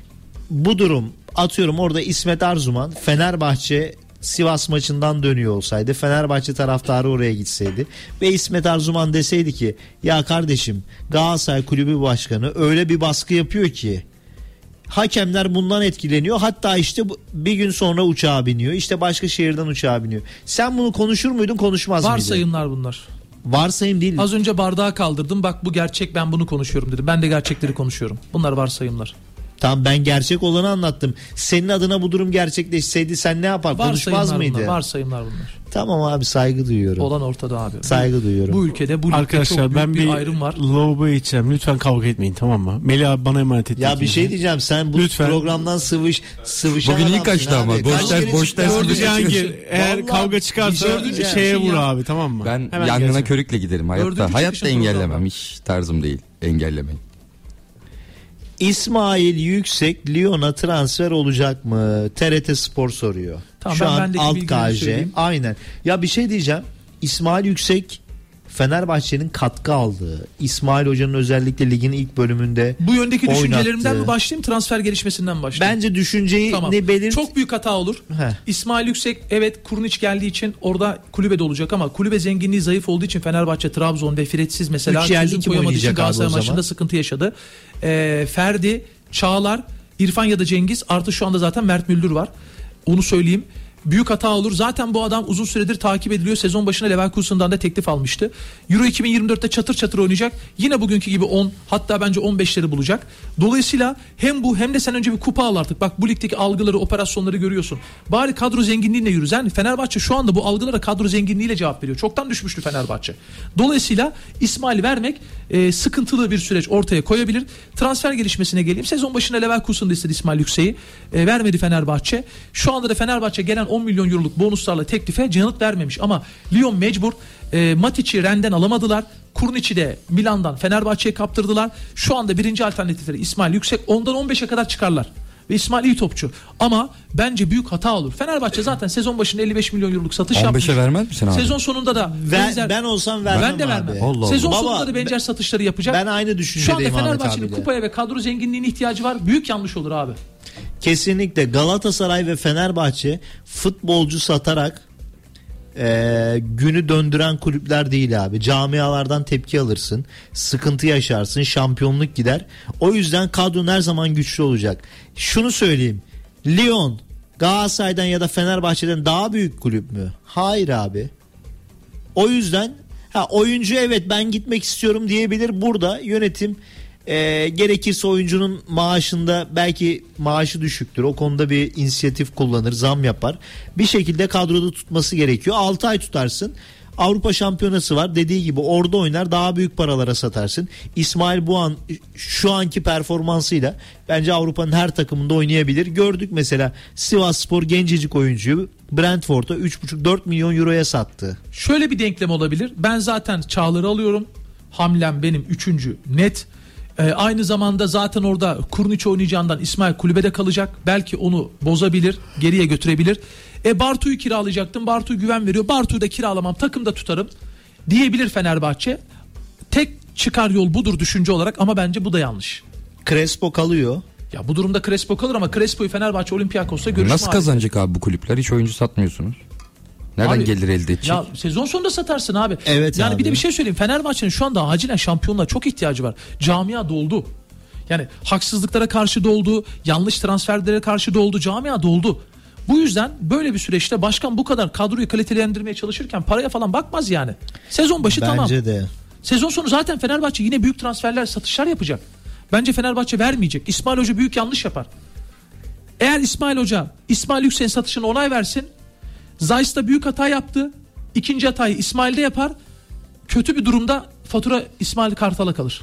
Bu durum, atıyorum orada İsmet Arzuman Fenerbahçe Sivas maçından dönüyor olsaydı, Fenerbahçe taraftarı oraya gitseydi ve İsmet Arzuman deseydi ki ya kardeşim Galatasaray Kulübü Başkanı öyle bir baskı yapıyor ki hakemler bundan etkileniyor, hatta işte bu- bir gün sonra uçağa biniyor, işte başka şehirden uçağa biniyor. Sen bunu konuşur muydun, konuşmaz mıydın? Varsayımlar bunlar. Varsayım değil. Az önce bardağı kaldırdım. Bak bu gerçek, ben bunu konuşuyorum dedim. Ben de gerçekleri konuşuyorum. Bunlar varsayımlar. Tamam, ben gerçek olanı anlattım. Senin adına bu durum gerçekleşseydi sen ne yapar? Konuşmaz mıydı? Bunlar, varsayımlar bunlar. Tamam abi, saygı duyuyorum. Olan ortada abi. Saygı duyuyorum. Bu ülkede bu ülkede Arkadaşlar çok büyük ben bir, bir ayrım var. lavaboya içeceğim. Lütfen kavga etmeyin, tamam mı? Melih abi bana emanet et. Ya bir şey diyeceğim, sen bu Lütfen. programdan sıvış sıvışan Bugün ilk adamsın açtı abi. ama. Boş Kaç ders- kere boş çıktı? ders Dördüncü gibi çıkışı. Cihangir, eğer Vallahi kavga çıkarsa dördüncü şeye çıkışı vur ya. abi, tamam mı? Ben Hemen yangına gelsin. körükle giderim. Dördüncü Hayatta, hayatta çıkışın engellemem. programı. Hiç tarzım değil. Engellemeyin. İsmail Yüksek Lyon'a transfer olacak mı? T R T Spor soruyor. Tamam, Şu ben an bendeki alt bilgileri K J. söyleyeyim. Aynen. Ya bir şey diyeceğim. İsmail Yüksek Fenerbahçe'nin katkı aldığı, İsmail Hoca'nın özellikle ligin ilk bölümünde Bu yöndeki oynattığı. düşüncelerimden mi başlayayım, transfer gelişmesinden başlayayım? Bence düşünceyi Tamam. ne belirt? Çok büyük hata olur. Heh. İsmail Yüksek, evet Kurniç geldiği için orada kulübede olacak ama kulübe zenginliği zayıf olduğu için Fenerbahçe, Trabzon ve Fredsiz mesela Üç yerli çözüm kim koyamadığı için oynayacak abi o Galatasaray zaman? maçında sıkıntı yaşadı. Ee, Ferdi, Çağlar, İrfan ya da Cengiz, artı şu anda zaten Mert Müldür var. Onu söyleyeyim. Büyük hata olur. Zaten bu adam uzun süredir takip ediliyor. Sezon başına Leverkusen'dan da teklif almıştı. Euro iki bin yirmi dörtte çatır çatır oynayacak. Yine bugünkü gibi on, hatta bence on beşleri bulacak. Dolayısıyla hem bu hem de sen önce bir kupa al artık. Bak bu ligdeki algıları, operasyonları görüyorsun. Bari kadro zenginliğine yürü. Yani Fenerbahçe şu anda bu algılara kadro zenginliğiyle cevap veriyor. Çoktan düşmüştü Fenerbahçe. Dolayısıyla İsmail vermek e, sıkıntılı bir süreç ortaya koyabilir. Transfer gelişmesine geleyim. Sezon başına Leverkusen'da istedi İsmail Yüksek'i. E, vermedi Fenerbahçe. Şu anda da Fenerbahçe gelen on milyon euroluk bonuslarla teklife yanıt vermemiş. Ama Lyon mecbur. E, Matic'i Rennes'den alamadılar. Kurniç'i de Milan'dan Fenerbahçe'ye kaptırdılar. Şu anda birinci alternatifleri İsmail Yüksek. Ondan on beşe kadar çıkarlar. Ve İsmail iyi topçu. Ama bence büyük hata olur. Fenerbahçe zaten sezon başında elli beş milyon euroluk satış on beşe yapmış. vermez misin abi? Sezon sonunda da Ver- benzer... ben olsam vermem Ben de vermem. abi. Allah Allah. Sezon Baba, sonunda da benzer satışları yapacak. Ben aynı Şu anda düşüncedeyim Ahmet Fenerbahçe'nin abiyle. kupaya ve kadro zenginliğine ihtiyacı var. Büyük yanlış olur abi. Kesinlikle Galatasaray ve Fenerbahçe futbolcu satarak e, günü döndüren kulüpler değil abi. Camialardan tepki alırsın, sıkıntı yaşarsın, şampiyonluk gider. O yüzden kadron her zaman güçlü olacak. Şunu söyleyeyim. Lyon Galatasaray'dan ya da Fenerbahçe'den daha büyük kulüp mü? Hayır abi. O yüzden ha, oyuncu evet ben gitmek istiyorum diyebilir. Burada yönetim e, gerekirse oyuncunun maaşında belki maaşı düşüktür. O konuda bir inisiyatif kullanır, zam yapar. Bir şekilde kadroda tutması gerekiyor. altı ay tutarsın. Avrupa Şampiyonası var. Dediği gibi orada oynar, daha büyük paralara satarsın. İsmail bu an şu anki performansıyla bence Avrupa'nın her takımında oynayabilir. Gördük mesela Sivasspor gencecik oyuncuyu Brentford'a üç buçuk dört milyon euroya sattı. Şöyle bir denklem olabilir. Ben zaten Çağlar'ı alıyorum. Hamlem benim üçüncü net. Ee, aynı zamanda zaten orada Kurniç oynayacağından İsmail kulübede kalacak. Belki onu bozabilir, geriye götürebilir. E Bartu'yu kiralayacaktım. Bartu güven veriyor. Bartu'yu da kiralamam, takımda tutarım diyebilir Fenerbahçe. Tek çıkar yol budur düşünce olarak ama bence bu da yanlış. Crespo kalıyor. Ya bu durumda Crespo kalır ama Crespo'yu Fenerbahçe Olympiakos'ta görüşme Nasıl halinde. kazanacak abi bu kulüpler? Hiç oyuncu satmıyorsunuz. Nereden Abi, gelir elde edecek? Ya sezon sonunda satarsın abi. Evet yani abi. bir de bir şey söyleyeyim. Fenerbahçe'nin şu anda acilen şampiyonluğa çok ihtiyacı var. Camia doldu. Yani haksızlıklara karşı doldu, yanlış transferlere karşı doldu, camia doldu. Bu yüzden böyle bir süreçte başkan bu kadar kadroyu kalitelendirmeye çalışırken paraya falan bakmaz yani. Sezon başı Bence tamam. de. Sezon sonu zaten Fenerbahçe yine büyük transferler, satışlar yapacak. Bence Fenerbahçe vermeyecek. İsmail Hoca büyük yanlış yapar. Eğer İsmail Hoca İsmail Yüksek'in satışına onay versin, Zayis da büyük hata yaptı. İkinci hatayı İsmail'de yapar. Kötü bir durumda fatura İsmail Kartal'a kalır.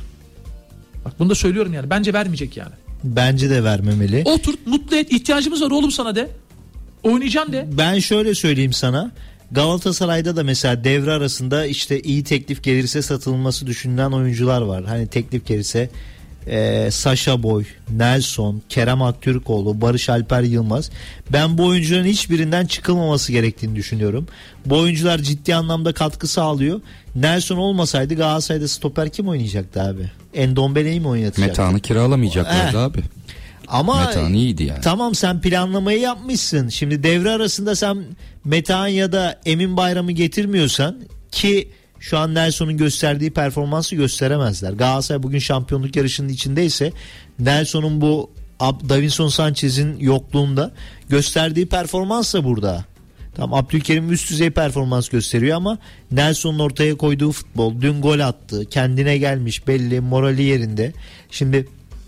Bak bunu da söylüyorum yani. Bence vermeyecek yani. Bence de vermemeli. Oturt, mutlu et. İhtiyacımız var oğlum sana de. Oynayacaksın de. Ben şöyle söyleyeyim sana. Galatasaray'da da mesela devre arasında işte iyi teklif gelirse satılması düşünülen oyuncular var. Hani teklif gelirse e, Sacha Boy, Nelson, Kerem Aktürkoğlu, Barış Alper Yılmaz. Ben bu oyuncuların hiçbirinden çıkılmaması gerektiğini düşünüyorum. Bu oyuncular ciddi anlamda katkı sağlıyor. Nelson olmasaydı Galatasaray'da stoper kim oynayacaktı abi? Endombele'yi mi oynatacaktı? Metanı kiralamayacaklardı Eh. abi. Ama Metan iyiydi yani. Tamam, sen planlamayı yapmışsın. Şimdi devre arasında sen Metehan ya da Emin Bayram'ı getirmiyorsan, ki şu an Nelson'un gösterdiği performansı gösteremezler. Galatasaray bugün şampiyonluk yarışının içindeyse Nelson'un bu Davinson Sanchez'in yokluğunda gösterdiği performans da burada. Tamam, Abdülkerim üst düzey performans gösteriyor ama Nelson'un ortaya koyduğu futbol, dün gol attı, kendine gelmiş, belli, morali yerinde. Şimdi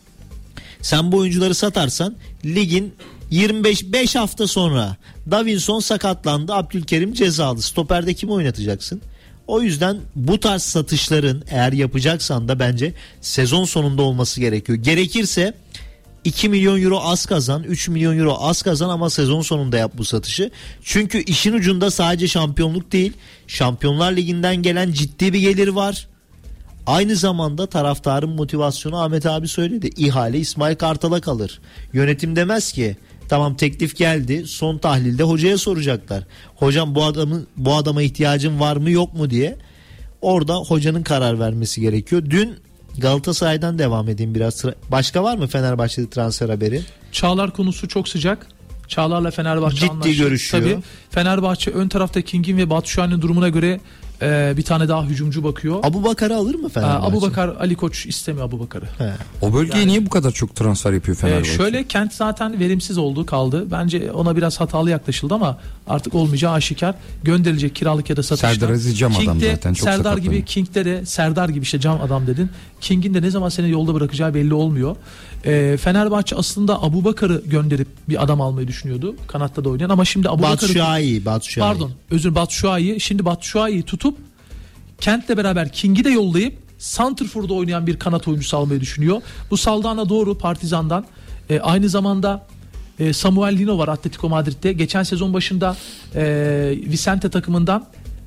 sen bu oyuncuları satarsan ligin yirmi beş beş hafta sonra Davinson sakatlandı, Abdülkerim cezalı. Stoperde kimi oynatacaksın? O yüzden bu tarz satışların eğer yapacaksan da bence sezon sonunda olması gerekiyor. Gerekirse iki milyon euro az kazan, üç milyon euro az kazan ama sezon sonunda yap bu satışı. Çünkü işin ucunda sadece şampiyonluk değil, Şampiyonlar Ligi'nden gelen ciddi bir gelir var. Aynı zamanda taraftarın motivasyonu, Ahmet abi söyledi, ihale İsmail Kartal'a kalır. Yönetim demez ki tamam teklif geldi, son tahlilde hocaya soracaklar. Hocam bu adamın bu adama ihtiyacın var mı yok mu diye. Orada hocanın karar vermesi gerekiyor. Dün Galatasaray'dan devam edeyim biraz. Başka var mı Fenerbahçe'de transfer haberi? Çağlar konusu çok sıcak. Çağlar'la Fenerbahçe ciddi anlaştı. görüşüyor. Tabii Fenerbahçe ön tarafta King'in ve Batshuayi'nin durumuna göre e, bir tane daha hücumcu bakıyor. Abubakar'ı alır mı Fenerbahçe? Abubakar, Ali Koç istemiyor Abubakar'ı. O bölgeye yani, niye bu kadar çok transfer yapıyor Fenerbahçe? E, şöyle Kent zaten verimsiz oldu, kaldı. Bence ona biraz hatalı yaklaşıldı ama artık olmayacağı aşikar. Gönderilecek kiralık ya da satışta. Serdar Aziz cam adam zaten, çok Serdar sakatlanıyor. gibi, King'de de Serdar gibi işte cam adam dedin. King'in de ne zaman seni yolda bırakacağı belli olmuyor. E, Fenerbahçe aslında Abubakar'ı gönderip bir adam almayı düşünüyordu. Kanatta da oynayan ama şimdi Abubakar'ı... Batshuayi, Batshuayi. Pardon, özür Batshuayi. Şimdi Batshuayi'yi tutup Kent'le beraber King'i de yollayıp Santrfor'da oynayan bir kanat oyuncusu almayı düşünüyor. Bu Saldana doğru, Partizan'dan. E, aynı zamanda e, Samuel Lino var Atletico Madrid'de. Geçen sezon başında e, Vicente takımından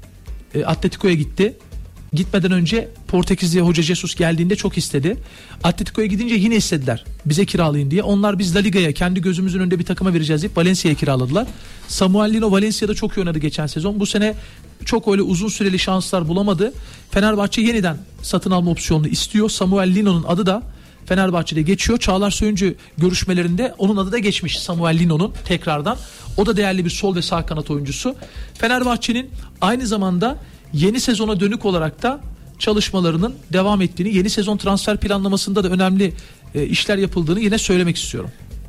e, Atletico'ya gitti. Gitmeden önce Portekizli Hoca Jesus geldiğinde çok istedi. Atletico'ya gidince yine istediler bize kiralayın diye. Onlar biz La Liga'ya kendi gözümüzün önünde bir takıma vereceğiz deyip Valencia'ya kiraladılar. Samuel Lino Valencia'da çok iyi oynadı geçen sezon. Bu sene çok öyle uzun süreli şanslar bulamadı. Fenerbahçe yeniden satın alma opsiyonunu istiyor. Samuel Lino'nun adı da Fenerbahçe'de geçiyor. Çağlar Söyüncü görüşmelerinde onun adı da geçmiş, Samuel Lino'nun tekrardan. O da değerli bir sol ve sağ kanat oyuncusu. Fenerbahçe'nin aynı zamanda yeni sezona dönük olarak da çalışmalarının devam ettiğini, yeni sezon transfer planlamasında da önemli e, işler yapıldığını yine söylemek istiyorum.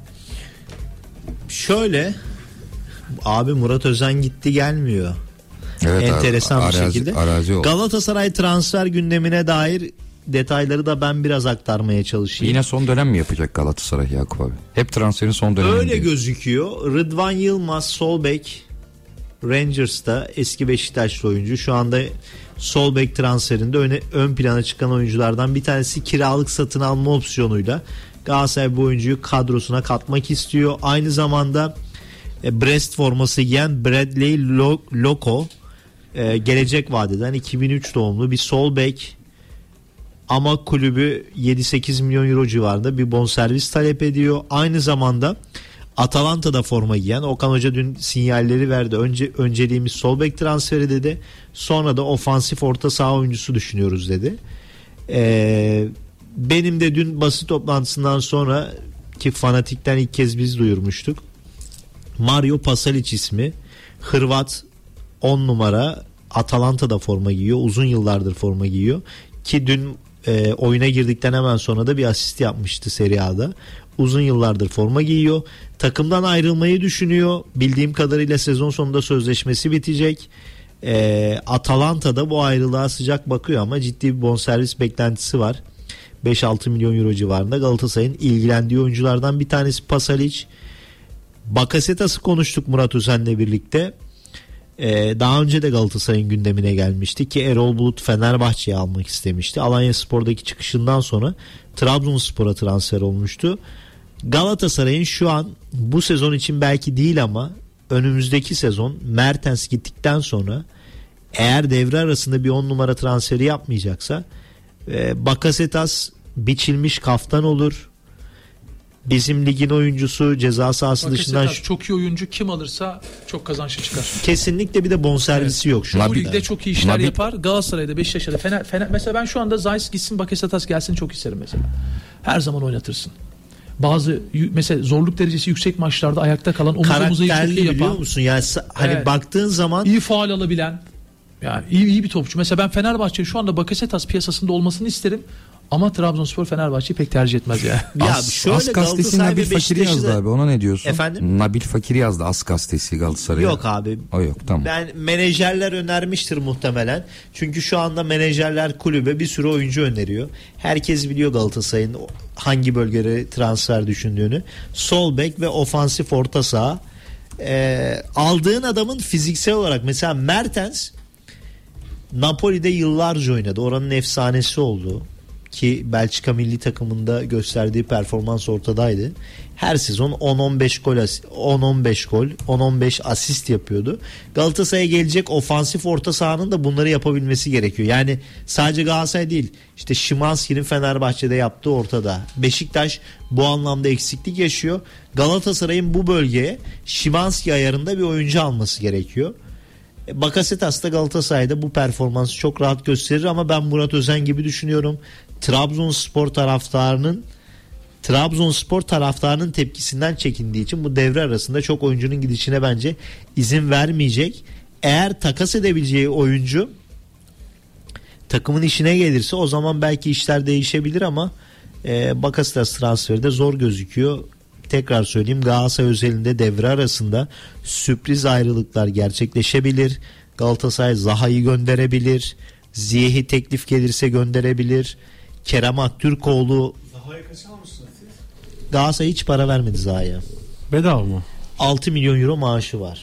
Şöyle abi, Murat Özen gitti gelmiyor. Evet, enteresan arazi, bir şekilde. Arazi Galatasaray transfer gündemine dair detayları da ben biraz aktarmaya çalışayım. Yine son dönem mi yapacak Galatasaray Yakup abi? Hep transferin son dönemi. Öyle diyor. gözüküyor. Rıdvan Yılmaz sol bek, Rangers'ta eski Beşiktaşlı oyuncu. Şu anda sol bek transferinde öne, ön plana çıkan oyunculardan bir tanesi. Kiralık satın alma opsiyonuyla Galatasaray bu oyuncuyu kadrosuna katmak istiyor. Aynı zamanda e, Brest forması giyen Bradley Loko e, gelecek vadeden iki bin üç doğumlu bir sol bek ama kulübü yedi sekiz milyon euro civarında bir bonservis talep ediyor. Aynı zamanda Atalanta'da forma giyen Okan Hoca dün sinyalleri verdi. Önce önceliğimiz sol bek transferi dedi. Sonra da ofansif orta saha oyuncusu düşünüyoruz dedi. Ee, benim de dün basın toplantısından sonra ki Fanatik'ten ilk kez biz duyurmuştuk. Mario Pasalic ismi, Hırvat, on numara, Atalanta'da forma giyiyor. Uzun yıllardır forma giyiyor. Ki dün e, oyuna girdikten hemen sonra da bir asist yapmıştı Serie A'da. Uzun yıllardır forma giyiyor. Takımdan ayrılmayı düşünüyor. Bildiğim kadarıyla sezon sonunda sözleşmesi bitecek. E, Atalanta'da bu ayrılığa sıcak bakıyor ama ciddi bir bonservis beklentisi var. beş altı milyon euro civarında. Galatasaray'ın ilgilendiği oyunculardan bir tanesi Pasalic. Bakasetas'ı konuştuk Murat Özen'le birlikte. Ee, daha önce de Galatasaray'ın gündemine gelmişti ki Erol Bulut Fenerbahçe'ye almak istemişti. Alanyaspor'daki çıkışından sonra Trabzonspor'a transfer olmuştu. Galatasaray'ın şu an bu sezon için belki değil ama önümüzdeki sezon Mertens gittikten sonra eğer devre arasında bir on numara transferi yapmayacaksa e, Bakasetas biçilmiş kaftan olur. Bizim ligin oyuncusu, ceza sahası dışından çok iyi oyuncu, kim alırsa çok kazançlı çıkar. Kesinlikle, bir de bonservisi evet. yok şu Bu anda. ligde çok iyi işler Nabi... yapar. Galatasaray'da, Beşiktaş'ta, Fener, Fener mesela ben şu anda Zayis gitsin, Bakasetas gelsin çok isterim mesela. Her zaman oynatırsın. Bazı mesela zorluk derecesi yüksek maçlarda ayakta kalan, omuz omuza çok iyi yapan. Biliyor musun? Yani hani evet. baktığın zaman iyi faul alabilen, yani iyi iyi bir topçu. Mesela ben Fenerbahçe'nin şu anda Bakasetas piyasasında olmasını isterim. Ama Trabzonspor Fenerbahçe'yi pek tercih etmez ya. Ya As, şöyle As gazetesi Galatasaray Nabil ve Fakiri Beşiktaş'ı yazdı da- abi, ona ne diyorsun? Efendim? Nabil Fakiri yazdı As gazetesi Galatasaray'a. Yok abi. O yok, tamam. Ben menajerler önermiştir muhtemelen. Çünkü şu anda menajerler kulübe bir sürü oyuncu öneriyor. Herkes biliyor Galatasaray'ın hangi bölgelere transfer düşündüğünü. Sol bek ve ofansif orta saha. Ee, aldığın adamın fiziksel olarak mesela Mertens Napoli'de yıllarca oynadı. Oranın efsanesi oldu. Ki Belçika milli takımında gösterdiği performans ortadaydı. Her sezon on on beş gol, on on beş gol, on on beş asist yapıyordu. Galatasaray'a gelecek ofansif orta sahanın da bunları yapabilmesi gerekiyor. Yani sadece Galatasaray değil. İşte Szymański'nin Fenerbahçe'de yaptığı ortada. Beşiktaş bu anlamda eksiklik yaşıyor. Galatasaray'ın bu bölgeye Szymański ayarında bir oyuncu alması gerekiyor. Bakasetas da Galatasaray'da bu performansı çok rahat gösterir ama ben Murat Özen gibi düşünüyorum. Trabzonspor taraftarının Trabzonspor taraftarının tepkisinden çekindiği için bu devre arasında çok oyuncunun gidişine bence izin vermeyecek. Eğer takas edebileceği oyuncu takımın işine gelirse o zaman belki işler değişebilir ama e, Bakasetas transferi de zor gözüküyor. Tekrar söyleyeyim, Galatasaray özelinde devre arasında sürpriz ayrılıklar gerçekleşebilir. Galatasaray Zaha'yı gönderebilir. Ziyeh'i teklif gelirse gönderebilir. Kerem Aktürkoğlu. Zaha'ya kaç almışsınız siz? Galatasaray hiç para vermedi Zaha'ya. Bedava mı? altı milyon euro maaşı var.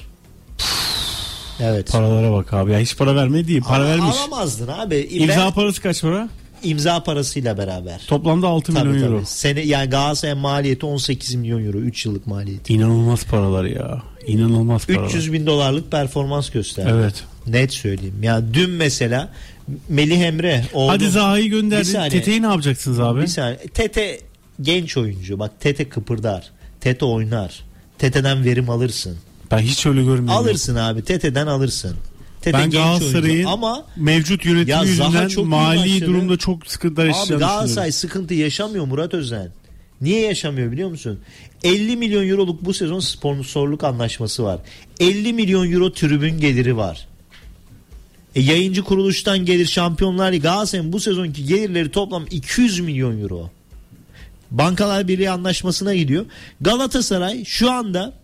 Evet. Paralara bak abi ya, hiç para vermedi değil, para Ama vermiş. alamazdın abi. İmza Ben- parası kaç para? imza parasıyla beraber. Toplamda altı Tabii, milyon tabii. euro. Sene, yani Galatasaray maliyeti on sekiz milyon euro. üç yıllık maliyeti. İnanılmaz paralar ya. İnanılmaz paralar. üç yüz bin dolarlık performans gösterdi. Evet. Net söyleyeyim. Ya dün mesela Melih Emre oğlum, Hadi Zaha'yı Bir gönderdin. saniye. Tete'yi ne yapacaksınız abi? bir saniye. Tete genç oyuncu. Bak Tete kıpırdar. Tete oynar. Tete'den verim alırsın. Ben hiç öyle görmüyorum. Alırsın abi. Tete'den alırsın. Tete Ben genç oyuncu Galatasaray'ın ama mevcut yönetimi Ya Zaha yüzünden çok iyi mali başladı. durumda çok sıkıntılar abi yaşayacağını Galatasaray düşünüyorum. sıkıntı yaşamıyor Murat Özen. Niye yaşamıyor biliyor musun? elli milyon euroluk bu sezon sponsorluk anlaşması var. elli milyon euro tribün geliri var. E, yayıncı kuruluştan gelir, Şampiyonlar Ligi. Galatasaray'ın bu sezonki gelirleri toplam iki yüz milyon euro. Bankalar Birliği anlaşmasına gidiyor. Galatasaray şu anda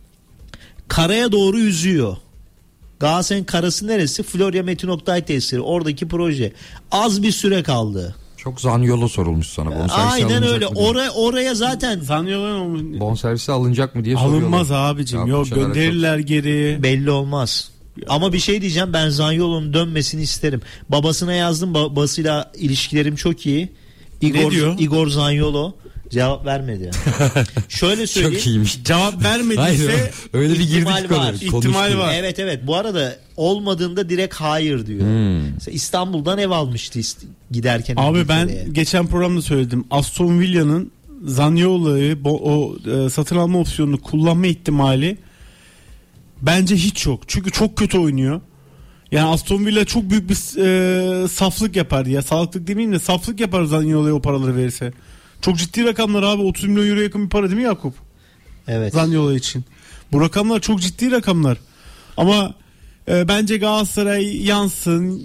karaya doğru yüzüyor. Galatasaray'ın karası neresi? Florya Metin Oktay tesisleri. Oradaki proje. Az bir süre kaldı. Çok Zaniolo sorulmuş sana. Bonservisi Aynen alınacak öyle. mı diye. Oraya, oraya zaten Zanyola'nın Bonservisi alınacak mı diye soruyorlar. alınmaz abicim. Yok, Yakupçılara gönderirler geri. belli olmaz. Ama bir şey diyeceğim, ben Zaniolo'nun dönmesini isterim. Babasına yazdım, babasıyla ilişkilerim çok iyi. Igor, diyor? Igor Zaniolo cevap vermedi. Şöyle Çok, söyleyeyim. çok iyiymiş. Cevap vermediyse Hayır, öyle bir girdik ihtimal var. konuya. İhtimal Konuştuk. var. Evet evet, bu arada olmadığında direkt hayır diyor. Hmm. Mesela İstanbul'dan ev almıştı ist- giderken. abi İngiltere'ye. ben geçen programda söyledim. Aston Villa'nın Zaniolo'yu bo- o e, satın alma opsiyonunu kullanma ihtimali bence hiç yok. Çünkü çok kötü oynuyor. Yani Aston Villa çok büyük bir e, saflık yapar ya. Sağlıklık demeyeyim de saflık yapar Zaniolo'ya o paraları verirse. Çok ciddi rakamlar abi. otuz milyon euro yakın bir para değil mi Yakup? Evet. Zaniolo için. Bu rakamlar çok ciddi rakamlar. Ama e, bence Galatasaray yansın,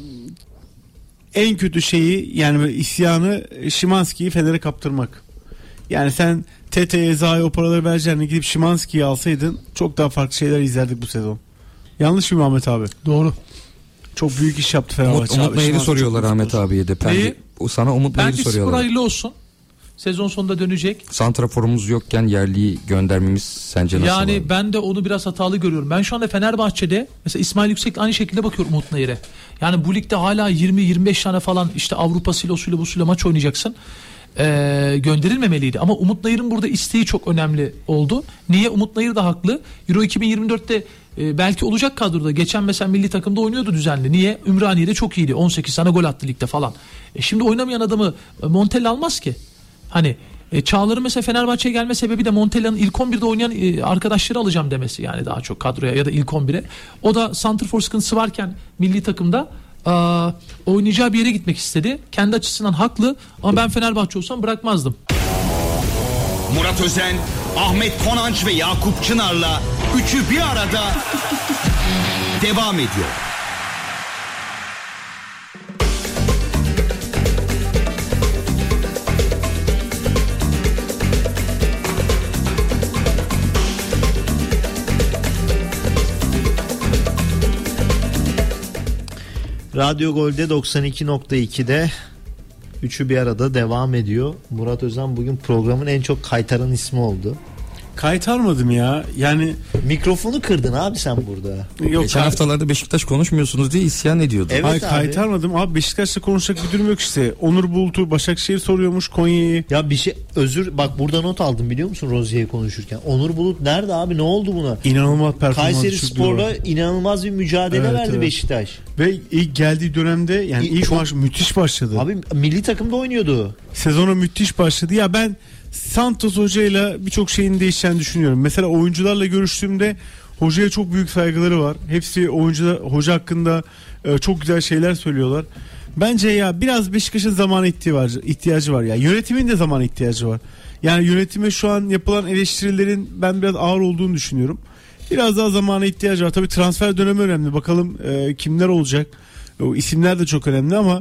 en kötü şeyi yani böyle isyanı Szymański'yi Fener'e kaptırmak. Yani sen T T'ye Zaha'ya o paraları vereceğine gidip Szymański'yi alsaydın çok daha farklı şeyler izlerdik bu sezon. Yanlış mı Ahmet abi? Doğru. Çok büyük iş yaptı Umut, Fenerbahçe Umut abi. Nehir'i Szymański soruyorlar çok Ahmet futbolcu. abiye de. Neyi? Pendi, o sana Umut Nehir'i Bence spor soruyorlar. hayırlı olsun. Sezon sonunda dönecek. Santraforumuz yokken yerliyi göndermemiz sence nasıl? Yani abi? ben de onu biraz hatalı görüyorum. Ben şu anda Fenerbahçe'de mesela İsmail Yüksek'le aynı şekilde bakıyorum Umut Nayır'e. Yani bu ligde hala yirmi yirmi beş tane falan işte Avrupa'sıyla osuyla busuyla maç oynayacaksın. Ee, gönderilmemeliydi. Ama Umut Nayır'ın burada isteği çok önemli oldu. Niye? Umut Nayır da haklı. Euro iki bin yirmi dörtte e, belki olacak kadroda. Geçen mesela milli takımda oynuyordu düzenli. Niye? Ümraniye'de çok iyiydi. on sekiz tane gol attı ligde falan. E, şimdi oynamayan adamı e, Montella almaz ki. Hani E, Çağlar'ın mesela Fenerbahçe'ye gelme sebebi de Montella'nın ilk on birde oynayan e, arkadaşları alacağım demesi, yani daha çok kadroya ya da ilk on bire. O da santrfor sıkıntısı varken milli takımda e, oynayacağı bir yere gitmek istedi. Kendi açısından haklı ama ben Fenerbahçe olsam bırakmazdım. Murat Özen, Ahmet Konanç ve Yakup Çınar'la üçü bir arada devam ediyor. Radyo Gol'de doksan iki nokta iki'de üçü bir arada devam ediyor. Murat Özen bugün programın en çok kaytaran ismi oldu. Kaytarmadım ya. Yani mikrofonu kırdın abi sen burada. Yok, Geçen kay- haftalarda Beşiktaş konuşmuyorsunuz diye isyan ediyordu. Evet Hayır, abi. kaytarmadım. Abi Beşiktaş'la konuşacak bir durum yok işte. Onur Bulut'u Başakşehir soruyormuş, Konya'yı. Ya bir şey özür bak burada not aldım biliyor musun Rozier'i konuşurken. Onur Bulut nerede abi, ne oldu buna? İnanılmaz performans Kayseri düşüklüğü Spor'la var. inanılmaz bir mücadele Evet, verdi evet. Beşiktaş. Ve ilk geldiği dönemde yani İlk ilk çok- maç müthiş başladı. Abi milli takımda oynuyordu. Sezona müthiş başladı. Ya ben Santos hocayla birçok şeyin değişeceğini düşünüyorum. Mesela oyuncularla görüştüğümde hocaya çok büyük saygıları var. Hepsi oyuncu hoca hakkında e, çok güzel şeyler söylüyorlar. Bence ya biraz Beşiktaş'ın zamana ihtiyacı, ihtiyacı var ya. Yönetimin de zamana ihtiyacı var. Yani yönetime şu an yapılan eleştirilerin ben biraz ağır olduğunu düşünüyorum. Biraz daha zamana ihtiyacı var. Tabii transfer dönemi önemli. Bakalım e, kimler olacak. O isimler de çok önemli ama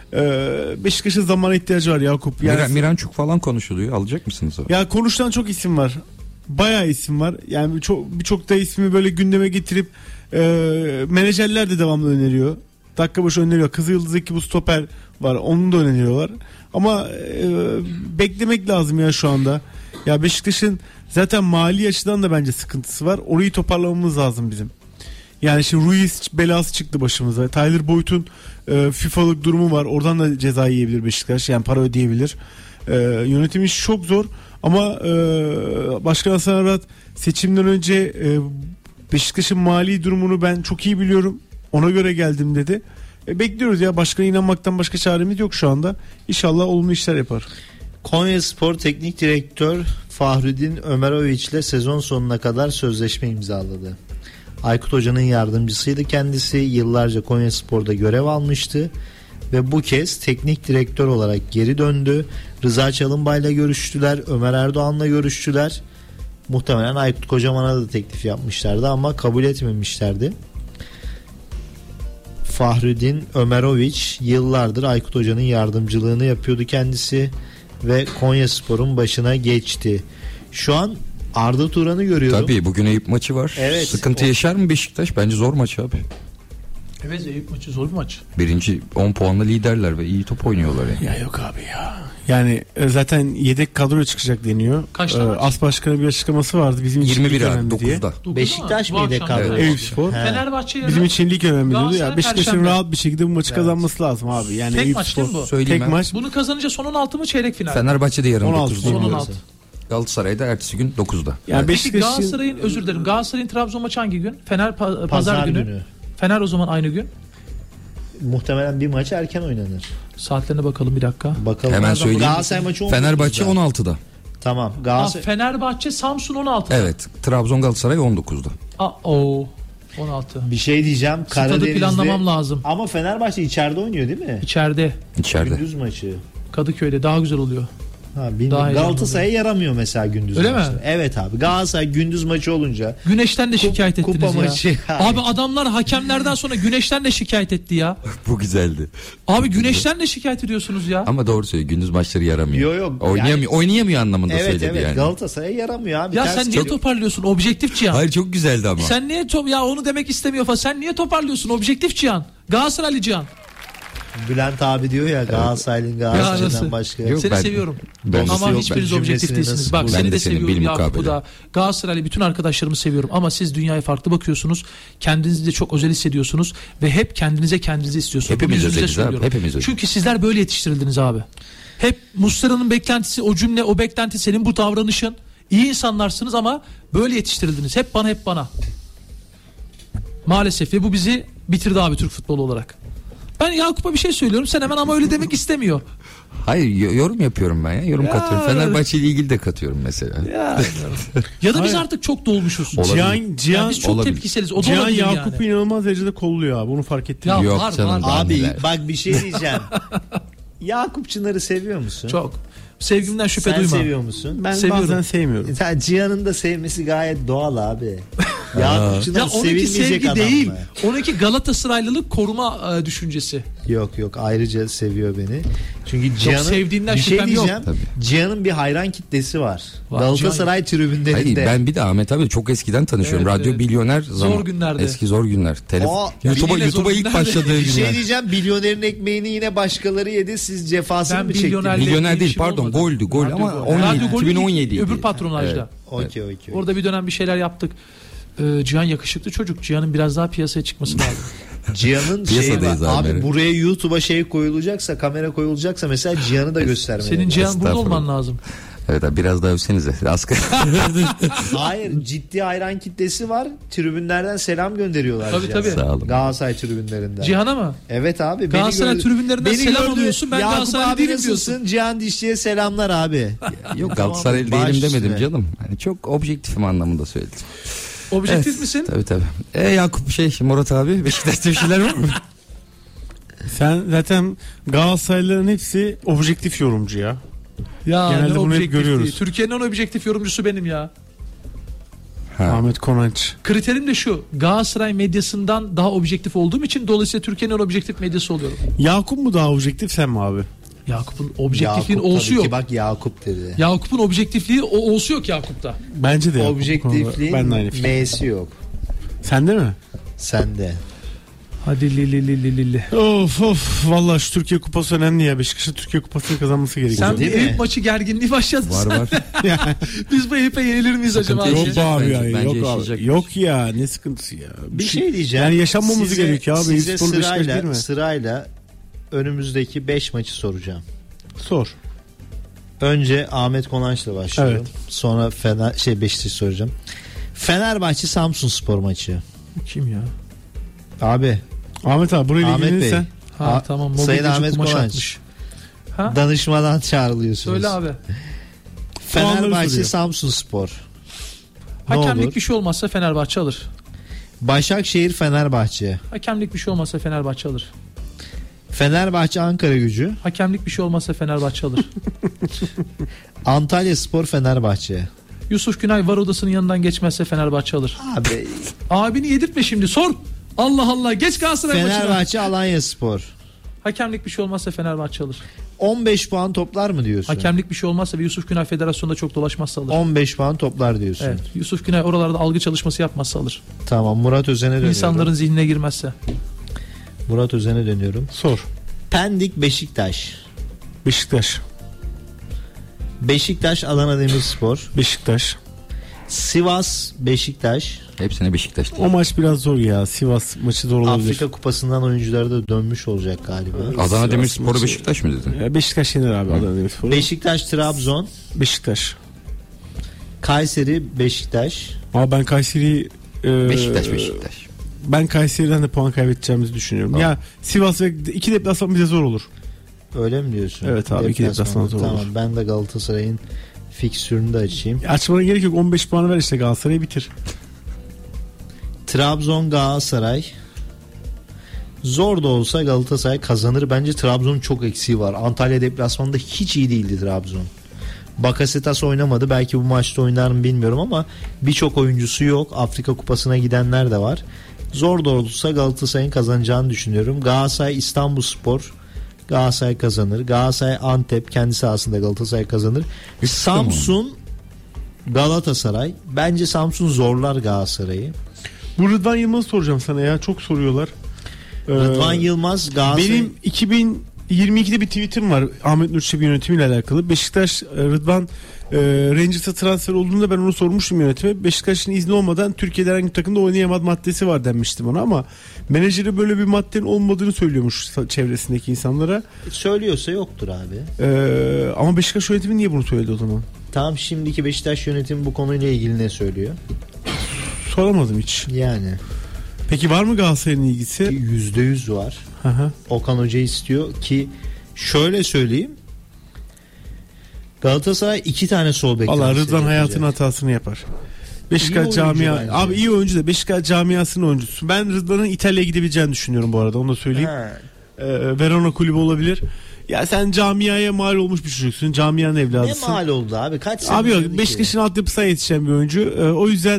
Ee, Beşiktaş'ın zamana ihtiyacı var Yakup. Yani, Miran, Miranchuk falan konuşuluyor. Alacak mısınız o? ya konuşulan çok isim var. Bayağı isim var. Yani çok birçok da ismi böyle gündeme getirip e, menajerler de devamlı öneriyor. Dakika başı öneriyor. Kızılyıldız'daki bu stoper var. Onu da öneriyorlar. Ama e, beklemek lazım ya şu anda. Ya Beşiktaş'ın zaten mali açıdan da bence sıkıntısı var. Orayı toparlamamız lazım bizim. Yani şimdi Ruiz belası çıktı başımıza. Tyler Boyd'un e, FIFA'lık durumu var. Oradan da ceza yiyebilir Beşiktaş. Yani para ödeyebilir. E, yönetim işi çok zor. Ama e, Başkan Hasan Arat seçimden önce e, Beşiktaş'ın mali durumunu ben çok iyi biliyorum. Ona göre geldim dedi. E, bekliyoruz ya. Başkana inanmaktan başka çaremiz yok şu anda. İnşallah olumlu işler yapar. Konyaspor Teknik Direktör Fahrettin Ömeroviç ile sezon sonuna kadar sözleşme imzaladı. Aykut Hoca'nın yardımcısıydı kendisi. Yıllarca Konyaspor'da görev almıştı ve bu kez teknik direktör olarak geri döndü. Rıza Çalınbay'la görüştüler, Ömer Erdoğan'la görüştüler. Muhtemelen Aykut Kocaman'a da teklif yapmışlardı ama kabul etmemişlerdi. Fahrettin Ömeroviç yıllardır Aykut Hoca'nın yardımcılığını yapıyordu kendisi ve Konyaspor'un başına geçti. Şu an Arda Turan'ı görüyorum. Tabii bugün Eyüp maçı var. Evet. Sıkıntı yaşar mı Beşiktaş? Bence zor maç abi. Evet, Eyüp maçı zor bir maç. Birinci on puanla liderler ve iyi top oynuyorlar yani. Ya yok abi ya. Yani e, zaten yedek kadro çıkacak deniyor. Kaç Ee, tane maç? As Başkanı bir açıklaması vardı. Bizim için yirmi bir lig abi önemli diye. dokuzda. dokuzda Beşiktaş mı? Bu mıydı akşam kadro? da- Eyüp Spor. He. Fenerbahçe yarın. Bizim için lig önemli diyordu. Ya Galatasaray Beşiktaş'ın Perşembe. rahat bir şekilde bu maçı Evet. kazanması lazım abi. Yani Tek Eyüp maç Spor. değil mi bu? Söyleyeyim Tek ben. maç. Bunu kazanınca son on altı mı çeyrek final? Fenerbahçe de yarın on altı, dokuzda. Son on bilmiyoruz. altı. Galatasaray'da ertesi gün dokuzda. Yani Peki Beşiktaş'ın Galatasaray'ın, özür dilerim, Galatasaray'ın Trabzon maçı hangi gün? Fener pa- pazar, Pazar günü. günü. Fener o zaman aynı gün. Muhtemelen bir maç erken oynanır. Saatlerine bakalım bir dakika. Bakalım. Hemen söyleyeyim. Galatasaray maçı on dokuzda. Fenerbahçe on altıda. Tamam. Aa, Galatasaray Fenerbahçe Samsun on altı. Evet. Trabzon Galatasaray on dokuzda. Aa, o on altı. bir şey diyeceğim. Stadı Karadeniz'de planlamam lazım. Ama Fenerbahçe içeride oynuyor değil mi? İçeride, İçeride. Gündüz maçı. Kadıköy'de daha güzel oluyor. Ha, Daha bilmiyorum. heyecanlı Galatasaray'a yaramıyor mesela gündüz Öyle mi? maçları. Evet abi. Galatasaray gündüz maçı olunca Güneşten de şikayet kupa ettiniz ya. maçı. Abi adamlar hakemlerden sonra Güneşten de şikayet etti ya. Bu güzeldi. Abi Güneşten de şikayet ediyorsunuz ya. Ama doğru söylüyor. Gündüz maçları yaramıyor. Yo, yok. Oynayamıyor, oynayamıyor anlamında evet söyledi evet yani. Galatasaray'a yaramıyor abi. Ya Ters sen niye geliyor. toparlıyorsun objektif Cihan? Hayır çok güzeldi ama. Sen niye top ya onu demek istemiyor falan. Sen niye toparlıyorsun objektif Cihan? Galatasaraylı Cihan. Bülent abi diyor ya Galatasaray'ın nasıl? Galatasaray'dan başka. Yok, Seni ben- seviyorum. ben- Ama yok, hiçbiriniz ben objektif cümlesini değilsiniz. nasıl Bak buldum? seni Ben de, de seni seviyorum bil Yakup'u mukabele. da. Galatasaraylı bütün arkadaşlarımı seviyorum. Ama siz dünyaya farklı bakıyorsunuz. Kendinizi de çok özel hissediyorsunuz. Ve hep kendinize kendinizi istiyorsunuz. Hepimiz Bunu yüzünüze özeliz abi, söylüyorum. hepimiz özeliz. Çünkü sizler böyle yetiştirildiniz abi. Hep Muslera'nın beklentisi, o cümle, o beklenti, senin bu davranışın. İyi insanlarsınız ama böyle yetiştirildiniz. Hep bana, hep bana. Maalesef ve bu bizi bitirdi abi Türk futbolu olarak. Ben Yakup'a bir şey söylüyorum, sen hemen ama öyle demek istemiyor. Hayır y- yorum yapıyorum ben ya. Yorum Ya. katıyorum. Fenerbahçe ile ilgili de katıyorum mesela. Ya, ya da biz Hayır. artık çok dolmuşuz. Olabilir. Cihan, Ya Cihan, biz çok Olabilir. tepkiseliz. O da Cihan olabilir Yakup'u yani. inanılmaz derecede kolluyor abi. Onu fark ettim. Ya Yok var, canım, var. daha Abi neler. bak bir şey diyeceğim. Yakup Çınar'ı seviyor musun? Çok. Sevgimden şüphe Sen duyma. seviyor musun? Ben Seviyorum. bazen sevmiyorum. Sen Cihan'ın da sevmesi gayet doğal abi. Yakupçular Ya onunki sevilmeyecek sevgi adam değil. mı? Onunki Galatasaraylılık koruma e, düşüncesi. Yok yok, ayrıca seviyor beni. Çünkü Cihan'ın sevdiğinden bir şey şüphem yok. diyeceğim. Tabii. Cihan'ın bir hayran kitlesi var. Var, Galatasaray tribünlerinde. Hayır, ben bir de Ahmet abi çok eskiden tanışıyorum. Evet, Radyo evet. Milyoner Zor zaman. günlerde. Eski zor günler. Telefon. O- YouTube'a Yine zor YouTube'a ilk günlerde. başladığı Bir şey günler. diyeceğim, milyonerin ekmeğini yine başkaları yedi, siz cefasını Ben mı çektiniz? milyonerle Milyoner ilgili değil, işim pardon, olmadı. goldü, gol Radyo ama gol. on yedi, Radyo golü iki bin on yedi değil, idi. öbür patronajda. Okey okey. Orada bir dönem bir şeyler yaptık. Ee, Cihan yakışıklı çocuk. Cihan'ın biraz daha piyasaya çıkması lazım. Cihan'ın şeyi var. Piyasadayız abi. Abi buraya YouTube'a şey koyulacaksa, kamera koyulacaksa mesela Cihan'ı da göstermeli. Senin Cihan burada Estağfurullah. olman lazım. Evet abi, biraz daha övsenize. Asgari. Hayır, ciddi hayran kitlesi var. Tribünlerden selam gönderiyorlar. Tabii, Cihan'a. tabii. Sağ olun. Galatasaray tribünlerinden. Cihan'a mı? Evet abi. beni Galatasaray gördü- tribünlerinden beni selam gördü. alıyorsun, ben Yakup Galatasaraylı abi değilim nasılsın? diyorsun. Cihan Dişçi'ye selamlar abi. Yok, Galatasaraylı Tamam, değilim baş demedim üstüne. canım. Hani çok objektifim anlamında söyledim. Objektif Evet, misin? Tabii tabii. E Yakup şey Murat abi, Beşiktaş'ta bir şeyler var mı? Sen zaten Galatasaraylıların hepsi objektif yorumcu ya. Ya Genelde ne bunu hep objektif görüyoruz. değil. Türkiye'nin en objektif yorumcusu benim ya. Ha. Ahmet Konanç. Kriterim de şu. Galatasaray medyasından daha objektif olduğum için dolayısıyla Türkiye'nin en objektif medyası oluyorum. Yakup mu daha objektif, sen mi abi? Yakup'un objektifliğin Yakup olsu tabii yok. ki, bak Yakup dedi. Yakup'un objektifliği o olsu yok Yakup'ta. Bence de Yakup. Objektifliğin Ben de aynı fikir. M'si yok. Sende mi? Sende. Hadi li li li li li li. Of of, vallahi şu Türkiye Kupası önemli ya. Beşiktaş'ın Türkiye Kupası'nı kazanması gerekiyor. Sen Değil bir mi? Eyüp maçı gerginliği başladın. Var var. Biz bu Eyüp'e yenilir miyiz acaba? Sıkıntı Yok yaşayacak be abi bence. ya. Bence Yok yaşayacak. abi. Yok ya, ne sıkıntısı ya. Bir şey diyeceğim. Yani yaşanmamız Size- gerekiyor abi. Size Eyüpspor Beşiktaş değil sırayla, mi? sırayla önümüzdeki beş maçı soracağım. Sor. Önce Ahmet Konanç'la başlıyorum. Evet. Sonra Fener şey Beşiktaş soracağım. Fenerbahçe Samsunspor maçı. Kim ya? Abi Ahmet abi burayla Ahmet Bey. ilgilenirsen. Ha A- tamam. Sayın mobilyacı Ahmet kumaş Konanç. atmış. Ha? danışmadan çağrılıyorsunuz. Söyle abi. Fenerbahçe soruyor. Samsunspor. Ne Hakemlik olur? bir şey olmazsa Fenerbahçe alır. Başakşehir Fenerbahçe. Hakemlik bir şey olmazsa Fenerbahçe alır. Fenerbahçe Ankara Gücü. Hakemlik bir şey olmazsa Fenerbahçe alır. Antalya Spor Fenerbahçe. Yusuf Günay var odasının yanından geçmezse Fenerbahçe alır. Abi Abini yedirtme şimdi, sor. Allah Allah, geç Galatasaray maçına. Fenerbahçe Alanya Spor. Hakemlik bir şey olmazsa Fenerbahçe alır. on beş puan toplar mı diyorsun? Hakemlik bir şey olmazsa ve Yusuf Günay federasyonda çok dolaşmazsa alır. on beş puan toplar diyorsun. Evet. Yusuf Günay oralarda algı çalışması yapmazsa alır. Tamam, Murat Özen'e dönüyorum. İnsanların zihnine girmezse. Murat Özen'e dönüyorum. Sor. Pendik Beşiktaş. Beşiktaş. Beşiktaş Adana Demirspor. Beşiktaş. Sivas Beşiktaş. Hepsine Beşiktaş. O maç biraz zor ya. Sivas maçı zor olabilir. Afrika Kupası'ndan oyuncular da dönmüş olacak galiba. Adana Sivas Demirspor'u maçı- Beşiktaş mı dedin? Ya Beşiktaş yener abi Adana Demirspor'u. Beşiktaş Trabzon. Beşiktaş. Kayseri Beşiktaş. Ama ben Kayseri'yi e, Beşiktaş Beşiktaş. ben Kayseri'den de puan kaybedeceğimizi düşünüyorum. Tamam. Ya Sivas ve iki deplasman bize zor olur. Öyle mi diyorsun? Evet abi, iki deplasman zor Tamam, olur. ben de Galatasaray'ın fikstürünü de açayım. Ya açmana gerek yok. on beş puanı ver işte, Galatasaray'ı bitir. Trabzon Galatasaray. Zor da olsa Galatasaray kazanır. Bence Trabzon'un çok eksiği var. Antalya deplasmanında hiç iyi değildi Trabzon. Bakasetas oynamadı. Belki bu maçta oynar mı bilmiyorum ama birçok oyuncusu yok. Afrika Kupası'na gidenler de var. Zor da olsa Galatasaray'ın kazanacağını düşünüyorum. Galatasaray İstanbulspor. Galatasaray kazanır. Galatasaray Antep kendi sahasında Galatasaray kazanır. Samsun Galatasaray. Bence Samsun zorlar Galatasaray'ı. Bu Rıdvan Yılmaz'ı soracağım sana ya. Çok soruyorlar. Ee, Rıdvan Yılmaz Galatasaray. Benim iki bin yirmi ikide bir tweetim var Ahmet Nur Çebi yönetimiyle alakalı. Beşiktaş e, Rıdvan e, Rangers'a transfer olduğunda ben onu sormuştum yönetime. Beşiktaş'ın izni olmadan Türkiye'de herhangi bir takımda oynayamaz maddesi var denmiştim ona, ama menajeri böyle bir maddenin olmadığını söylüyormuş çevresindeki insanlara. Söylüyorsa yoktur abi. Ee, ama Beşiktaş yönetimi niye bunu söyledi o zaman? Tamam, şimdiki Beşiktaş yönetimi bu konuyla ilgili ne söylüyor? Soramadım hiç. Yani Peki var mı Galatasaray'ın ilgisi? yüzde yüz var. Hı hı. Okan Hoca istiyor ki şöyle söyleyeyim. Galatasaray iki tane sol bek. Allah transferi Rıdvan yapacak. hayatının hatasını yapar. İyi Beşiktaş oyuncu camia bence. abi iyi oyuncu da Beşiktaş camiasının oyuncusu. Ben Rıdvan'ın İtalya'ya gidebileceğini düşünüyorum bu arada, onu da söyleyeyim. Ha. Ee, Verona kulübü olabilir. Ya sen camiaya mal olmuş bir çocuksun. Camianın Ne evladısın. mal oldu abi? Kaç sene Abi yok, oynadı ki? Beşiktaş'ın altyapısına yetişen bir oyuncu. Ee, o yüzden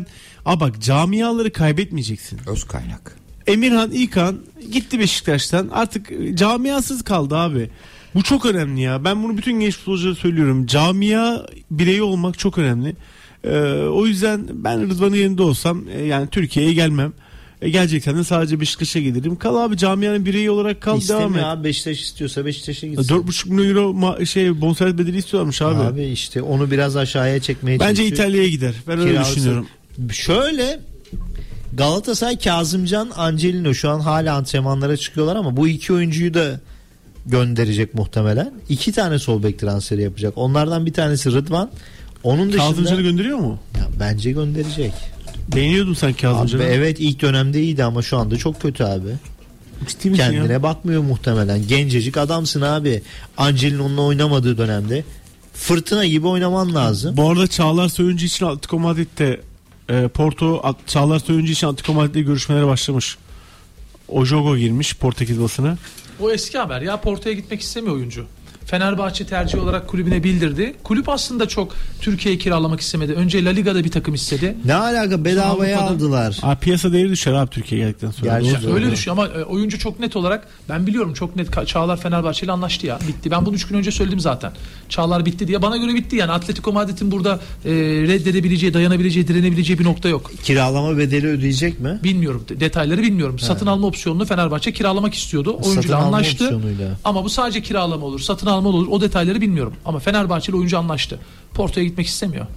Aa bak, camiaları kaybetmeyeceksin. Öz kaynak. Emirhan İlkan gitti Beşiktaş'tan, artık camiasız kaldı abi. Bu çok önemli ya. Ben bunu bütün genç futbolculara söylüyorum. Camia bireyi olmak çok önemli. Ee, o yüzden ben Rıdvan'ın yerinde olsam e, yani Türkiye'ye gelmem. E, geleceksen de sadece Beşiktaş'a gelirim. Kal abi, camianın bireyi olarak kal, devam et. İstemiyor abi, Beşiktaş istiyorsa Beşiktaş'a gitsin. dört buçuk milyon euro ma- şey bonservis bedeli istiyorlarmış abi. Abi işte onu biraz aşağıya çekmeye Bence çalışıyor. İtalya'ya gider. Ben öyle Kirası- düşünüyorum. Şöyle, Galatasaray Kazımcan, Angelino şu an hala antrenmanlara çıkıyorlar ama bu iki oyuncuyu da gönderecek muhtemelen. İki tane sol bek transferi yapacak. Onlardan bir tanesi Rıdvan. Onun dışında Kazımcan'ı gönderiyor mu? ya, bence gönderecek. Beğeniyordun sen Abi, Kazımcan'ı. evet, ilk dönemde iyiydi ama şu anda çok kötü abi. Ciddi misin Kendine ya? bakmıyor muhtemelen. Gencecik adamsın abi. Angelino'nun oynamadığı dönemde fırtına gibi oynaman lazım. Bu arada Çağlar Söyüncü için Atletico Madrid'de e, Porto At- Çağlar Söyüncü için Atletico Madrid'de görüşmelere başlamış. Ojogo girmiş Portekiz basına. O eski haber ya, Porto'ya gitmek istemiyor oyuncu. Fenerbahçe tercih olarak kulübüne bildirdi. Kulüp aslında çok Türkiye'ye kiralamak istemedi. Önce La Liga'da bir takım istedi. Ne alaka, bedavaya Avrupa'da- aldılar. Aa, piyasa değeri düşer abi Türkiye'ye geldikten sonra. Gerçi Doğru. Öyle düşüyor ama e, oyuncu çok net olarak, ben biliyorum çok net, Ka- Çağlar Fenerbahçe ile anlaştı ya, bitti. Ben bunu üç gün önce söyledim zaten. Çağlar bitti diye, bana göre bitti yani. Atletico Madrid'in burada e, reddedebileceği, dayanabileceği, direnebileceği bir nokta yok. Kiralama bedeli ödeyecek mi? Bilmiyorum, de- detayları bilmiyorum. Satın alma opsiyonunu Fenerbahçe kiralamak istiyordu. Oyuncuyla Satın alma anlaştı. opsiyonuyla. Ama bu sadece kiralama olur, satın alma olur. O detayları bilmiyorum. Ama Fenerbahçe ile oyuncu anlaştı. Porto'ya gitmek istemiyor.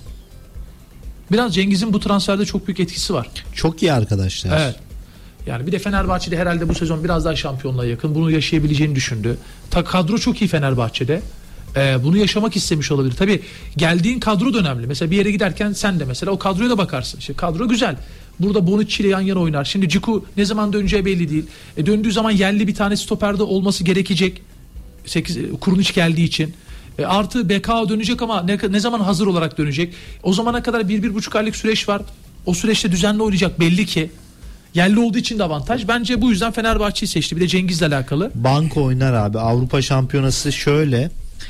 Biraz Cengiz'in bu transferde çok büyük etkisi var. Çok iyi arkadaşlar. Evet. Yani bir de Fenerbahçe'de herhalde bu sezon biraz daha şampiyonluğa yakın. Bunu yaşayabileceğini düşündü. Ta kadro çok iyi Fenerbahçe'de. Ee, bunu yaşamak istemiş olabilir. Tabii geldiğin kadro da önemli. Mesela bir yere giderken sen de mesela o kadroya da bakarsın. İşte kadro güzel. Burada Bonucci ile yan yana oynar. Şimdi Ciku ne zaman döneceği belli değil. E döndüğü zaman yerli bir tane stoperde olması gerekecek. sekiz Kurunic geldiği için. E artı B K dönecek ama ne, ne zaman hazır olarak dönecek? O zamana kadar bir, bir buçuk aylık süreç var. O süreçte düzenli oynayacak belli ki. Yerli olduğu için de avantaj. Bence bu yüzden Fenerbahçe'yi seçti. Bir de Cengiz'le alakalı. Banko oynar abi. Avrupa Şampiyonası şöyle.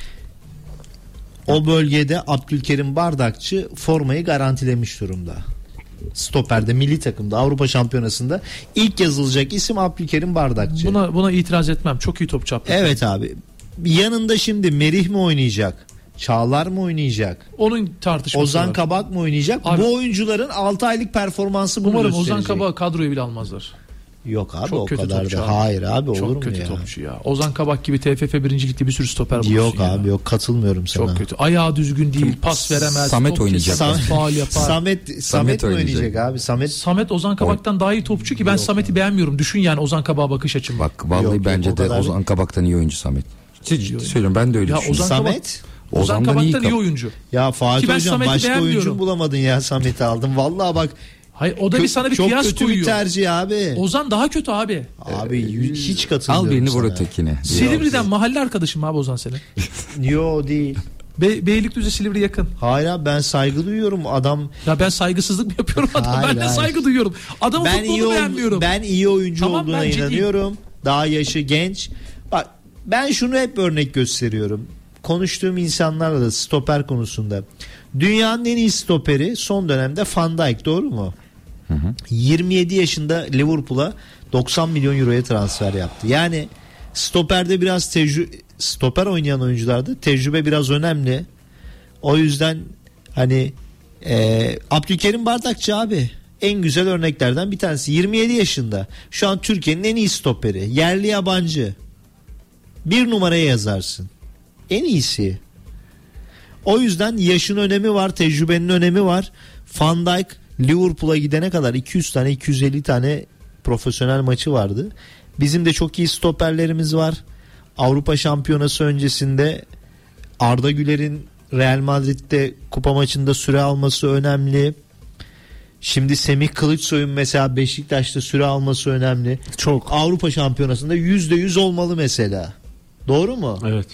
O bölgede Abdülkerim Bardakçı formayı garantilemiş durumda. Stoperde, milli takımda, Avrupa Şampiyonası'nda ilk yazılacak isim Abdülkerim Bardakçı. Buna buna itiraz etmem. Çok iyi topçu Abdülkerim. Evet abi. Yanında şimdi Merih mi oynayacak? Çağlar mı oynayacak? Onun tartışması Ozan var. Kabak mı oynayacak? Abi- Bu oyuncuların altı aylık performansı bunu Umarım gösterecek. Ozan Kabak'ı kadroya bile almazlar. Yok abi, Çok o kötü kadar topçu da. abi. Hayır abi, olur Çok mu kötü ya? topçu ya. Ozan Kabak gibi T F F birinci Lig'de bir sürü stoper bulursun Yok ya. abi, yok, katılmıyorum sana. Çok kötü. Ayağı düzgün değil, pas veremez. Samet top oynayacak. kesemez, Sam- faul yapar. Samet Samet mi oynayacak. oynayacak abi? Samet Samet Ozan Kabak'tan daha iyi topçu ki ben Samet'i beğenmiyorum. Düşün yani Ozan Kabak'a bakış açım. Bak vallahi Yok, yok, bence o de kadar- Ozan Kabak'tan iyi oyuncu Samet. Ciddi ciddi söylüyorum, ben de öyle Ya düşünüyorum. Ozan Samet Ozan Ozan'dan iyi Kabak'tan iyi kap- oyuncu. ya Fatih Ki ben hocam, Samet'i başka oyuncu beğenmiyorum. bulamadın ya, Samet'i aldın. Vallahi bak, Hayır, o da bir kö- sana bir çok kıyas kötü koyuyor. bir tercih abi. Ozan daha kötü abi. Abi y- hiç katılmıyorum Al birini vur sana. ötekine. Silivri'den mahalle arkadaşım abi Ozan senin. Yo değil. Be Beylikdüzü Silivri yakın. Hayır abi, ben saygı duyuyorum adam. Ya ben saygısızlık mı yapıyorum adam? Hayır, ben de hayır. saygı duyuyorum. Adamın Ben iyi futbolunu ol- beğenmiyorum. ben iyi oyuncu Tamam, olduğuna ben ciddiyim. inanıyorum. Daha yaşı genç. Bak, ben şunu hep örnek gösteriyorum. Konuştuğum insanlarla da stoper konusunda. Dünyanın en iyi stoperi son dönemde Van Dijk, doğru mu? Hı hı. yirmi yedi yaşında Liverpool'a doksan milyon euroya transfer yaptı. Yani stoperde biraz tecrübe, stoper oynayan oyuncularda tecrübe biraz önemli. O yüzden hani e, Abdülkerim Bardakçı abi en güzel örneklerden bir tanesi. yirmi yedi yaşında. Şu an Türkiye'nin en iyi stoperi. Yerli yabancı. Bir numaraya yazarsın. En iyisi. O yüzden yaşın önemi var, tecrübenin önemi var. Van Dijk Liverpool'a gidene kadar iki yüz tane iki yüz elli tane profesyonel maçı vardı. Bizim de çok iyi stoperlerimiz var. Avrupa Şampiyonası öncesinde Arda Güler'in Real Madrid'de kupa maçında süre alması önemli. Şimdi Semih Kılıçsoy'un mesela Beşiktaş'ta süre alması önemli. Çok. Avrupa Şampiyonası'nda yüzde yüz olmalı mesela. Doğru mu? Evet.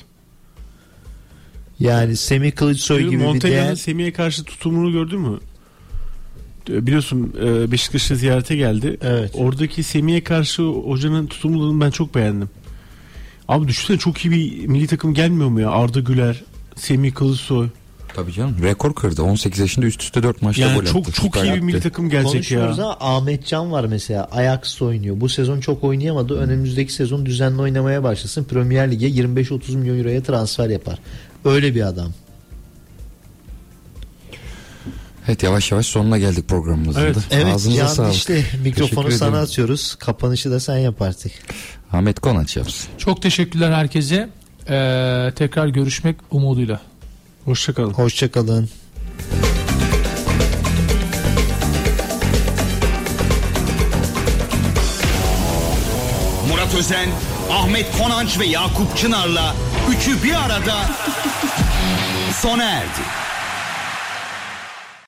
Yani Semih Kılıçsoy gibi bir Montella'nın değer. Semih'e karşı tutumunu gördün mü? E, Biliyorsun e, Beşiktaş'a ziyarete geldi. Evet. Oradaki Semih'e karşı hocanın tutumluluğunu ben çok beğendim. Abi düşünsene, çok iyi bir milli takım gelmiyor mu ya? Arda Güler, Semih Kılıçsoy. Tabii canım, rekor kırdı. on sekiz yaşında üst üste dört maçta Yani gol attı. çok çok Süper iyi bir attı. milli takım gelecek Konuşuyoruz ya. ama Ahmet Can var mesela, Ajax'ta oynuyor. Bu sezon çok oynayamadı. Önümüzdeki sezon düzenli oynamaya başlasın. Premier Lig'e yirmi beş otuz milyon euroya transfer yapar. Öyle bir adam. Evet, yavaş yavaş sonuna geldik programımızın Evet. da. Evet Ağzınıza Can, sağlık. işte mikrofonu Teşekkür sana ederim. atıyoruz. Kapanışı da sen yap artık. Ahmet Konaç yapsın. Çok teşekkürler herkese. Ee, tekrar görüşmek umuduyla. Hoşçakalın. Hoşçakalın. Murat Özen, Ahmet Konanç ve Yakup Çınar'la üçü bir arada sona erdi.